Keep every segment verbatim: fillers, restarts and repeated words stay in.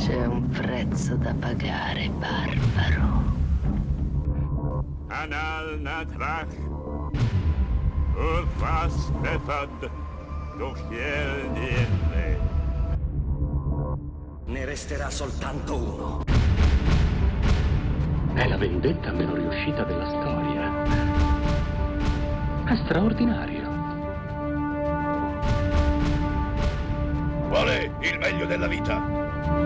C'è un prezzo da pagare, barbaro. Anal natrach, urfas befad, dochiel niente. Ne resterà soltanto uno. È la vendetta meno riuscita della storia. È straordinario. Qual è il meglio della vita?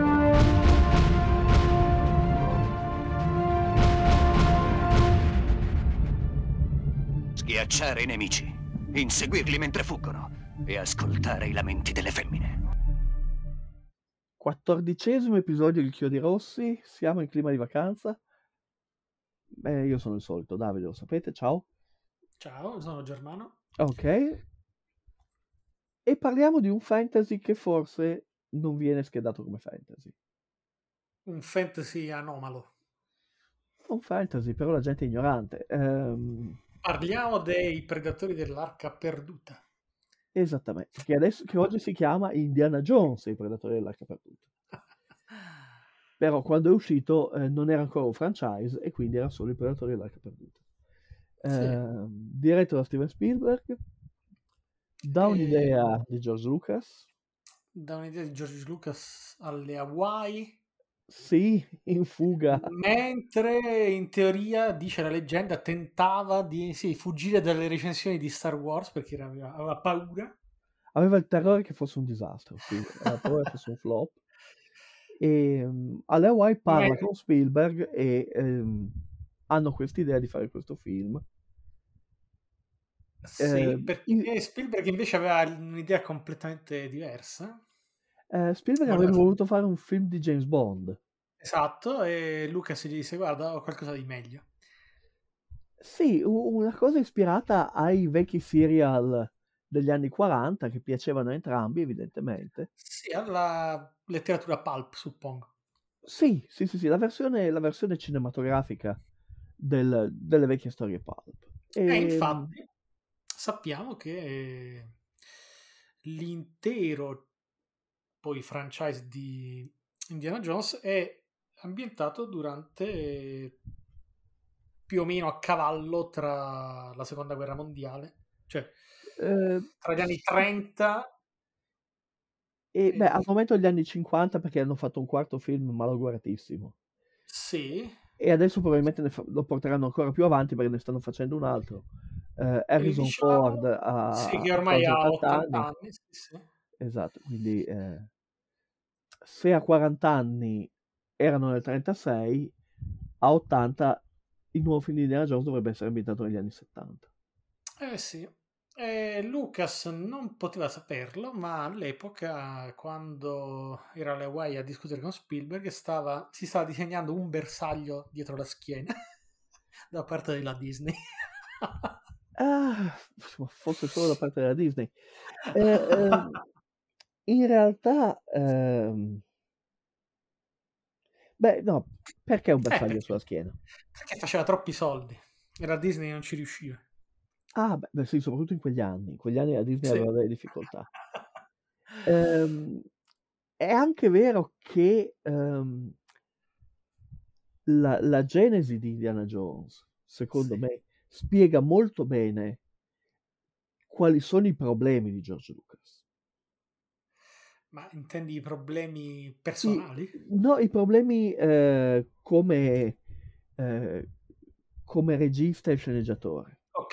Schiacciare i nemici, inseguirli mentre fuggono e ascoltare i lamenti delle femmine. Quattordicesimo episodio di Chiodi Rossi, siamo in clima di vacanza. Beh, io sono il solito Davide, lo sapete, ciao. Ciao, sono Germano. Ok. E parliamo di un fantasy che forse non viene schedato come fantasy. Un fantasy anomalo. Un fantasy, però la gente è ignorante. Ehm... Parliamo dei Predatori dell'Arca Perduta. Esattamente, che, adesso, che oggi si chiama Indiana Jones, i Predatori dell'Arca Perduta. Però quando è uscito eh, non era ancora un franchise e quindi era solo i Predatori dell'Arca Perduta. Eh, sì. Diretto da Steven Spielberg, da un'idea e... di George Lucas. Da un'idea di George Lucas alle Hawaii. Sì, in fuga. Mentre in teoria, dice la leggenda, tentava di sì, fuggire dalle recensioni di Star Wars perché era, aveva paura. Aveva il terrore che fosse un disastro, sì, aveva paura che fosse un flop. E um, alle Hawaii parla Beh. con Spielberg e um, hanno quest'idea di fare questo film. Sì, eh, perché in... Spielberg invece aveva un'idea completamente diversa. Eh, Spielberg avrebbe voluto fare un film di James Bond. Esatto, e Lucas gli disse guarda, ho qualcosa di meglio. Sì, una cosa ispirata ai vecchi serial degli anni quaranta che piacevano a entrambi, evidentemente. Sì, alla letteratura pulp, suppongo. Sì, sì, sì, sì, la versione, la versione cinematografica del, delle vecchie storie pulp. E, e infatti sappiamo che l'intero poi franchise di Indiana Jones è ambientato durante più o meno a cavallo tra la seconda guerra mondiale, cioè eh, tra gli anni trenta e, e beh al momento degli anni cinquanta, perché hanno fatto un quarto film malauguratissimo. Sì, e adesso probabilmente ne fa- lo porteranno ancora più avanti perché ne stanno facendo un altro. eh, Harrison diciamo, Ford ha, sì, che ormai ha ha ottanta ottanta anni, anni, sì, sì. Esatto, quindi eh, se a quaranta anni erano nel trentasei, a ottanta il nuovo film di Indiana Jones dovrebbe essere ambientato negli anni settanta. Eh sì, eh, Lucas non poteva saperlo, ma all'epoca, quando era alle Hawaii a discutere con Spielberg, stava, si stava disegnando un bersaglio dietro la schiena da parte della Disney. Ah, forse solo da parte della Disney. Eh, eh, in realtà, ehm... beh, no, perché un bersaglio eh, perché? sulla schiena? Perché faceva troppi soldi e la Disney non ci riusciva. Ah, beh, beh sì, soprattutto in quegli anni. In quegli anni la Disney sì. aveva delle difficoltà. ehm, è anche vero che ehm, la, la genesi di Indiana Jones, secondo sì. me, spiega molto bene quali sono i problemi di George Lucas. Ma intendi i problemi personali? I, no, i problemi eh, come, eh, come regista e sceneggiatore. Ok.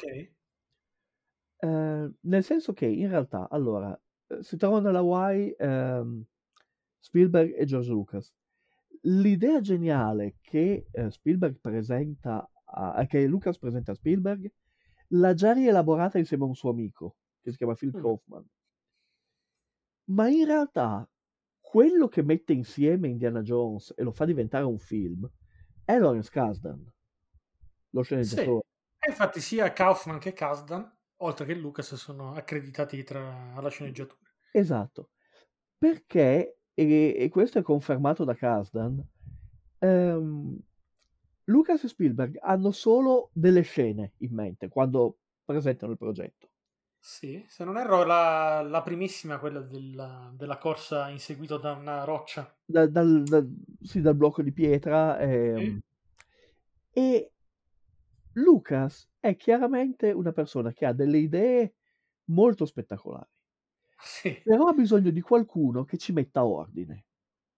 Eh, nel senso che in realtà, allora, si trovano alla Hawaii ehm, Spielberg e George Lucas. L'idea geniale che eh, Spielberg presenta, a, che Lucas presenta a Spielberg, l'ha già rielaborata insieme a un suo amico, che si chiama Phil mm. Kaufman. Ma in realtà, quello che mette insieme Indiana Jones e lo fa diventare un film è Lawrence Kasdan, lo sceneggiatore. Sì. E infatti sia Kaufman che Kasdan, oltre che Lucas, sono accreditati tra alla sceneggiatura. Esatto, perché, e, e questo è confermato da Kasdan, ehm, Lucas e Spielberg hanno solo delle scene in mente quando presentano il progetto. Sì, se non erro la, la primissima, quella della, della corsa inseguito da una roccia. Da- dal, dal- sì, dal blocco di pietra. ehm, E Lucas è chiaramente una persona che ha delle idee molto spettacolari, Sì, però ha bisogno di qualcuno che ci metta ordine.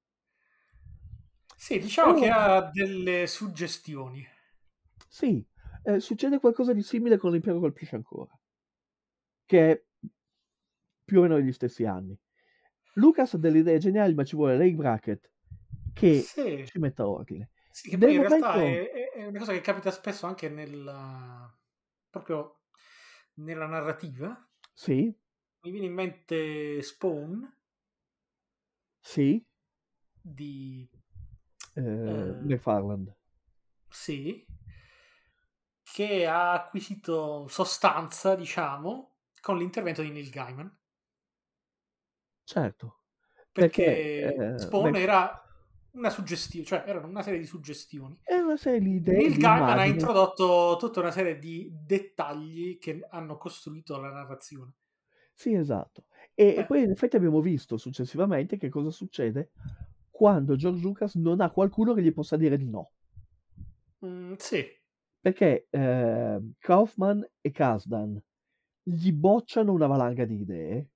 sì, diciamo che Allora, ha delle suggestioni. sì, eh, succede qualcosa di simile con l'Impero colpisce ancora, che è più o meno negli stessi anni. Lucas ha delle idee geniali, ma ci vuole Ray Brackett che Sì, ci metta ordine. sì, che Nel poi in realtà momento, è, è- è una cosa che capita spesso anche nella, proprio nella narrativa. sì, Mi viene in mente Spawn sì, di... eh, eh, McFarland, sì, che ha acquisito sostanza, diciamo, con l'intervento di Neil Gaiman, certo, perché perché eh, Spawn Mc- era una suggestione, cioè erano una serie di suggestioni. è una serie di idee, Neil di Gaiman ha immagini. introdotto tutta una serie di dettagli che hanno costruito la narrazione. Sì, esatto. E, e Eh, poi in effetti abbiamo visto successivamente che cosa succede quando George Lucas non ha qualcuno che gli possa dire di no. mm, sì, Perché eh, Kaufman e Kasdan gli bocciano una valanga di idee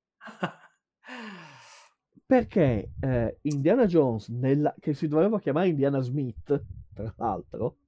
perché eh, Indiana Jones, nella- che si doveva chiamare Indiana Smith, tra l'altro,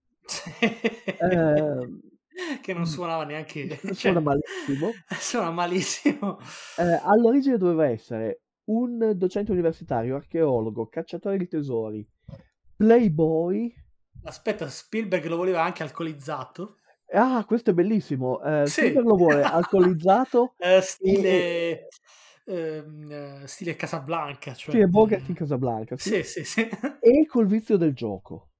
ehm, che non suonava neanche, suona cioè, malissimo. suona malissimo. Eh, all'origine doveva essere un docente universitario, archeologo, cacciatore di tesori, playboy. Aspetta, Spielberg lo voleva anche alcolizzato? Ah, questo è bellissimo. Eh, Sì. Spielberg lo vuole alcolizzato Eh, e, stile, ehm, eh, stile Casablanca, cioè, sì, è Bogart in eh, Casablanca, sì. sì, sì, sì. E col vizio del gioco.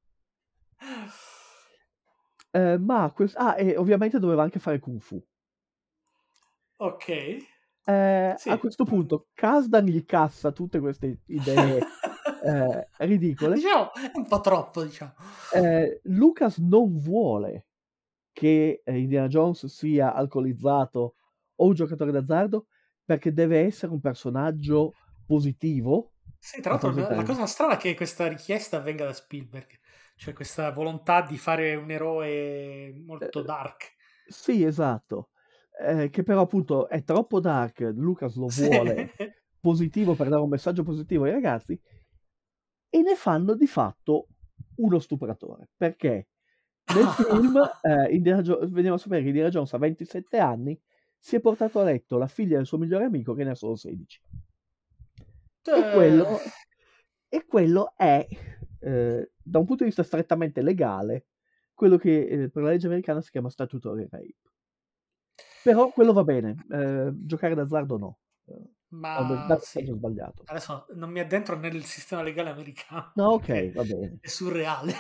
Eh, ma quest- ah, e ovviamente doveva anche fare Kung Fu. Ok. Eh, Sì. a questo punto Kasdan gli cassa tutte queste idee eh, ridicole. Diciamo, è un po' troppo, diciamo. Eh, Lucas non vuole che eh, Indiana Jones sia alcolizzato o un giocatore d'azzardo perché deve essere un personaggio positivo. Sì, tra l'altro la cosa strana è che questa richiesta venga da Spielberg, cioè questa volontà di fare un eroe molto Eh, dark. Sì, esatto. Eh, che però appunto è troppo dark, Lucas lo Sì. vuole positivo per dare un messaggio positivo ai ragazzi e ne fanno di fatto uno stupratore, perché nel film eh, Indiana Jo- veniamo a sapere che Indiana Jones ha ventisette anni, si è portato a letto la figlia del suo migliore amico che ne ha solo sedici. E quello, e quello è, eh, da un punto di vista strettamente legale, quello che eh, per la legge americana si chiama statutory rape. Però quello va bene, eh, giocare d'azzardo no. Eh, Ma dà sì, messaggio sbagliato. adesso non mi addentro nel sistema legale americano. No, ok, perché va bene. È surreale.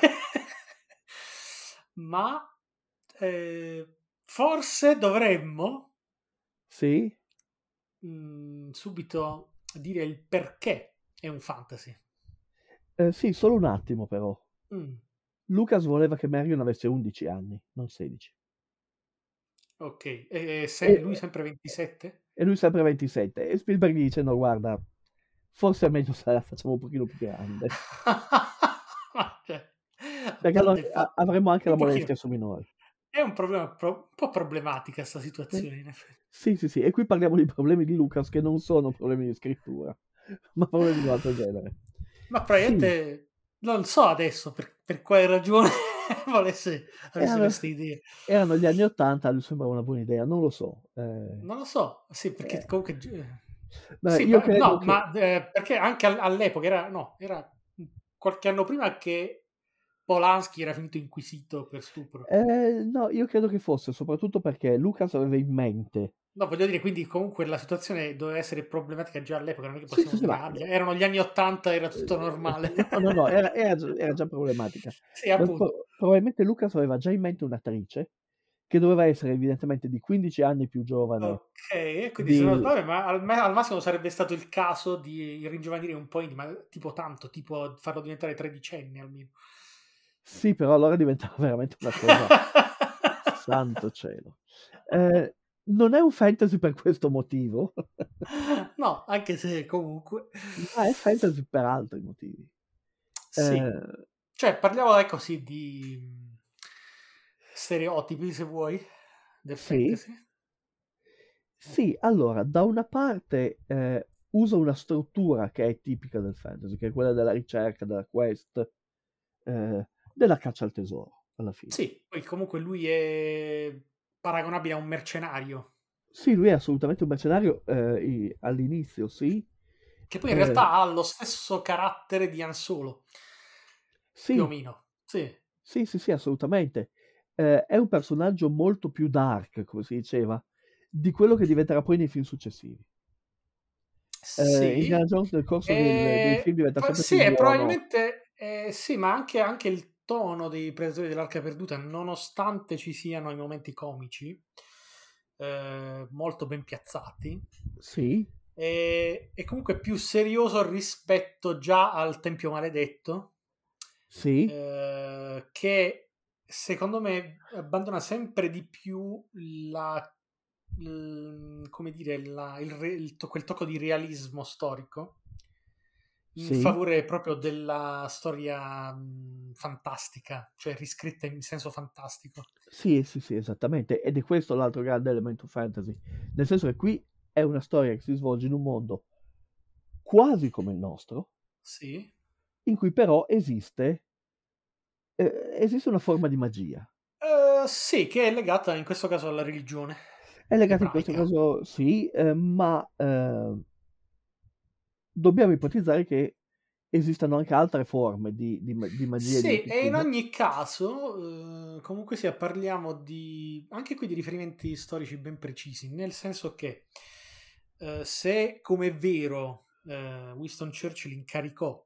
Ma eh, forse dovremmo Sì? mh, subito dire il perché è un fantasy. Eh, sì, solo un attimo però. Mm, Lucas voleva che Marion avesse undici anni, non sedici. ok, e se- E, lui sempre ventisette? e lui sempre ventisette. E Spielberg gli dice, no, guarda, forse è meglio se la facciamo un pochino più grande. Cioè, Perché a allora parte il a- fatto- avremo anche la un pochino- molestia su minori. È un problema pro- un po' problematica sta situazione, in effetti. Sì, sì, sì. E qui parliamo di problemi di Lucas che non sono problemi di scrittura, ma problemi di un altro genere. Ma probabilmente non so adesso per, per quale ragione volesse avesse Erano, queste idee. erano gli anni Ottanta, lui sembra una buona idea, non lo so. Eh, Non lo so, sì, perché eh, comunque eh, beh, sì, io ma, credo no, che... ma eh, perché anche all- all'epoca era no, era qualche anno prima che Polanski era finito inquisito per stupro. Eh, no, io credo che fosse soprattutto perché Lucas aveva in mente... No, voglio dire, quindi comunque la situazione doveva essere problematica già all'epoca, non è che Sì, possiamo sì, sì, dire, ma- ah, erano gli anni Ottanta, era tutto normale. No, no, no, era, era già- era già problematica. Sì, Ma appunto. pro- probabilmente Lucas aveva già in mente un'attrice che doveva essere evidentemente di quindici anni più giovane. Ok, e quindi se di- non, vabbè, ma al, al massimo sarebbe stato il caso di ringiovanire un po', ma tipo tanto, tipo farlo diventare tredicenne almeno. Sì, però allora diventava veramente una cosa... Santo cielo. Eh, non è un fantasy per questo motivo, No, anche se comunque... ma è fantasy per altri motivi. Sì. Eh, Cioè, parliamo ecco sì di stereotipi, se vuoi, del Sì. fantasy. Sì, allora, da una parte eh, usa una struttura che è tipica del fantasy, che è quella della ricerca, della quest, eh, della caccia al tesoro, alla fine. Sì, poi comunque lui è paragonabile a un mercenario, Sì, lui è assolutamente un mercenario eh, i- all'inizio, sì. che poi in Eh, realtà ha lo stesso carattere di Han Solo, più o Sì, meno. Sì, sì, sì, sì, assolutamente. Eh, è un personaggio molto più dark, come si diceva, di quello che diventerà poi nei film successivi. Eh, sì. Indiana Jones nel corso del- dei E film diventa po- sempre sì, più e buono. probabilmente eh, sì, ma anche, anche il tono dei Predatori dell'Arca Perduta, nonostante ci siano i momenti comici, eh, molto ben piazzati, Sì, è, è comunque più serioso rispetto già al Tempio Maledetto, sì, eh, che secondo me abbandona sempre di più la, l- come dire, la- il re- il to- quel tocco di realismo storico in sì. favore proprio della storia mh, fantastica, cioè riscritta in senso fantastico. Sì, sì, sì, esattamente. Ed è questo l'altro grande elemento fantasy. Nel senso che qui è una storia che si svolge in un mondo quasi come il nostro, Sì. in cui però esiste, eh, esiste una forma di magia. Eh, sì, che è legata in questo caso alla religione È legata in questo ebraica. caso, sì, eh, ma eh, dobbiamo ipotizzare che esistano anche altre forme di, di ma- di magia e di Sì, e in misticismo. ogni caso, eh, comunque sia, parliamo di anche qui di riferimenti storici ben precisi, nel senso che eh, se, come è vero, eh, Winston Churchill incaricò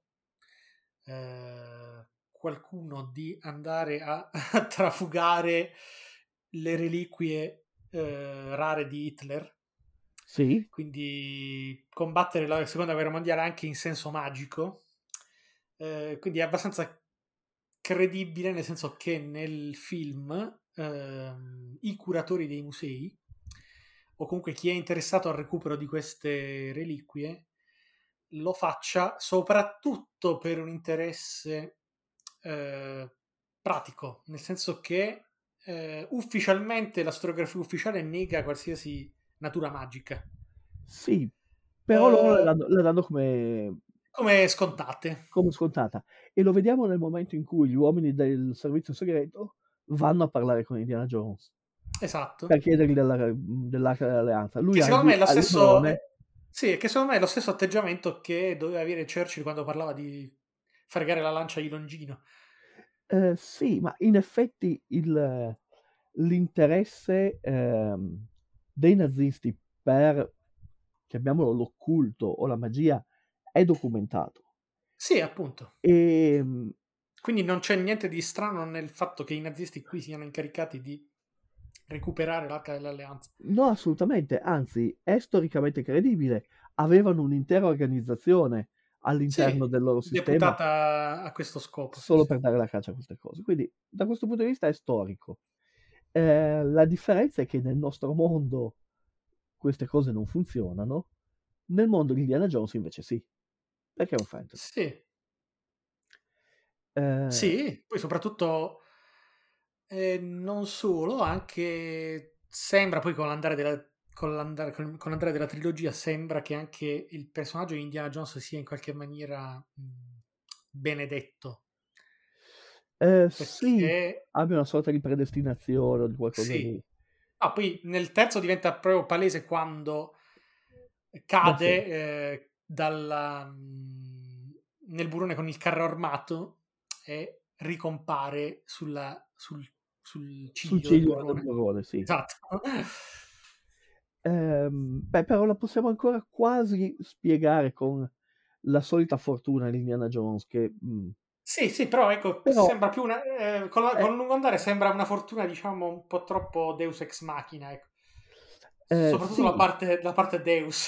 eh, qualcuno di andare a, a trafugare le reliquie eh, rare di Hitler, Sì, quindi combattere la seconda guerra mondiale anche in senso magico, eh, quindi è abbastanza credibile, nel senso che nel film ehm, i curatori dei musei o comunque chi è interessato al recupero di queste reliquie lo faccia soprattutto per un interesse eh, pratico, nel senso che eh, ufficialmente la storiografia ufficiale nega qualsiasi natura magica. sì, però loro la Eh, danno, la danno come, come scontate. come scontata. E lo vediamo nel momento in cui gli uomini del servizio segreto vanno a parlare con Indiana Jones Esatto. per chiedergli della- dell'Arca dell'Alleanza. Lui Che ha il, secondo me è lo ha il stesso. librone. eh, Sì, che secondo me è lo stesso atteggiamento che doveva avere Churchill quando parlava di fregare la lancia di Longino. Eh, sì, ma in effetti il- l'interesse ehm, dei nazisti per, chiamiamolo l'occulto o la magia, è documentato. Sì, appunto. E, Quindi non c'è niente di strano nel fatto che i nazisti qui siano incaricati di recuperare l'Arca dell'Alleanza. no, assolutamente, anzi, è storicamente credibile. Avevano un'intera organizzazione all'interno Sì, del loro sistema deputata a questo scopo. Sì, solo sì. per dare la caccia a queste cose. Quindi, da questo punto di vista, è storico. Eh, la differenza è che nel nostro mondo queste cose non funzionano, nel mondo di Indiana Jones invece sì, perché è un fantasy. Sì, Eh, sì, poi soprattutto eh, non solo, anche sembra poi con l'andare della, con l'andare, con, con l'andare della trilogia sembra che anche il personaggio di Indiana Jones sia in qualche maniera mh, benedetto. eh, sì, Perché abbia una sorta di predestinazione o di qualcosa sì. di... Ah, poi nel terzo diventa proprio palese quando Beh, cade sì. eh, dalla, mh, nel burrone con il carro armato e ricompare sulla, sul, sul Sul ciglio del ciglio del burrone. burrone, sì. Esatto. Ehm, beh, però la possiamo ancora quasi spiegare con la solita fortuna di Indiana Jones, che mh, Sì, sì, però ecco, però sembra più una, eh, con, la, è, con il lungo andare sembra una fortuna, diciamo, un po' troppo Deus ex machina, ecco. eh, Soprattutto la sì, parte, la parte Deus.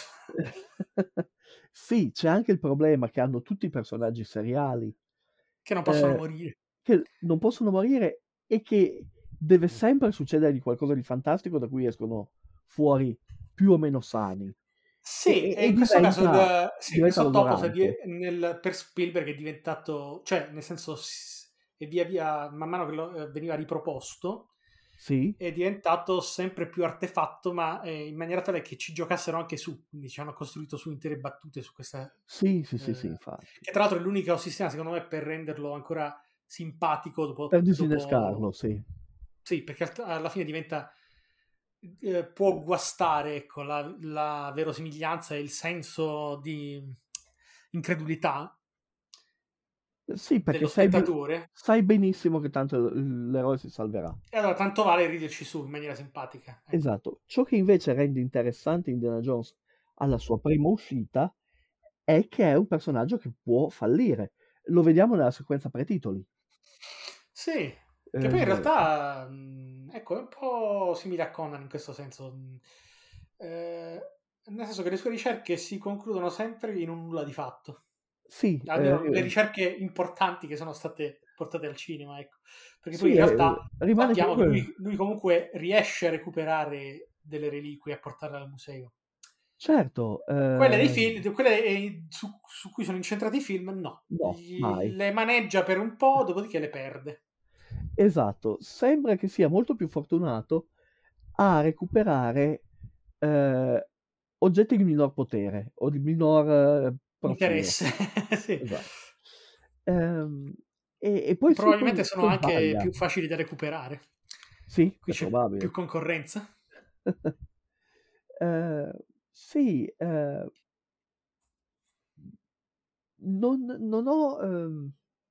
sì, c'è anche il problema che hanno tutti i personaggi seriali Che non possono eh, morire. che non possono morire e che deve sempre succedergli qualcosa di fantastico da cui escono fuori più o meno sani. Sì, E, e e in questo caso diventa, il, sì, diventa questo topos è di- logorante. nel- per Spielberg è diventato, cioè nel senso, s- e via via, man mano che lo, eh, veniva riproposto, Sì, è diventato sempre più artefatto, ma eh, in maniera tale che ci giocassero anche su, quindi ci hanno costruito su intere battute su questa, sì, sì, sì, sì, eh, infatti. che tra l'altro è l'unico sistema secondo me per renderlo ancora simpatico dopo, Per dopo disinnescarlo, sì. sì, perché alt- alla fine diventa eh, può guastare, ecco, la, la verosimiglianza e il senso di incredulità Sì, perché dello sai, be- spettatore, sai benissimo che tanto l- l'eroe si salverà. e allora tanto vale riderci su in maniera simpatica, ecco. Esatto. Ciò che invece rende interessante Indiana Jones alla sua prima uscita è che è un personaggio che può fallire. Lo vediamo nella sequenza pre-titoli. Sì, che poi in Eh, realtà mh, ecco, è un po' simile a Conan in questo senso, mh, eh, nel senso che le sue ricerche si concludono sempre in un nulla di fatto. sì, Almeno le eh, ricerche importanti che sono state portate al cinema, ecco. Perché poi sì, in eh, realtà rimane sappiamo che comunque... lui, lui comunque riesce a recuperare delle reliquie e a portarle al museo. Certo, Quelle dei eh, film, quelle eh, su, su cui sono incentrati i film, no. no, Gli- mai. le maneggia per un po', dopodiché le perde. Esatto, sembra che sia molto più fortunato a recuperare eh, oggetti di minor potere o di minor eh, profilo. Interesse. Sì. Esatto. Ehm, e, e poi sì, Probabilmente poi, sono poi anche sbaglia. più facili da recuperare. Sì, Qui è c'è più probabile. concorrenza. Eh, sì, eh, non, non ho, ehm,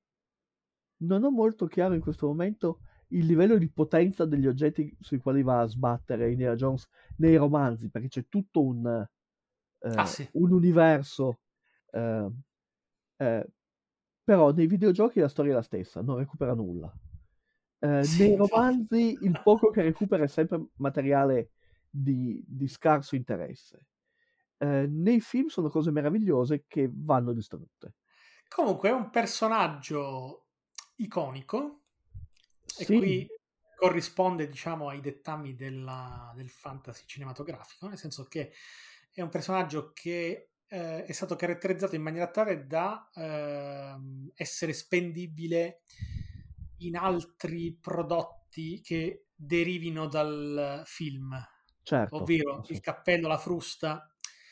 non ho molto chiaro in questo momento il livello di potenza degli oggetti sui quali va a sbattere Indiana Jones nei romanzi, perché c'è tutto un, Ah eh, sì. un universo, eh, eh, però nei videogiochi la storia è la stessa, non recupera nulla. Eh, Sì, nei infatti. romanzi il poco che recupera è sempre materiale di, di scarso interesse. Eh, nei film sono cose meravigliose che vanno distrutte. Comunque è un personaggio iconico e Sì, qui corrisponde, diciamo, ai dettami della- del fantasy cinematografico, nel senso che è un personaggio che eh, è stato caratterizzato in maniera tale da ehm, essere spendibile in altri prodotti che derivino dal film, certo. ovvero Sì. il cappello, la frusta,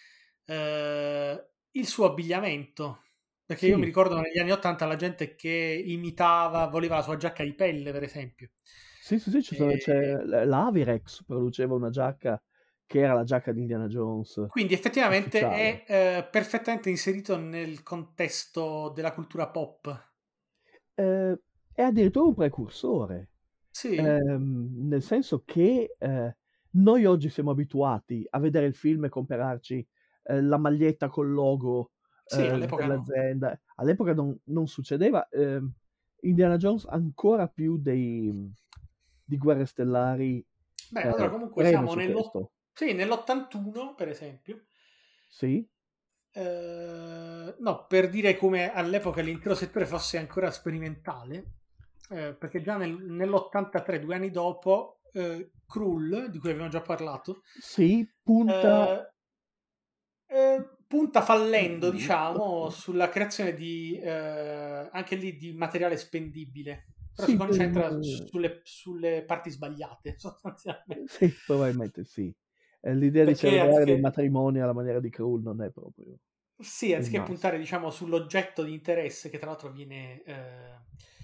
eh, il suo abbigliamento. Perché io mi Sì, ricordo negli anni ottanta la gente che imitava, voleva la sua giacca di pelle, per esempio. sì, sì, sì, ci sono- E c'è, l'Avirex produceva una giacca che era la giacca di Indiana Jones quindi effettivamente ufficiale. è eh, perfettamente inserito nel contesto della cultura pop. Eh, è addirittura un precursore, Sì, ehm, nel senso che eh, noi oggi siamo abituati a vedere il film e comprarci eh, la maglietta col logo sì, eh, all'epoca no. dell'azienda. All'epoca non, non succedeva. ehm, Indiana Jones ancora più dei, di Guerre Stellari Beh, allora eh, comunque preme siamo su nell'o- questo. sì, nell'ottantuno, per esempio. Sì, Eh, no, per dire come all'epoca l'intero settore fosse ancora sperimentale, eh, perché già nel- nell'ottantatré, due anni dopo, eh, Krull, di cui abbiamo già parlato, sì, punta... eh, eh, punta fallendo, diciamo, sulla creazione di eh, anche lì di materiale spendibile, però si Sì, concentra eh, sulle, sulle parti sbagliate, sostanzialmente. sì, probabilmente sì. Eh, L'idea di Perché celebrare dei anziché, matrimoni alla maniera di Krull non è proprio sì, il anziché massimo. puntare, diciamo, sull'oggetto di interesse, che tra l'altro viene eh,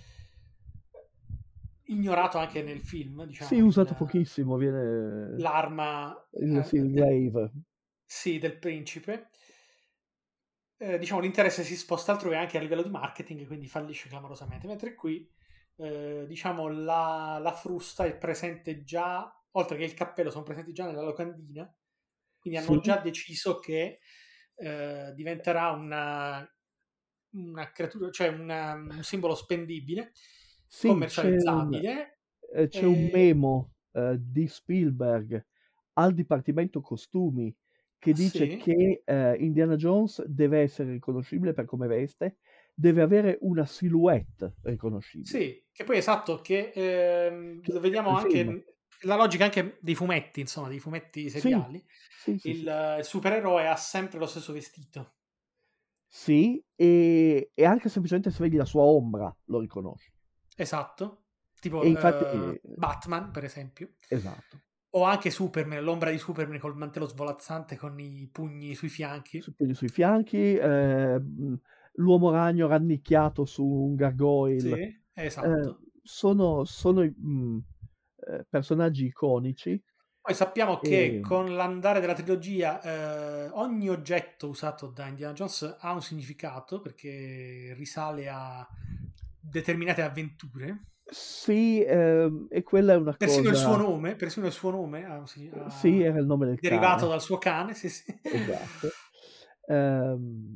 ignorato anche nel film, Sì, diciamo, usato il- pochissimo, viene l'arma il, sì, eh, il del, glaive. sì, del principe. Eh, diciamo l'interesse si sposta altrove anche a livello di marketing, quindi fallisce clamorosamente, mentre qui eh, diciamo la, la frusta è presente già, oltre che il cappello sono presenti già nella locandina, quindi hanno Sì, già deciso che eh, diventerà una, una creatura, cioè una- un simbolo spendibile, sì, c'è un, commercializzabile. eh, c'è un E, memo eh, di Spielberg al Dipartimento Costumi che dice sì, che eh, Indiana Jones deve essere riconoscibile per come veste, deve avere una silhouette riconoscibile. sì, che poi esatto, che ehm, Che lo è vediamo nel film. anche la logica anche dei fumetti, insomma, dei fumetti seriali. Sì, sì, il, sì. il supereroe ha sempre lo stesso vestito. Sì, e, e anche semplicemente se vedi la sua ombra lo riconosci. Esatto. Tipo E infatti, eh, Batman, per esempio. esatto. O anche Superman, l'ombra di Superman col mantello svolazzante con i pugni sui fianchi. Su, quindi sui fianchi, eh, l'uomo ragno rannicchiato su un gargoyle. Sì, esatto. Eh, sono sono mh, eh, personaggi iconici. Poi sappiamo che E, con l'andare della trilogia eh, ogni oggetto usato da Indiana Jones ha un significato perché risale a determinate avventure. sì, ehm, e quella è una Persino il suo cosa. nome, persino il suo nome ha un sig- ha- Sì, era il nome del derivato cane. dal suo cane, sì, sì. Esatto. Ehm,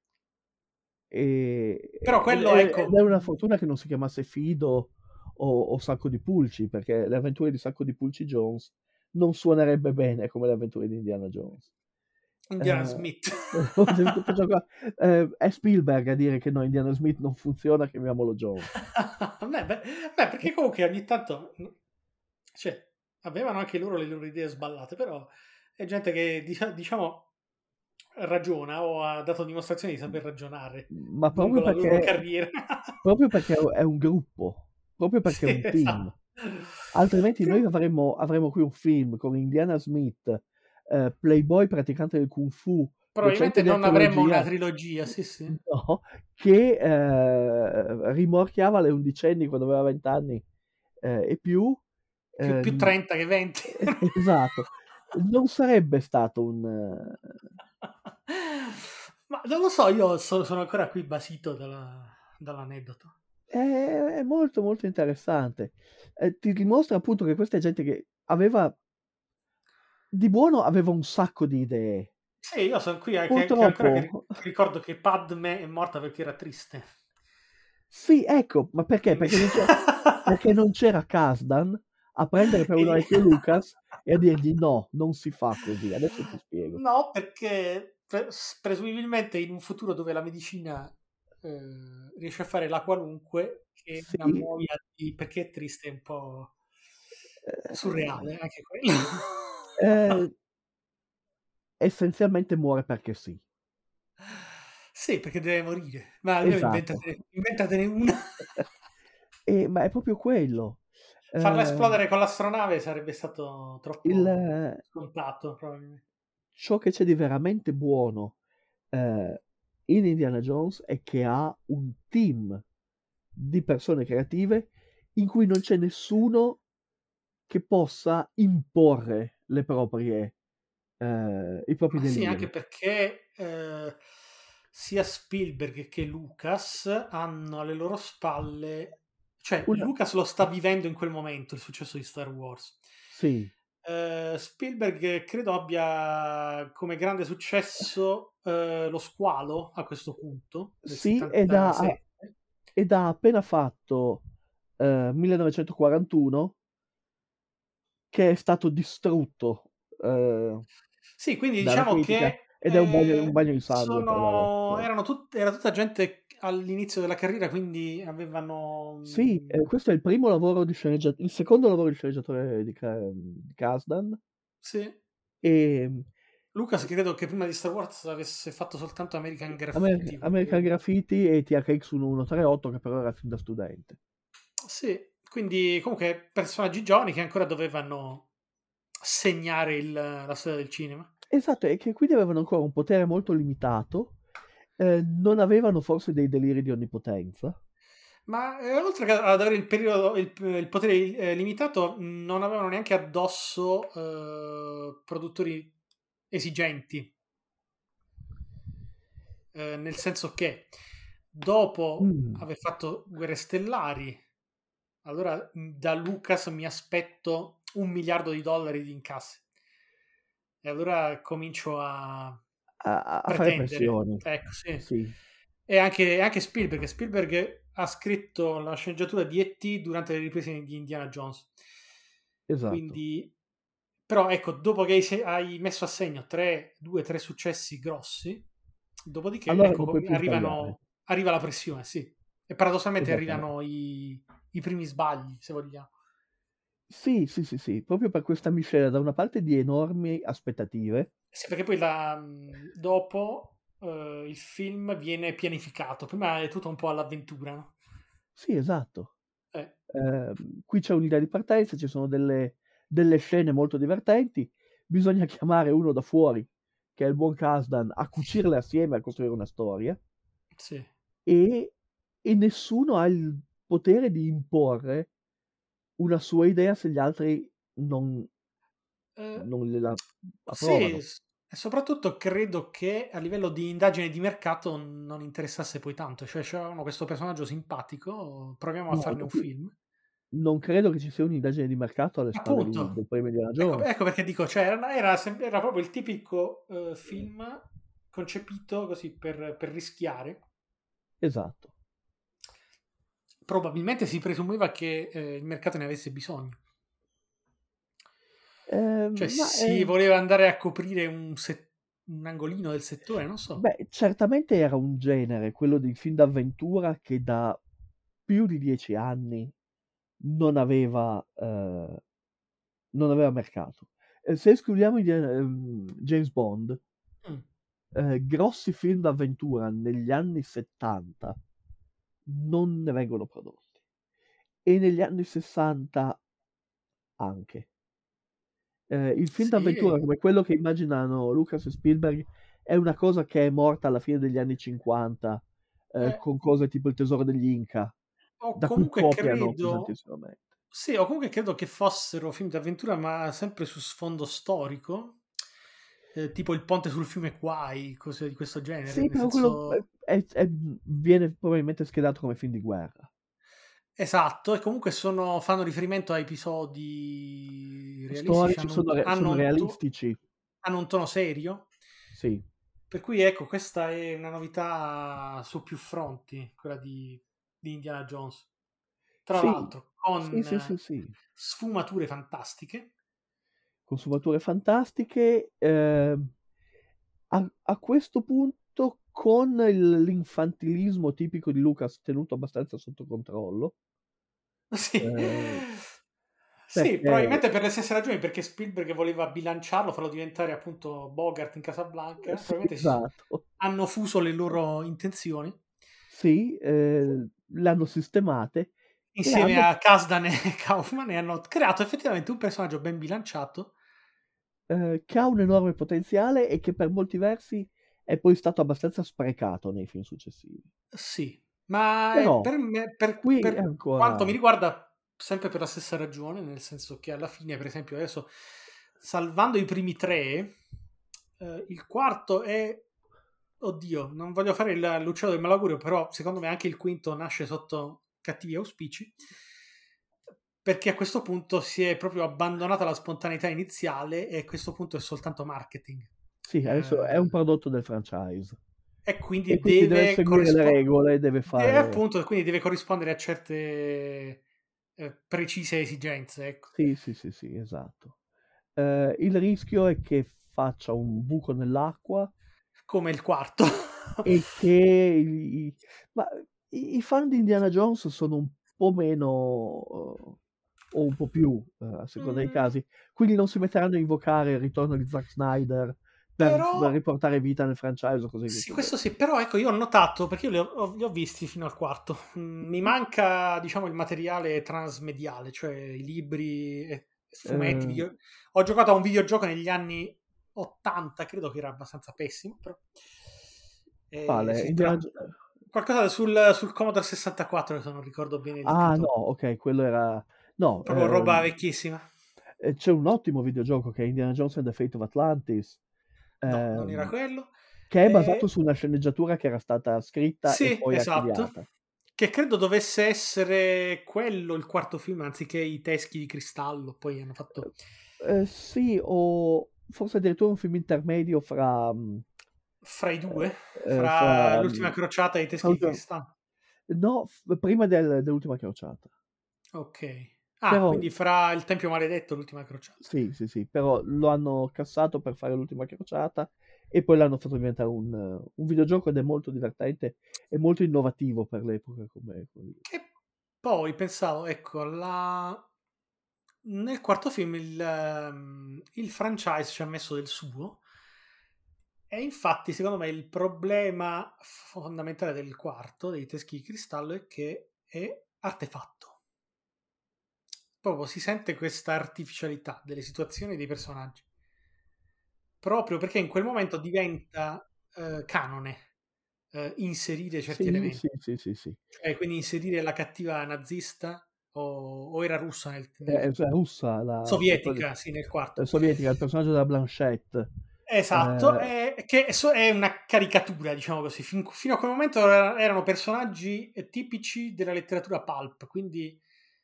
e, Però ed, quello, è, ecco, ed è una fortuna che non si chiamasse Fido o, o Sacco di Pulci, perché le avventure di Sacco di Pulci Jones non suonerebbe bene come le avventure di Indiana Jones. Indiana Eh, Smith. eh, è Spielberg a dire che no, Indiana Smith non funziona, chiamiamolo Jones. beh, beh, beh, perché comunque ogni tanto, cioè, avevano anche loro le loro idee sballate, però è gente che, diciamo, ragiona o ha dato dimostrazioni di saper ragionare Ma lungo proprio la loro perché, carriera. proprio perché è un gruppo, proprio perché è Sì, un team. esatto. Altrimenti noi Però- avremmo, avremmo qui un film con Indiana Smith, eh, playboy praticante del Kung Fu, docente probabilmente di non avremmo una archeologia, trilogia, sì, sì. no, che eh, rimorchiava le undicenni quando aveva venti anni eh, e più. Più, eh, più trenta che venti. esatto, non sarebbe stato un... eh, Ma non lo so, io so- sono ancora qui basito dalla- dall'aneddoto. È, è molto molto interessante. Eh, ti dimostra appunto che questa è gente che aveva, di buono aveva un sacco di idee. Sì, io sono qui anche, che ancora che, Purtroppo, che ricordo che Padme è morta perché era triste. sì, ecco, ma perché? Quindi... Perché non c'era, perché non c'era Kasdan a prendere per un E- orecchio Lucas e a dirgli no, non si fa così. Adesso ti spiego. No, perché pre- presumibilmente in un futuro dove la medicina eh, riesce a fare la qualunque, che Sì, una muoia di... perché è triste è un po' surreale anche quello. eh, essenzialmente muore perché sì. Sì, perché deve morire. Ma almeno Esatto. inventatene, inventatene una. E, ma è proprio quello. Farla Eh, esplodere con l'astronave sarebbe stato troppo il, scontato, probabilmente. ciò che c'è di veramente buono eh, in Indiana Jones è che ha un team di persone creative in cui non c'è nessuno che possa imporre le proprie, eh, i propri Ma sì, deliri. anche perché eh, sia Spielberg che Lucas hanno alle loro spalle, cioè Una- Lucas lo sta vivendo in quel momento, il successo di Star Wars. Sì, Eh, Spielberg credo abbia come grande successo eh, Lo Squalo a questo punto, del sì, ed ha, settantasette. ed ha appena fatto eh, millenovecentoquarantuno, che è stato distrutto eh, Sì, quindi dalla diciamo critica, che ed è un bagno, un eh, bagno di sangue per la sono, storia. erano tut- era tutta gente all'inizio della carriera, quindi avevano... Sì, eh, questo è il primo lavoro di sceneggiatore, il secondo lavoro di sceneggiatore di, Ka- di Kasdan. Sì. E Lucas credo che prima di Star Wars avesse fatto soltanto American Amer- Graffiti. American Graffiti e T H X millecentotrentotto, che però era fin da studente. Sì, quindi comunque personaggi giovani che ancora dovevano segnare il- la storia del cinema. Esatto, e che quindi avevano ancora un potere molto limitato, eh, non avevano forse dei deliri di onnipotenza. Ma eh, oltre che ad avere il, periodo, il, il potere eh, limitato, mh, non avevano neanche addosso eh, produttori esigenti. Eh, nel senso che dopo Mm. aver fatto Guerre Stellari, allora mh, da Lucas mi aspetto un miliardo di dollari di incassi. E allora comincio a, A, a fare pretendere. pressioni. Ecco, sì. Sì. E anche, anche Spielberg. Spielberg ha scritto la sceneggiatura di E T durante le riprese di Indiana Jones. Esatto. Quindi, però ecco, dopo che hai, hai messo a segno tre, due, tre successi grossi, dopodiché Allora ecco, non puoi più sbagliare. arrivano, arriva la pressione, sì. E paradossalmente Esattamente. arrivano i, i primi sbagli, se vogliamo. Sì, sì, sì, sì, proprio per questa miscela da una parte di enormi aspettative. Sì, perché poi la, dopo uh, il film viene pianificato. Prima è tutto un po' all'avventura, no? Sì, esatto. Eh. Eh, qui c'è un'idea di partenza, ci sono delle, delle scene molto divertenti, bisogna chiamare uno da fuori, che è il buon Kasdan, a cucirle assieme, a costruire una storia, Sì. e, e nessuno ha il potere di imporre una sua idea se gli altri non, Eh, non gliela sì, approvano. s- e soprattutto credo che a livello di indagine di mercato non interessasse poi tanto. Cioè, c'avevano questo personaggio simpatico, proviamo a No, farne un qui film. non credo che ci sia un'indagine di mercato alle spalle di- Appunto, del premio Indiana ecco, Jones. ecco perché dico, cioè, era, era sem- era proprio il tipico eh, film concepito così per, per rischiare. Esatto. Probabilmente si presumeva che eh, il mercato ne avesse bisogno. Eh, Cioè, ma si eh, voleva andare a coprire un, set- un angolino del settore, non so. beh, certamente era un genere, quello del film d'avventura, che da più di dieci anni non aveva, eh, non aveva mercato. Eh, se escludiamo gli, ehm, James Bond, Mm. eh, grossi film d'avventura negli anni settanta non ne vengono prodotti. E negli anni sessanta anche. Eh, il film Sì, d'avventura come quello che immaginano Lucas e Spielberg è una cosa che è morta alla fine degli anni cinquanta, eh, eh, con cose tipo Il tesoro degli Inca, o da cui comunque copiano credo, pesantissimamente. sì, o comunque credo che fossero film d'avventura, ma sempre su sfondo storico, eh, tipo Il ponte sul fiume Kwai, cose di questo genere, Sì, nel però quello senso, è- è- è- viene probabilmente schedato come film di guerra. esatto, e comunque sono, fanno riferimento a episodi realistici, Storici, hanno un, sono, re- hanno sono un to- realistici, hanno un tono serio. sì. Per cui ecco, questa è una novità su più fronti, quella di, di Indiana Jones. Tra Sì, l'altro, sì, con sì, eh, sì, sì. sfumature fantastiche. Consumature fantastiche. ehm, a, a questo punto, con il- l'infantilismo tipico di Lucas tenuto abbastanza sotto controllo, Sì. eh, Sì, perché probabilmente per le stesse ragioni, perché Spielberg voleva bilanciarlo, farlo diventare appunto Bogart in eh, Casablanca. sì, Probabilmente si- esatto, hanno fuso le loro intenzioni sì, eh, le hanno sistemate e insieme hanno, a Kasdan e Kaufman e hanno creato effettivamente un personaggio ben bilanciato. eh, che ha un enorme potenziale e che per molti versi è poi stato abbastanza sprecato nei film successivi. Sì, ma è Però per me, per, qui è per quanto mi ancora... riguarda, sempre per la stessa ragione, nel senso che alla fine, per esempio, adesso salvando i primi tre, eh, il quarto è, oddio, non voglio fare il- l'uccello del malaugurio, però secondo me anche il quinto nasce sotto cattivi auspici, perché a questo punto si è proprio abbandonata la spontaneità iniziale e a questo punto è soltanto marketing. Sì, adesso è un Eh, prodotto del franchise e e quindi quindi deve deve seguire le corrispondere regole, deve fare... appunto quindi deve corrispondere a certe eh, precise esigenze, ecco. Sì, sì, sì, sì, esatto. Eh, il rischio è che faccia un buco nell'acqua Come il quarto. e che i, ma i, i fan di Indiana Jones sono un po' meno eh, o un po' più eh, a seconda dei Mm, casi, quindi non si metteranno a invocare il ritorno di Zack Snyder per, per però riportare vita nel franchise o cose di sì, questo questo genere. sì, però ecco, io ho notato, perché io li ho, ho- li ho visti fino al quarto, Mm, mi manca, diciamo, il materiale transmediale, cioè i libri, e fumetti, Eh, video. Ho giocato a un videogioco negli anni ottanta, credo che era abbastanza pessimo, però eh, quale? si Indiana tratta Jo- qualcosa sul, sul Commodore sessantaquattro, se non ricordo bene il Ah no, titolo, ok, quello era... No, proprio roba ehm, vecchissima. eh, c'è un ottimo videogioco che è Indiana Jones and the Fate of Atlantis, No, non era ehm, quello. che è basato Eh, su una sceneggiatura che era stata scritta e sì, poi esatto. archiviata. Che credo dovesse essere quello il quarto film, anziché i teschi di cristallo. Poi hanno fatto. Eh, sì, o forse addirittura un film intermedio fra, mm, Fra i due, eh, eh, fra fra, l'ultima mm, crociata e i fra teschi di l'ultima- cristallo. no, f- prima del- dell'ultima crociata. Ok. Ah, Però quindi fra il Tempio Maledetto e l'ultima crociata. sì, sì, sì, però lo hanno cassato per fare l'ultima crociata e poi l'hanno fatto diventare un, eh, un videogioco ed è molto divertente e molto innovativo per l'epoca come, come- Che poi pensavo, ecco, la... nel quarto film il, ehm, il franchise ci ha messo del suo, e infatti secondo me il problema fondamentale del quarto, dei teschi di cristallo, è che è artefatto. Proprio si sente questa artificialità delle situazioni e dei personaggi, proprio perché in quel momento diventa eh, canone eh, inserire certi Sì, elementi, sì, sì, sì, sì. cioè quindi inserire la cattiva nazista o, o era russa nel, È, nel è russa, la, sovietica, sì, nel quarto. la sovietica, il personaggio della Blanchette. Esatto, Eh, è, che so- è una caricatura, diciamo così. Fin- fino a quel momento era- erano personaggi eh, tipici della letteratura pulp, quindi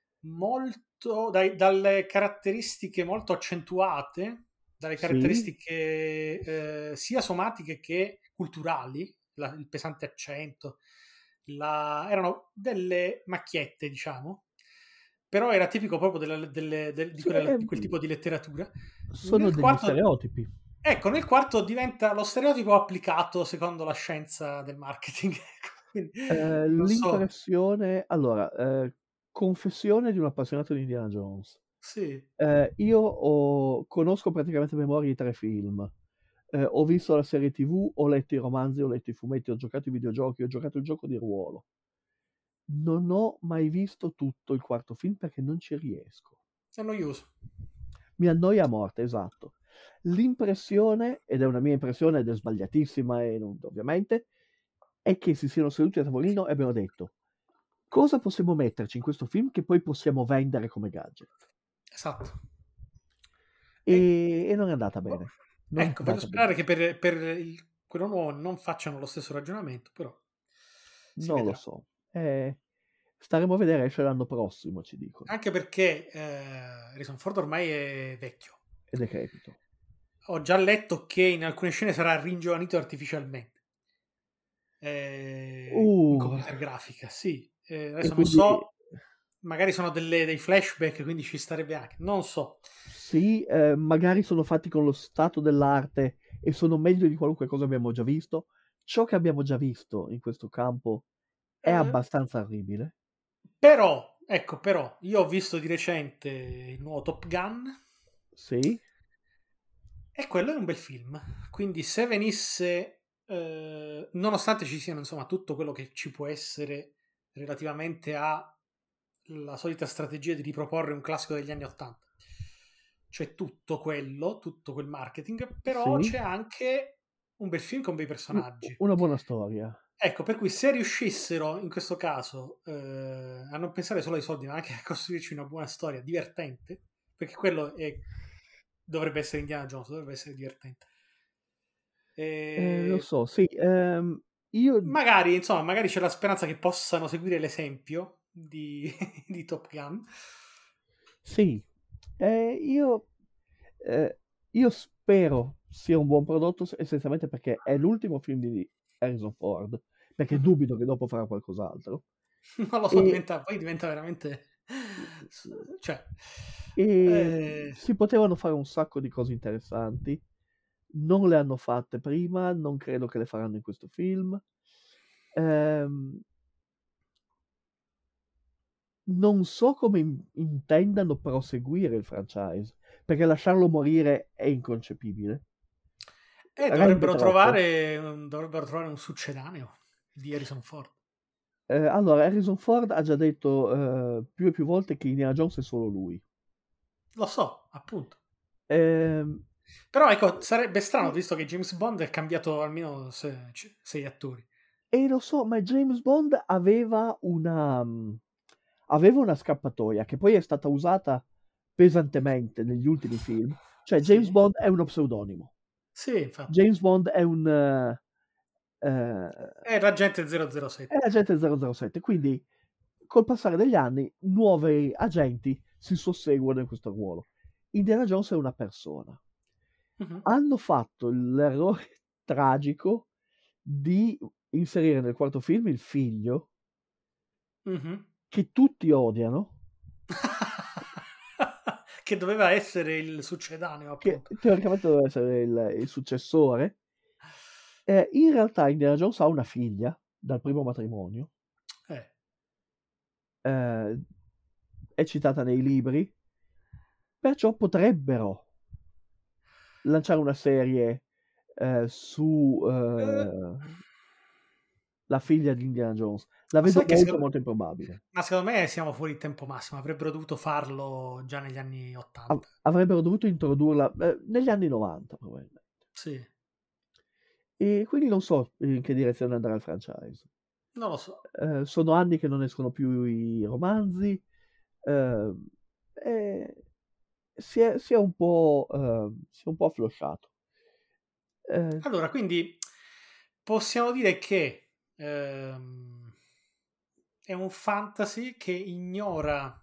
molto dai- dalle caratteristiche molto accentuate, dalle sì, caratteristiche eh, sia somatiche che culturali, la- il pesante accento, la- erano delle macchiette, diciamo. Però era tipico proprio della- delle- del- di, sì, quella- eh, di quel tipo di letteratura. sono Nel degli quarto, stereotipi. ecco, nel quarto diventa lo stereotipo applicato secondo la scienza del marketing. Quindi, Eh, non so, l'impressione, allora, eh, confessione di un appassionato di Indiana Jones. sì, Eh, io ho- conosco praticamente a memoria i tre film. Eh, ho visto la serie tivù, ho letto i romanzi, ho letto i fumetti, ho giocato i videogiochi, ho giocato il gioco di ruolo. Non ho mai visto tutto il quarto film perché non ci riesco. è noioso. Mi annoia a morte, esatto. L'impressione, ed è una mia impressione ed è sbagliatissima, e non- ovviamente, è che si siano seduti a tavolino e abbiano detto cosa possiamo metterci in questo film che poi possiamo vendere come gadget. Esatto. E, e non è andata bene. Non è Ecco, voglio andata sperare bene. che per, per il, quello nuovo non facciano lo stesso ragionamento, però si Non lo vedrà. so. Eh, staremo a vedere, esce l'anno prossimo, ci dicono. Anche perché eh, Harrison Ford ormai è vecchio. È decrepito. Ho già letto che in alcune scene sarà ringiovanito artificialmente. Eh, in Uh, computer grafica, sì. Eh, e adesso non quindi so, magari sono delle- dei flashback, quindi ci starebbe anche. Non so. sì, eh, magari sono fatti con lo stato dell'arte e sono meglio di qualunque cosa abbiamo già visto. Ciò che abbiamo già visto in questo campo è Eh, abbastanza orribile. però, ecco, però, io ho visto di recente il nuovo Top Gun Sì, e quello è un bel film. Quindi se venisse, eh, nonostante ci siano, insomma, tutto quello che ci può essere relativamente alla solita strategia di riproporre un classico degli anni Ottanta, cioè tutto quello, tutto quel marketing, però sì, c'è anche un bel film con bei u- personaggi. una buona storia. Ecco, per cui se riuscissero in questo caso eh, a non pensare solo ai soldi, ma anche a costruirci una buona storia divertente, perché quello è, dovrebbe essere Indiana Jones, dovrebbe essere divertente. Eh, lo E so, sì, ehm, io magari, insomma, magari c'è la speranza che possano seguire l'esempio di, di Top Gun. sì, eh, io, eh, io spero sia un buon prodotto essenzialmente perché è l'ultimo film di Harrison Ford, perché Mhm. dubito che dopo farà qualcos'altro. Non lo so, E, diventa, poi diventa veramente... Cioè, e eh, si potevano fare un sacco di cose interessanti. Non le hanno fatte prima, non credo che le faranno in questo film. Ehm, non so come in- intendano proseguire il franchise, perché lasciarlo morire è inconcepibile. eh, Rende dovrebbero troppo. trovare, un- dovrebbero trovare un succedaneo di Harrison Ford. Eh, allora, Harrison Ford ha già detto eh, più e più volte che Indiana Jones è solo lui. Lo so, appunto. Ehm, Però ecco, sarebbe strano visto che James Bond ha cambiato almeno se- c- sei attori. e lo so, ma James Bond aveva una, mm, aveva una scappatoia che poi è stata usata pesantemente negli ultimi film. Cioè, James Sì, Bond è uno pseudonimo. sì, infatti. James Bond è un... eh, eh, È l'agente zero zero è sette. l'agente zero zero sette, quindi col passare degli anni nuovi agenti si susseguono in questo ruolo. Indiana Jones è una persona. Mhm. Hanno fatto l'errore tragico di inserire nel quarto film il figlio Mhm. che tutti odiano, Che doveva essere il succedaneo, che appunto. teoricamente doveva essere il, il successore. Eh, in realtà Indiana Jones ha una figlia dal primo matrimonio, Eh, eh, è citata nei libri, perciò potrebbero lanciare una serie eh, su eh, la figlia di Indiana Jones. La Ma vedo sai che molto, secondo- molto improbabile. Ma secondo me siamo fuori tempo massimo, avrebbero dovuto farlo già negli anni ottanta. Av- avrebbero dovuto introdurla eh, negli anni novanta, probabilmente. Sì, E quindi non so in che direzione andrà il franchise. non lo so. Eh, sono anni che non escono più i romanzi. eh, e si è, si è un po' eh, si è un po' afflosciato. Eh, Allora, quindi possiamo dire che ehm, è un fantasy che ignora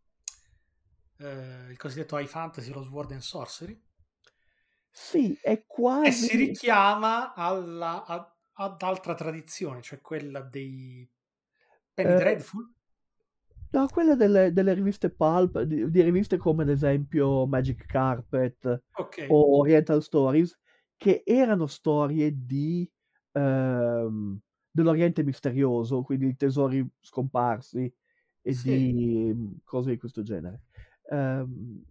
eh, il cosiddetto high fantasy, lo sword and sorcery, sì, è e si quasi richiama alla, a- ad altra tradizione, cioè quella dei Penny Eh, Dreadful. no, quelle delle, delle riviste pulp, di, di riviste come ad esempio Magic Carpet Ok, o Oriental Stories, che erano storie di ehm, dell'Oriente misterioso, quindi tesori scomparsi e sì. di mm, cose di questo genere. Ehm,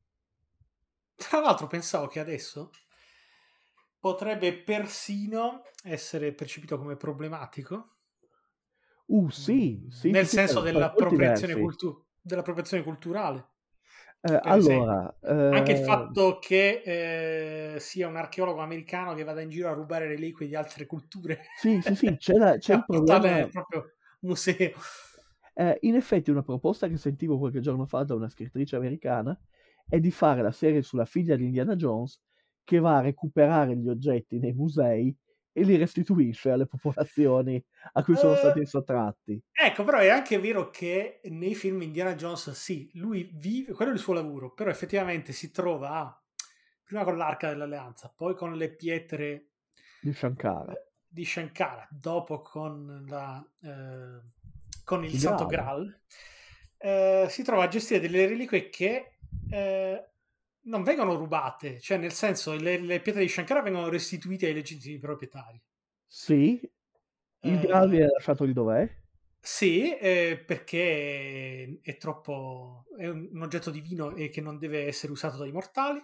Tra l'altro pensavo che adesso potrebbe persino essere percepito come problematico, uh, sì, mm, sì, nel sì, sì, senso per, per molti dell'appropriazione, versi. cultu- dell'appropriazione culturale. Eh, Per esempio, allora, anche il eh, fatto che eh, sia un archeologo americano che vada in giro a rubare reliquie di altre culture sì, sì, sì, c'è, la- c'è e il a portarle problema. nel proprio museo. Eh, in effetti una proposta che sentivo qualche giorno fa da una scrittrice americana è di fare la serie sulla figlia di Indiana Jones che va a recuperare gli oggetti nei musei e li restituisce alle popolazioni a cui sono stati Eh, sottratti. ecco, però è anche vero che nei film Indiana Jones, sì, lui vive, quello è il suo lavoro, però effettivamente si trova a- prima con l'Arca dell'Alleanza, poi con le pietre Di Shankara. eh, di Shankara, dopo con, la, eh, con il Il Santo Graal. Graal, eh, si trova a gestire delle reliquie che eh, non vengono rubate, cioè nel senso le, le pietre di Shankara vengono restituite ai legittimi proprietari. Sì, il Graal Eh, viene lasciato lì dov'è? sì, eh, perché è troppo è un, un oggetto divino e che non deve essere usato dai mortali.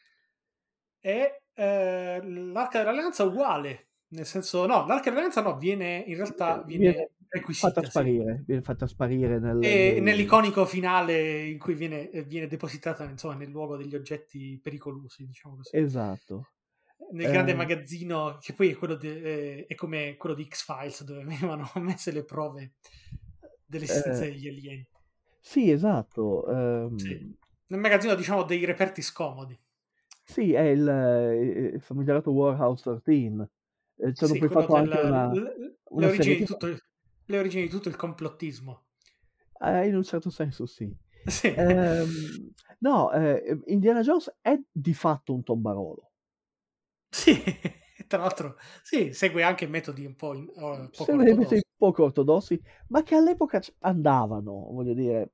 E eh, l'Arca dell'Alleanza è uguale, nel senso, no, l'Arca dell'Alleanza no, viene in realtà Viene viene fatta requisita, sì. sparire, viene fatta sparire nel, E nel- nell'iconico finale in cui viene, viene depositata, insomma, nel luogo degli oggetti pericolosi, diciamo così. Esatto. Nel grande Eh, magazzino, che poi è quello de- eh, è come quello di X-Files, dove venivano messe le prove dell'esistenza eh, degli alieni. sì, esatto. ehm, Sì. Nel magazzino, diciamo, dei reperti scomodi. Sì, è il, eh, il famigerato Warhouse tredici. Eh, ci hanno Sì, poi quello fatto anche della, una, l- le, una serie origini di T V. tutto il, le origini di tutto il complottismo. Eh, in un certo senso sì. Sì. Ehm, no, eh, Indiana Jones è di fatto un tombarolo. Sì, tra l'altro, sì, segue anche metodi un po', in, oh, poco Segue dei metodi ortodossi. poco ortodossi, ma che all'epoca c- andavano, voglio dire.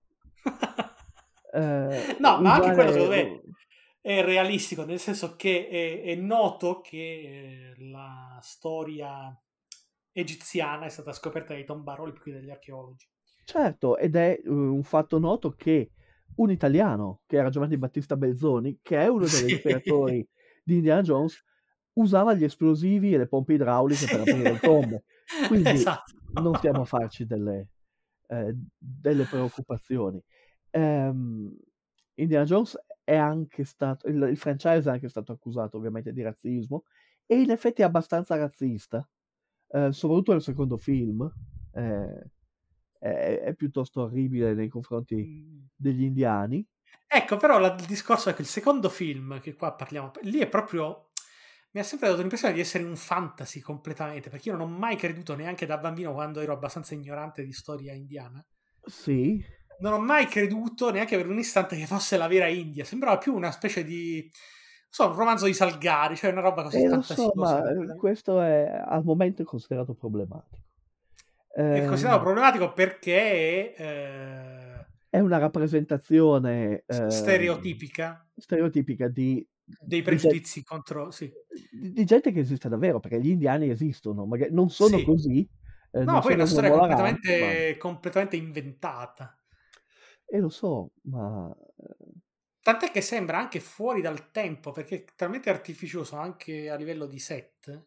Eh, No, ma anche quello usare... secondo me è realistico, nel senso che è, è noto che eh, la storia egiziana è stata scoperta dai tombaroli più che dagli archeologi. Certo, ed è uh, un fatto noto che un italiano, che era Giovanni Battista Belzoni, che è uno degli Sì. ispiratori di Indiana Jones, usava gli esplosivi e le pompe idrauliche per aprire le tombe. Quindi Esatto. non stiamo a farci delle, eh, delle preoccupazioni. Ehm, Indiana Jones è anche stato, il, il franchise è anche stato accusato ovviamente di razzismo e in effetti è abbastanza razzista, eh, soprattutto nel secondo film. eh, è, è piuttosto orribile nei confronti Mm. degli indiani. Ecco, però la- il discorso è che il secondo film, che qua parliamo, lì è proprio... Mi ha sempre dato l'impressione di essere un fantasy completamente, perché io non ho mai creduto, neanche da bambino, quando ero abbastanza ignorante di storia indiana, Sì, non ho mai creduto, neanche per un istante, che fosse la vera India. Sembrava più una specie di... non so, un romanzo di Salgari, cioè una roba così e lo so, fantasiosa. ma eh, completamente. questo è al momento considerato problematico. È considerato Ehm, problematico perché è eh, è una rappresentazione ehm, stereotipica stereotipica di, dei di gen- pregiudizi contro... Sì, di- di gente che esiste davvero, perché gli indiani esistono, magari non sono sì. così, eh, No, non poi è sono una storia Momo Laram, ma completamente, completamente inventata. e lo so, ma eh, Tant'è che sembra anche fuori dal tempo, perché è talmente artificioso anche a livello di set.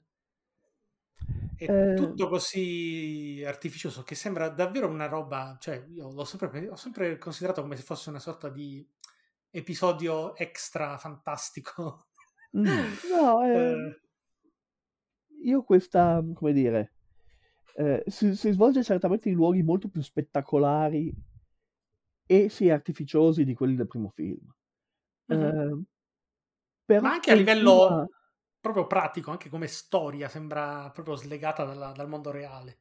È Eh, tutto così artificioso che sembra davvero una roba. Cioè, io l'ho sempre, ho sempre considerato come se fosse una sorta di episodio extra fantastico. mm, no, eh, Eh, io questa, come dire, eh, si, si svolge certamente in luoghi molto più spettacolari e sì artificiosi di quelli del primo film. mhm. Eh, però Ma anche a continua, livello proprio pratico, anche come storia, sembra proprio slegata dalla- dal mondo reale.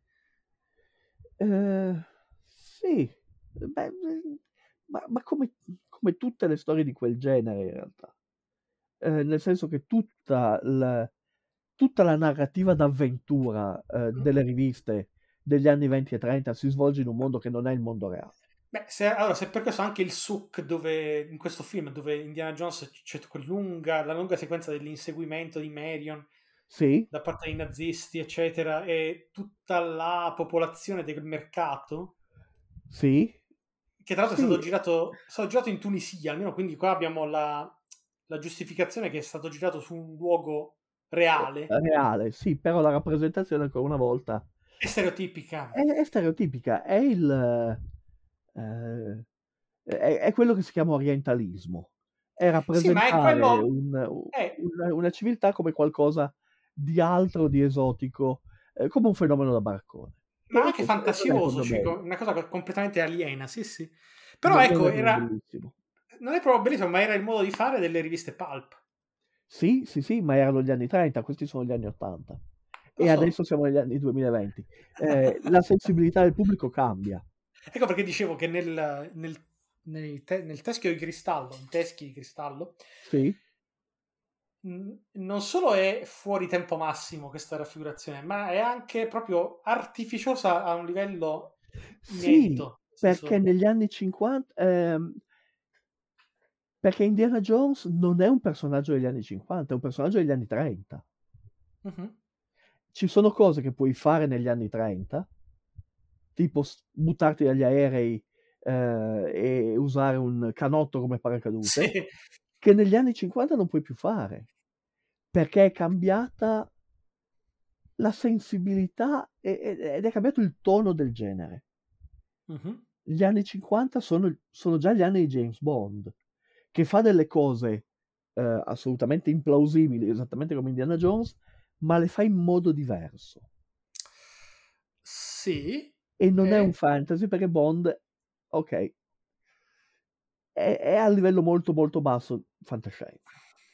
eh, sì, beh, eh, ma, ma come, come tutte le storie di quel genere in realtà. Eh, nel senso che tutta la, tutta la narrativa d'avventura eh, Mm. delle riviste degli anni venti e trenta si svolge in un mondo che non è il mondo reale. Beh, se, allora, se per questo anche il suc dove, in questo film, dove Indiana Jones c'è quella lunga, la lunga sequenza dell'inseguimento di Marion Sì, da parte dei nazisti, eccetera, e tutta la popolazione del mercato, sì, che tra l'altro è sì, stato girato, è stato girato in Tunisia, almeno quindi qua abbiamo la, la giustificazione che è stato girato su un luogo reale, reale, sì, però la rappresentazione ancora una volta è stereotipica. è, è stereotipica, è il eh, è, è quello che si chiama orientalismo, è Sì, ma è rappresentare quello... un- È, un- una civiltà come qualcosa di altro, di esotico, eh, come un fenomeno da baraccone. ma E anche questo non è fantasioso, proprio cioè, bello, una cosa completamente aliena, sì, sì. Però non, non ecco, è proprio era... bellissimo. Non è proprio bellissimo, ma era il modo di fare delle riviste pulp. Sì, sì, sì, ma erano gli anni trenta, questi sono gli anni ottanta. Lo E so. adesso siamo negli anni duemilaventi. Eh, la sensibilità del pubblico cambia. Ecco perché dicevo che nel, nel, nei te- nel teschio di cristallo, in teschi di cristallo, Sì, mh, non solo è fuori tempo massimo questa raffigurazione, ma è anche proprio artificiosa a un livello sì, inedito. Nel perché senso- negli anni cinquanta, ehm, perché Indiana Jones non è un personaggio degli anni cinquanta, è un personaggio degli anni trenta. Mhm. Ci sono cose che puoi fare negli anni trenta, tipo s- buttarti dagli aerei eh, e usare un canotto come paracadute, Sì. che negli anni cinquanta non puoi più fare, perché è cambiata la sensibilità e- e- ed è cambiato il tono del genere. Mhm. Gli anni cinquanta sono, sono già gli anni di James Bond, che fa delle cose eh, assolutamente implausibili, esattamente come Indiana Jones, ma le fa in modo diverso. Sì. E non è un è- fantasy perché Bond, ok, è, è a livello molto molto basso fantascienza.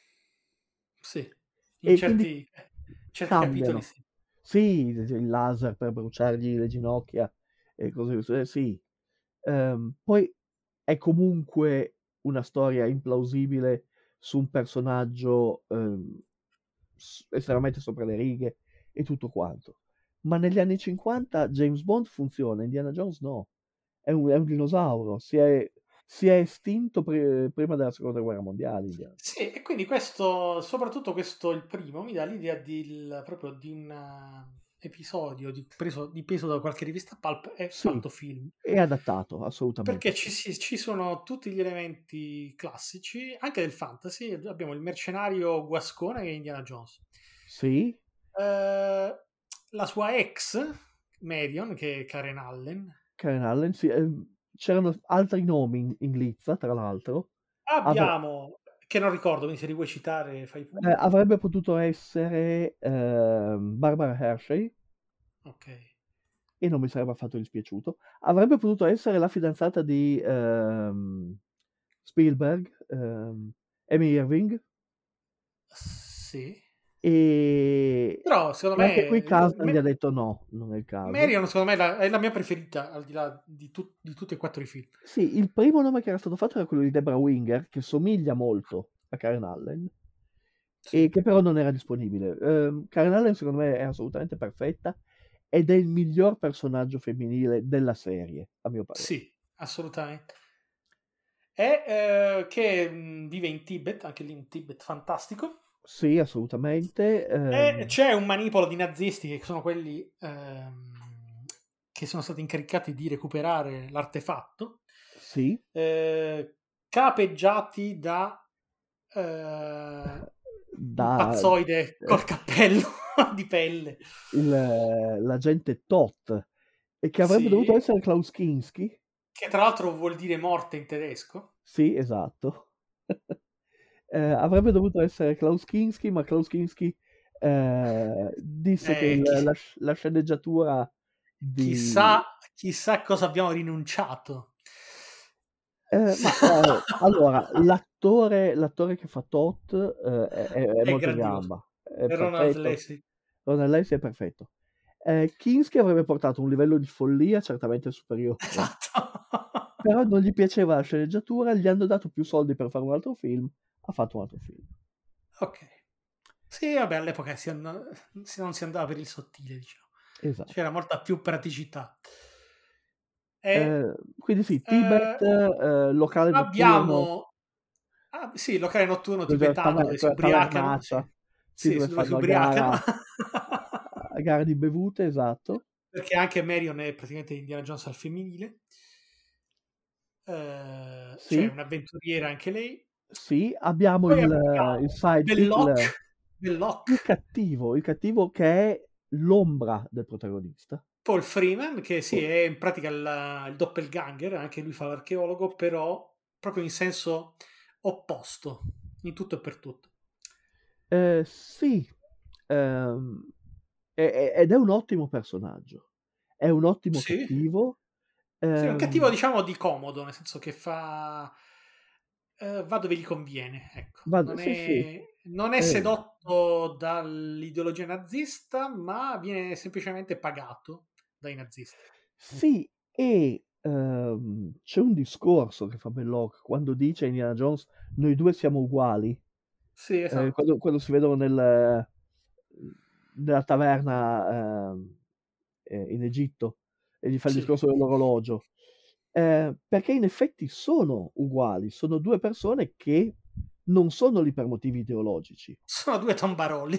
Sì. In E quindi certi, certi capitoli cambiano. sì. Sì, il laser per bruciargli le ginocchia e cose così, eh, sì. Ehm, poi è comunque una storia implausibile su un personaggio ehm, s- estremamente sopra le righe e tutto quanto. Ma negli anni cinquanta James Bond funziona, Indiana Jones no. È un, è un dinosauro, si è, si è estinto pri- prima della seconda guerra mondiale. Indiana Jones. Sì, e quindi questo, soprattutto questo, il primo, mi dà l'idea di, il- proprio di un eh, episodio di, preso di peso da qualche rivista pulp e Sì, fatto film. è adattato, assolutamente. Perché ci, Sì. si- ci sono tutti gli elementi classici, anche del fantasy. Abbiamo il mercenario guascone che è Indiana Jones. Sì, Eh, la sua ex, Marion, che è Karen Allen. Karen Allen, sì, ehm, c'erano altri nomi in, in lizza, tra l'altro. Avre- Abbiamo, che non ricordo, quindi se li vuoi citare fai eh, pure. avrebbe potuto essere ehm, Barbara Hershey, Ok. e non mi sarebbe affatto dispiaciuto. Avrebbe potuto essere la fidanzata di ehm, Spielberg, ehm, Amy Irving, Sì. e, Però secondo e anche qui me Kasdan gli ha me- detto no, non è il caso. Marion secondo me è la, è la mia preferita al di là di, tu- di tutti e quattro i film. Sì, il primo nome che era stato fatto era quello di Deborah Winger, che somiglia molto a Karen Allen, Sì. e che però non era disponibile. Ehm, Karen Allen secondo me è assolutamente perfetta ed è il miglior personaggio femminile della serie, a mio parere. Sì, assolutamente. E eh, che mh, vive in Tibet, anche lì in Tibet fantastico. Sì, assolutamente. E ehm, c'è un manipolo di nazisti che sono quelli ehm, che sono stati incaricati di recuperare l'artefatto. sì, Eh, capeggiati da eh, Da un pazzoide col cappello di pelle. il, l'agente Tot, e che avrebbe Sì. dovuto essere Klaus Kinski. Che tra l'altro vuol dire morte in tedesco. Sì, esatto. eh, avrebbe dovuto essere Klaus Kinski, ma Klaus Kinski eh, disse Eh, che il- chi- la, la sceneggiatura di... Chissà, chissà cosa abbiamo rinunciato. Eh, ma eh, allora, l'attore, l'attore che fa Tot eh, è, è- è È molto in grandioso. gamba, è È Ronald perfetto. Lacey. Ronald Lacey è perfetto. Eh, Kinski avrebbe portato un livello di follia certamente superiore, Esatto. però non gli piaceva la sceneggiatura, gli hanno dato più soldi per fare un altro film, ha fatto un altro film. Ok. Sì, vabbè, all'epoca si and- si- non si andava per il sottile, diciamo. Esatto. C'era molta più praticità. E Eh, quindi sì, Tibet, eh, eh, locale notturno, abbiamo... Ah, sì, il locale notturno dove- tibetano taver- dove si quella ubriacano. Sì, tavernaccia, sì, sì, dove dove si fanno a ubriacano. gara, a gara di bevute, esatto. Perché anche Marion è praticamente Indiana Jones al femminile. Eh, Sì. C'è un'avventuriera anche lei. Sì, abbiamo Poi il, abbiamo il sidekick, Belloc, il, Belloc, il cattivo, il cattivo che è l'ombra del protagonista. Paul Freeman, che sì, è in pratica il, il doppelganger, anche lui fa l'archeologo, però proprio in senso opposto, in tutto e per tutto. Eh, sì, ehm, è- è- ed è un ottimo personaggio, è un ottimo Sì. cattivo. Sì, è un ehm, cattivo, diciamo, di comodo, nel senso che fa... eh, va dove gli conviene, ecco. Va- non, sì, è, sì. non è Eh. sedotto dall'ideologia nazista, ma viene semplicemente pagato dai nazisti. Sì, e ehm, c'è un discorso che fa Belloc quando dice a Indiana Jones noi due siamo uguali. Sì, Eh, esatto. quando, quando si vedono nel, nella taverna ehm, eh, in Egitto e gli fa il Sì. discorso dell'orologio. Eh, perché in effetti sono uguali, sono due persone che non sono lì per motivi ideologici Sono due tombaroli.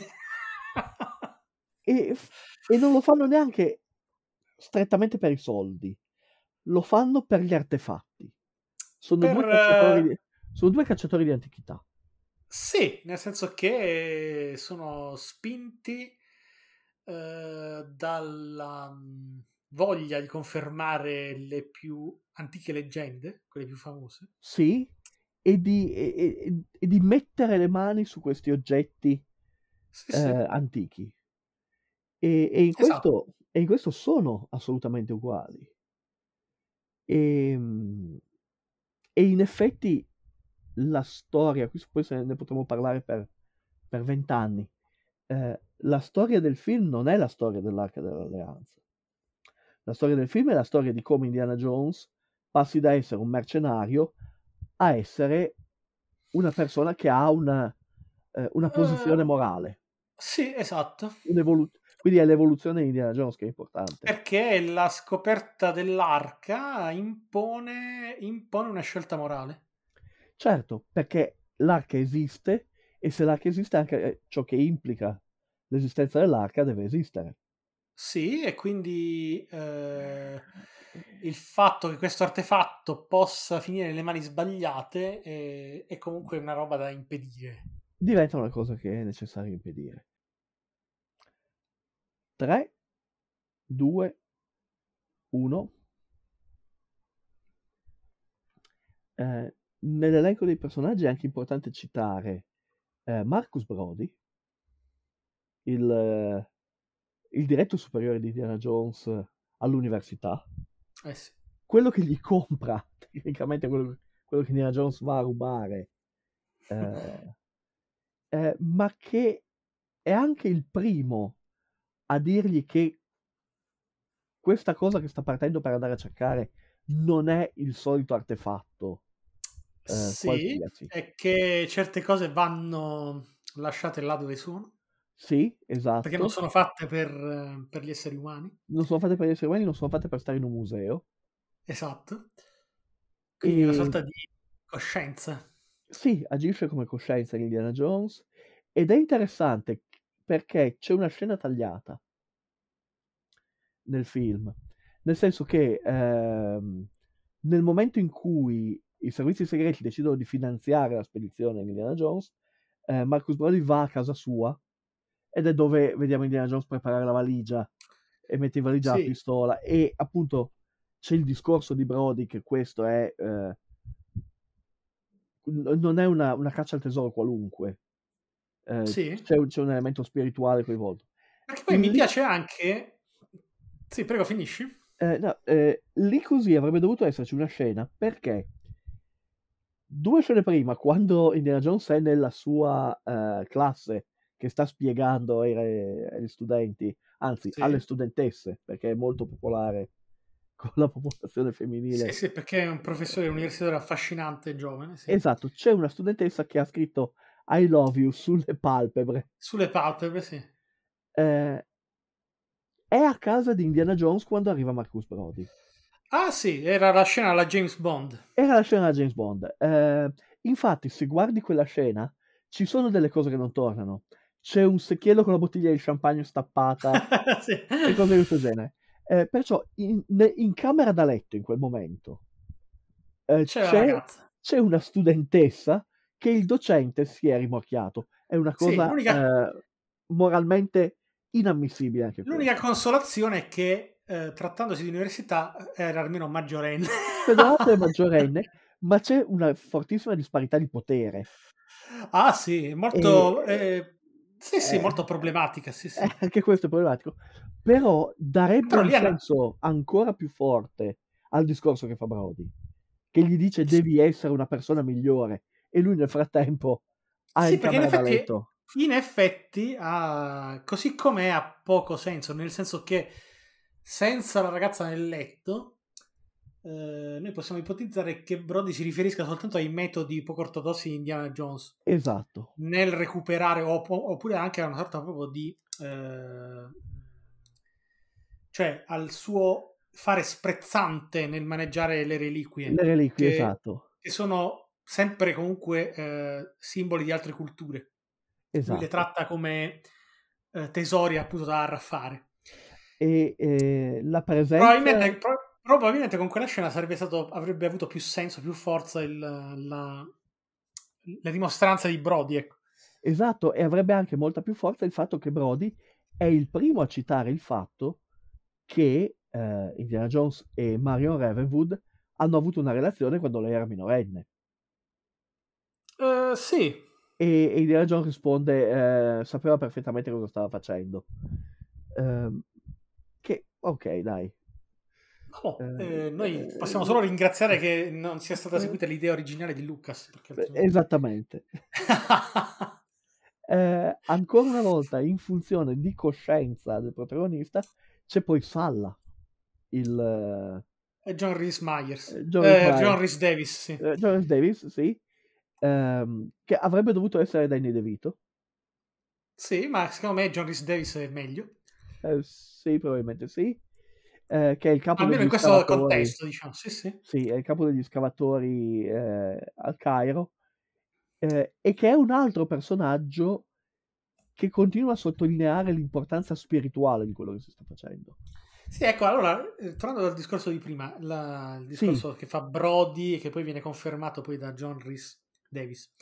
e, e non lo fanno neanche strettamente per i soldi, lo fanno per gli artefatti. Sono, Per, due, cacciatori di, sono due cacciatori di antichità. Sì, nel senso che sono spinti eh, dalla mh, voglia di confermare le più antiche leggende, quelle più famose. Sì, e di, e, e- e di mettere le mani su questi oggetti Sì, eh, sì. antichi. E, e in Esatto. questo, e in questo sono assolutamente uguali. E, e in effetti la storia, qui poi se ne potremo parlare per per vent'anni, eh, la storia del film non è la storia dell'Arca dell'Alleanza. La storia del film è la storia di come Indiana Jones passi da essere un mercenario a essere una persona che ha una, eh, una posizione Eh, morale. Sì, esatto. Un'evolu- quindi è l'evoluzione di Indiana Jones che è importante. Perché la scoperta dell'arca impone, impone una scelta morale. Certo, perché l'arca esiste e se l'arca esiste anche eh, ciò che implica l'esistenza dell'arca deve esistere. Sì, e quindi eh, il fatto che questo artefatto possa finire nelle mani sbagliate è, è comunque una roba da impedire. Diventa una cosa che è necessario impedire. tre, due, uno. Eh, nell'elenco dei personaggi è anche importante citare eh, Marcus Brody, il, eh, il diretto superiore di Indiana Jones all'università, Eh sì. quello che gli compra, tecnicamente quello, quello che Indiana Jones va a rubare, eh, eh, ma che è anche il primo a dirgli che questa cosa che sta partendo per andare a cercare non è il solito artefatto eh, Sì, qualsiasi. è che certe cose vanno lasciate là dove sono, Sì, perché non esatto. sono fatte per, eh, per gli esseri umani. Non sono fatte per gli esseri umani, non sono fatte per stare in un museo. Esatto. Quindi una E sorta di coscienza. sì, agisce come coscienza in Indiana Jones ed è interessante perché c'è una scena tagliata nel film, nel senso che ehm, nel momento in cui i servizi segreti decidono di finanziare la spedizione di Indiana Jones, eh, Marcus Brody va a casa sua ed è dove vediamo Indiana Jones preparare la valigia e mette in valigia Sì. la pistola, e appunto c'è il discorso di Brody che questo è eh, n- non è una, una caccia al tesoro qualunque. Eh, Sì. c'è, un- c'è un elemento spirituale coinvolto. Perché poi In mi lì- piace anche... Sì, prego, finisci. Eh, no, eh, lì così avrebbe dovuto esserci una scena, perché due scene prima, quando Indiana Jones è nella sua eh, classe che sta spiegando ai, agli studenti, anzi Sì. alle studentesse, perché è molto popolare con la popolazione femminile. Sì, sì, perché è un professore universitario affascinante e giovane. Sì. Esatto, c'è una studentessa che ha scritto I love you sulle palpebre. Sulle palpebre, sì. Eh, è a casa di Indiana Jones quando arriva Marcus Brody. Ah sì, era la scena alla James Bond. Era la scena da James Bond. Eh, infatti, se guardi quella scena, ci sono delle cose che non tornano. C'è un secchiello con la bottiglia di champagne stappata Sì. e cose di questo genere. Eh, perciò in, ne- in camera da letto in quel momento eh, C'è la c'è, ragazza. c'è una studentessa che il docente si è rimorchiato. È una Sì, cosa l'unica- eh, moralmente inammissibile anche questa. L'unica consolazione è che, eh, trattandosi di università, era almeno maggiorenne. Tra l'altro è maggiorenne, ma c'è una fortissima disparità di potere. Ah sì, è molto... E- eh, sì, sì, eh, molto problematica, sì, sì. Eh, anche questo è problematico. Però darebbe Però un lì hanno- senso ancora più forte al discorso che fa Brody, che gli dice devi essere una persona migliore, e lui nel frattempo ha Sì, in perché in camera da effetti, letto. in effetti ha, così com'è ha poco senso, nel senso che senza la ragazza nel letto, eh, noi possiamo ipotizzare che Brody si riferisca soltanto ai metodi poco ortodossi di Indiana Jones Esatto. nel recuperare, opp- oppure anche a una sorta proprio di... eh, cioè al suo fare sprezzante nel maneggiare le reliquie, Le reliquie, che, esatto. che sono sempre comunque eh, simboli di altre culture. Esatto. Lui le tratta come eh, tesori appunto da arraffare. E eh, la presenza... Probabilmente, pro- probabilmente con quella scena sarebbe stato, avrebbe avuto più senso, più forza il, la, la dimostranza di Brody, ecco. Esatto, e avrebbe anche molta più forza il fatto che Brody è il primo a citare il fatto che eh, Indiana Jones e Marion Ravenwood hanno avuto una relazione quando lei era minorenne. Uh, sì. E, e Indiana Jones risponde, eh, sapeva perfettamente cosa stava facendo. Eh, che, ok, dai. No, Eh, eh, noi eh, possiamo solo ringraziare che non sia stata eh, seguita l'idea originale di Lucas. Perché altrimenti... Esattamente. Eh, ancora una volta, in funzione di coscienza del protagonista, c'è poi Salla, il È John Rhys Myers. eh, John Eh, Rhys Myers. John Rhys Davis, sì. eh, John Rhys Davis, sì, ehm, che avrebbe dovuto essere Danny DeVito. Sì, ma secondo me John Rhys Davis è meglio. Eh, sì, probabilmente sì. Eh, che è il capo Almeno degli in questo scavatori. contesto, diciamo. Sì, sì. Sì, è il capo degli scavatori eh, al Cairo, eh, e che è un altro personaggio che continua a sottolineare l'importanza spirituale di quello che si sta facendo. Sì, ecco, allora, eh, tornando al discorso di prima, la- il discorso Sì. che fa Brody e che poi viene confermato poi da John Rhys Davis.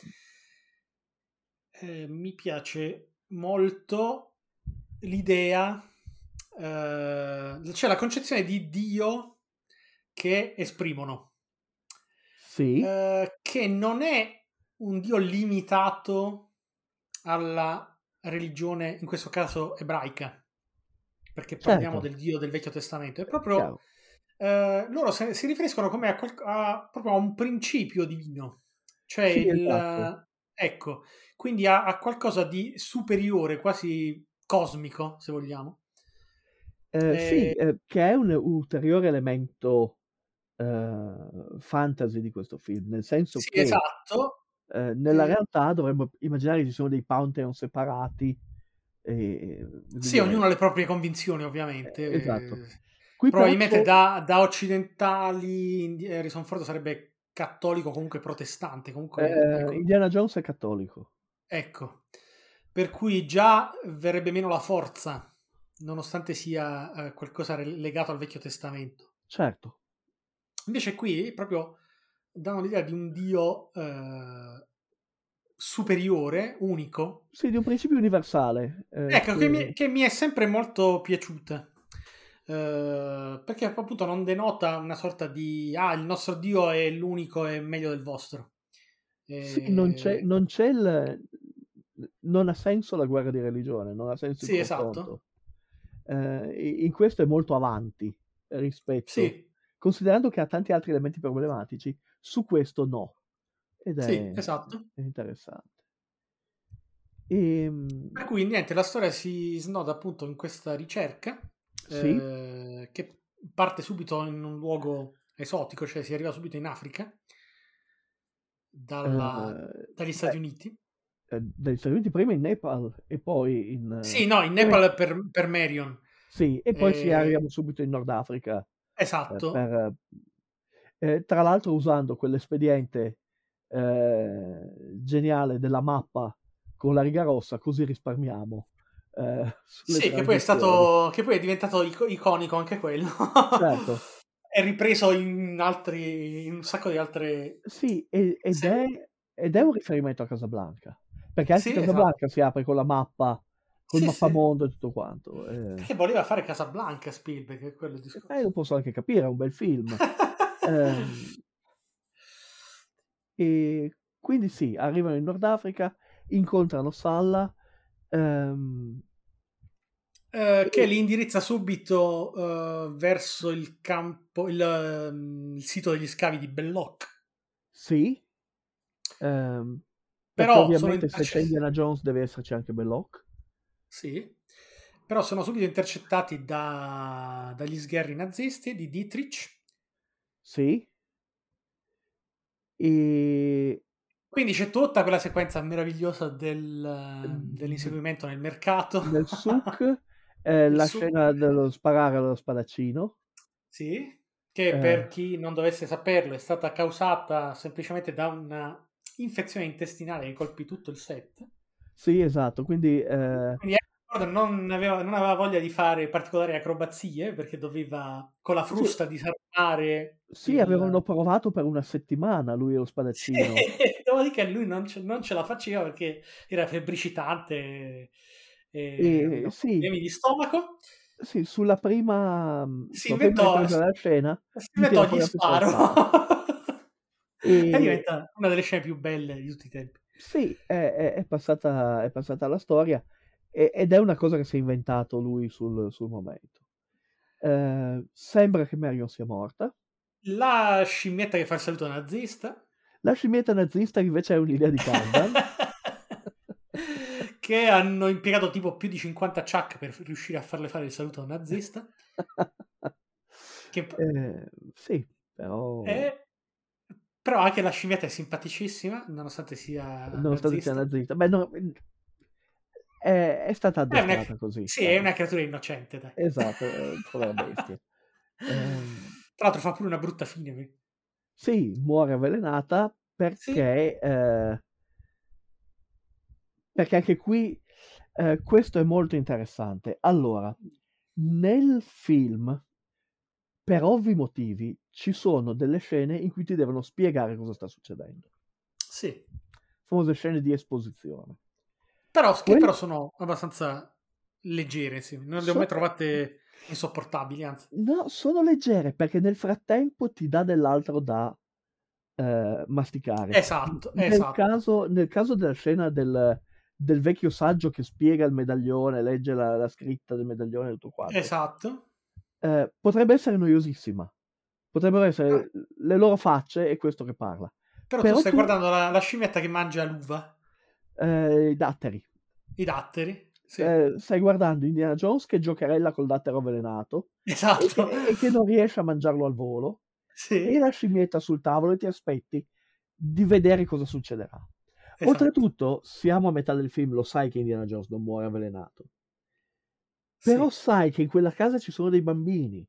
Eh, mi piace molto l'idea, eh, cioè la concezione di Dio che esprimono, Sì, eh, che non è un Dio limitato alla religione, in questo caso ebraica, perché parliamo certo, del Dio del Vecchio Testamento, è proprio chiaro. eh, loro se- si riferiscono come a, qual- a- proprio a un principio divino, cioè Sì, il, esatto. ecco, quindi a, a qualcosa di superiore, quasi cosmico, se vogliamo. Eh, sì, Eh, eh, che è un ulteriore elemento eh, fantasy di questo film, nel senso sì, che esatto. eh, nella Eh, realtà dovremmo immaginare che ci sono dei pantheon separati. E, voglio sì, dire, ognuno ha le proprie convinzioni, ovviamente. eh, esatto. Eh, Qui però probabilmente c'è- da, da occidentali Indi- Harrison Ford sarebbe cattolico, comunque protestante, comunque, eh, ecco. Indiana Jones è cattolico. Ecco, per cui già verrebbe meno la forza, nonostante sia eh, qualcosa re- legato al Vecchio Testamento. Certo. Invece qui proprio danno l'idea di un dio eh, superiore, unico. Sì, di un principio universale. Eh, ecco, che... Che, mi, che mi è sempre molto piaciuta. Uh, perché appunto non denota una sorta di ah, il nostro dio è l'unico e meglio del vostro. E... Sì, non c'è, non c'è il... non ha senso la guerra di religione, non ha senso il sì, confronto. Esatto. Uh, in questo è molto avanti rispetto, sì. considerando che ha tanti altri elementi problematici, su questo no. Ed è, sì, esatto. è interessante. E... Per cui niente, la storia si snoda appunto in questa ricerca. Sì. Eh, che parte subito in un luogo esotico, cioè si arriva subito in Africa dalla, uh, dagli Stati beh, Uniti eh, dagli Stati Uniti prima in Nepal e poi in sì no in Nepal per, per Marion sì e poi eh, si arriviamo subito in Nord Africa esatto eh, per, eh, tra l'altro usando quell'espediente eh, geniale della mappa con la riga rossa, così risparmiamo. Eh, sì, che poi è stato che poi è diventato ic- iconico anche quello. Certo. È ripreso in altri in un sacco di altre sì ed, ed, sì. È, ed è un riferimento a Casablanca, perché anche sì, Casablanca esatto. si apre con la mappa col sì, mappamondo sì. e tutto quanto eh. Perché voleva fare Casablanca Spielberg, è quello il discorso. Eh, lo posso anche capire, è un bel film. eh, e quindi sì, arrivano in Nord Africa, incontrano Salla ehm, Uh, che li indirizza subito uh, verso il campo, il, um, il sito degli scavi di Belloc. Sì, um, perché però ovviamente sono se c'è Indiana Jones deve esserci anche Belloc. Sì, però sono subito intercettati da, dagli sgherri nazisti di Dietrich. Sì. E... Quindi c'è tutta quella sequenza meravigliosa del, dell'inseguimento nel mercato. Nel souk. Eh, la souk. Scena dello sparare allo spadaccino. Sì, che eh. per chi non dovesse saperlo è stata causata semplicemente da una infezione intestinale che colpì tutto il set. Sì, esatto, quindi... Eh... quindi non aveva, non aveva voglia di fare particolari acrobazie perché doveva con la frusta sì. disarmare. Sì, il... avevano provato per una settimana lui e lo spadaccino. Sì, dopodiché lui non ce, non ce la faceva perché era febbricitante e, e aveva sì. problemi di stomaco. Sì, sulla prima, si sulla inventò, prima della scena si inventò gli sparo. e... e diventa una delle scene più belle di tutti i tempi. Sì, è, è, è, passata, è passata alla storia e, ed è una cosa che si è inventato lui sul, sul momento. Eh, sembra che Marion sia morta. La scimmietta che fa il saluto nazista. La scimmietta nazista invece è un'idea di Kanban. Che hanno impiegato tipo più di cinquanta Chuck per riuscire a farle fare il saluto nazista. che... eh, sì, però... Eh, però anche la scimmietta è simpaticissima, nonostante sia nonostante nazista. sia nazista. Beh, no, è, è stata addestrata è una, così. Sì, dai. È una creatura innocente, dai. Esatto, è un povera bestia. um, Tra l'altro fa pure una brutta fine. Sì, muore avvelenata perché... Sì. Eh, perché anche qui eh, questo è molto interessante. Allora, nel film, per ovvi motivi, ci sono delle scene in cui ti devono spiegare cosa sta succedendo. Sì. Famose scene di esposizione. Però, che Quelle... però sono abbastanza leggere, sì. Non le so... ho mai trovate insopportabili, anzi. No, sono leggere, perché nel frattempo ti dà dell'altro da eh, masticare. Esatto, nel esatto. Caso, nel caso della scena del... del vecchio saggio che spiega il medaglione, legge la, la scritta del medaglione e tutto quanto. Esatto. Eh, potrebbe essere noiosissima. Potrebbero essere ah. le loro facce e questo che parla. Però, Però tu stai tu... guardando la, la scimmietta che mangia l'uva. Eh, I datteri. I datteri, sì. Eh, stai guardando Indiana Jones che giocherella col dattero avvelenato. Esatto. E che, e che non riesce a mangiarlo al volo. Sì. E la scimmietta sul tavolo e ti aspetti di vedere cosa succederà. Esatto. Oltretutto, siamo a metà del film, lo sai che Indiana Jones non muore avvelenato. Però sì. Sai che in quella casa ci sono dei bambini.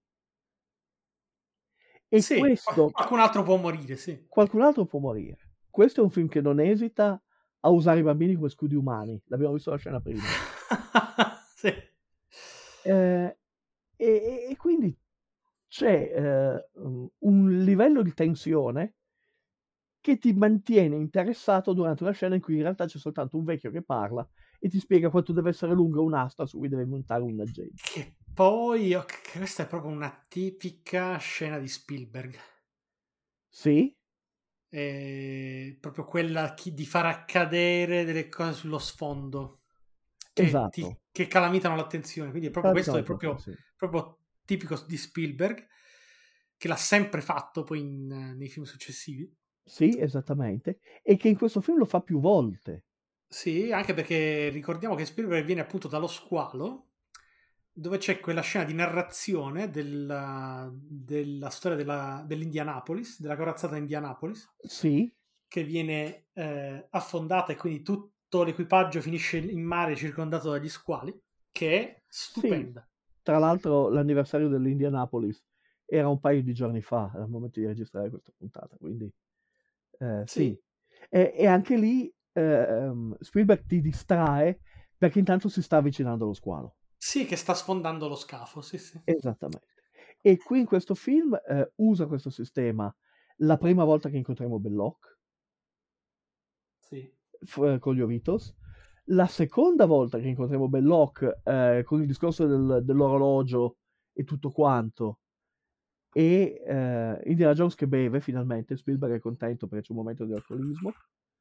E sì, questo... qualcun altro può morire, sì. Qualcun altro può morire. Questo è un film che non esita a usare i bambini come scudi umani. L'abbiamo visto la scena prima. Sì. Eh, e, e quindi c'è eh, un livello di tensione che ti mantiene interessato durante una scena in cui in realtà c'è soltanto un vecchio che parla e ti spiega quanto deve essere lunga un'asta su cui deve montare un agente. Che poi, ok, questa è proprio una tipica scena di Spielberg. Sì, È proprio quella chi- di far accadere delle cose sullo sfondo che, esatto. ti- che calamitano l'attenzione. Quindi è proprio, questo è Praticamente proprio, sì. proprio tipico di Spielberg, che l'ha sempre fatto poi in, eh, nei film successivi. Sì, esattamente. E che in questo film lo fa più volte. Sì, anche perché ricordiamo che Spielberg viene appunto dallo squalo, dove c'è quella scena di narrazione della, della storia della, dell'Indianapolis, della corazzata Indianapolis, Sì, che viene eh, affondata e quindi tutto l'equipaggio finisce in mare circondato dagli squali, che è sì. stupenda. Tra l'altro l'anniversario dell'Indianapolis era un paio di giorni fa, al momento di registrare questa puntata, quindi eh, sì. Sì, E, e anche lì ehm, Spielberg ti distrae perché intanto si sta avvicinando allo squalo. sì, che sta sfondando lo scafo, sì, sì. Esattamente. E qui in questo film eh, usa questo sistema la prima volta che incontriamo Belloc Sì. f- con gli Ovitos, la seconda volta che incontriamo Belloc eh, con il discorso del- dell'orologio e tutto quanto, e eh, Indiana Jones che beve finalmente, Spielberg è contento perché c'è un momento di alcolismo.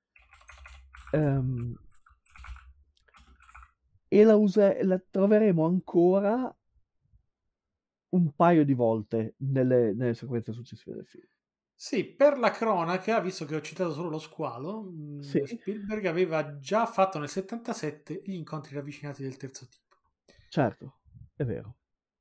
Ehm, e la, usa- la troveremo ancora un paio di volte nelle, nelle sequenze successive del film. Sì, per la cronaca, visto che ho citato solo lo squalo, mh, Sì, Spielberg aveva già fatto nel settantasette gli incontri ravvicinati del terzo tipo. certo, è vero.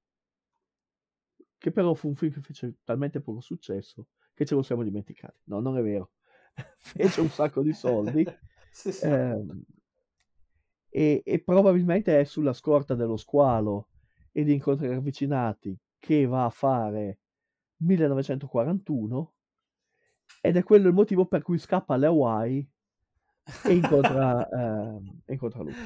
Che però fu un film che fece talmente poco successo che ce lo siamo dimenticati. No, non è vero. Fece un sacco di soldi. Sì, sì. ehm, e, e probabilmente è sulla scorta dello squalo e di incontri ravvicinati che va a fare millenovecentoquarantuno, ed è quello il motivo per cui scappa alle Hawaii e incontra, ehm, e incontra Lucas.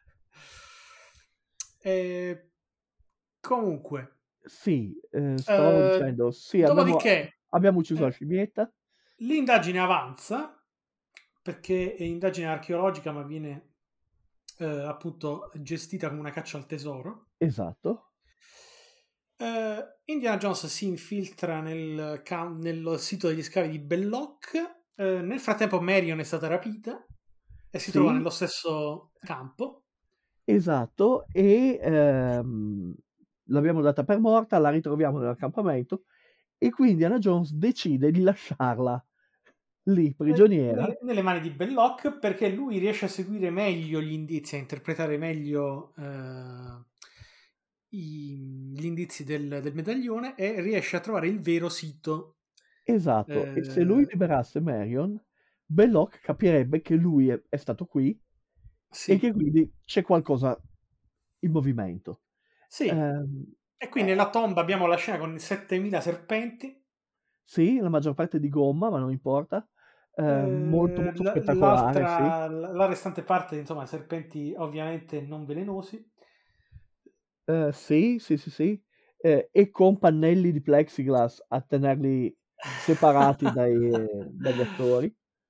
Eh, comunque, Sì, eh, stavamo eh, dicendo, sì, abbiamo, dopodiché abbiamo ucciso la eh, scimmietta. l'indagine avanza perché è indagine archeologica, ma viene eh, appunto gestita come una caccia al tesoro. Esatto. Eh, Indiana Jones si infiltra nel, cam- nel sito degli scavi di Belloc. Eh, nel frattempo Marion è stata rapita e si Sì. trova nello stesso campo. Esatto, e ehm, l'abbiamo data per morta, la ritroviamo nell'accampamento e quindi Indiana Jones decide di lasciarla lì prigioniera. Nelle, nelle mani di Belloc, perché lui riesce a seguire meglio gli indizi, a interpretare meglio eh, i- gli indizi del, del medaglione e riesce a trovare il vero sito. Esatto, e se lui Eh, liberasse Marion, Belloc capirebbe che lui è, è stato qui sì, e che quindi c'è qualcosa in movimento. sì. Ehm, E qui nella tomba abbiamo la scena con settemila serpenti. sì, la maggior parte di gomma, ma non importa. Eh, molto Eh, molto l- spettacolare, sì. l'altra, la restante parte, insomma, serpenti ovviamente non velenosi. Eh, sì, sì, sì, sì. Eh, e con pannelli di plexiglass a tenerli separati dai- dagli attori.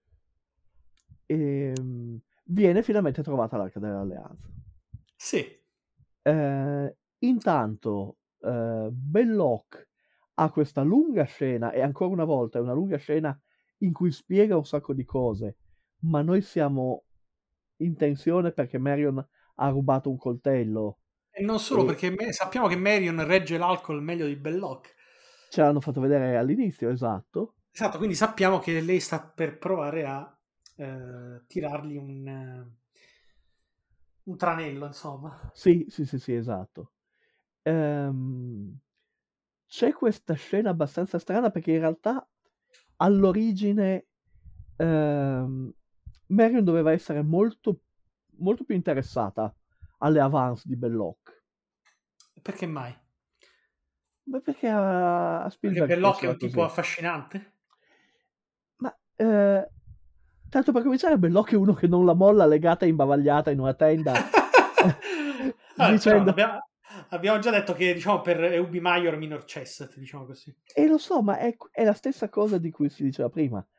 E viene finalmente trovata l'Arca dell'Alleanza. Sì, Eh, intanto eh, Belloc ha questa lunga scena, e ancora una volta è una lunga scena in cui spiega un sacco di cose, ma noi siamo in tensione perché Marion ha rubato un coltello e non solo e perché me- sappiamo che Marion regge l'alcol meglio di Belloc. ce l'hanno fatto vedere all'inizio, esatto. Esatto, quindi sappiamo che lei sta per provare a eh, tirargli un, eh, un tranello, insomma. Sì, sì, sì, sì, esatto. Ehm, c'è questa scena abbastanza strana perché in realtà all'origine ehm, Marion doveva essere molto, molto più interessata alle avance di Belloc. Perché mai? Beh, perché a, a Perché Spielberg Belloc è piaceva un tipo così. affascinante? Ma eh, tanto per cominciare, Belloc è uno che non la molla legata e imbavagliata in una tenda Ah, però dicendo... abbiamo, abbiamo già detto che diciamo per Eubi Maior minor chesset, diciamo così. E lo so, ma è, è la stessa cosa di cui si diceva prima.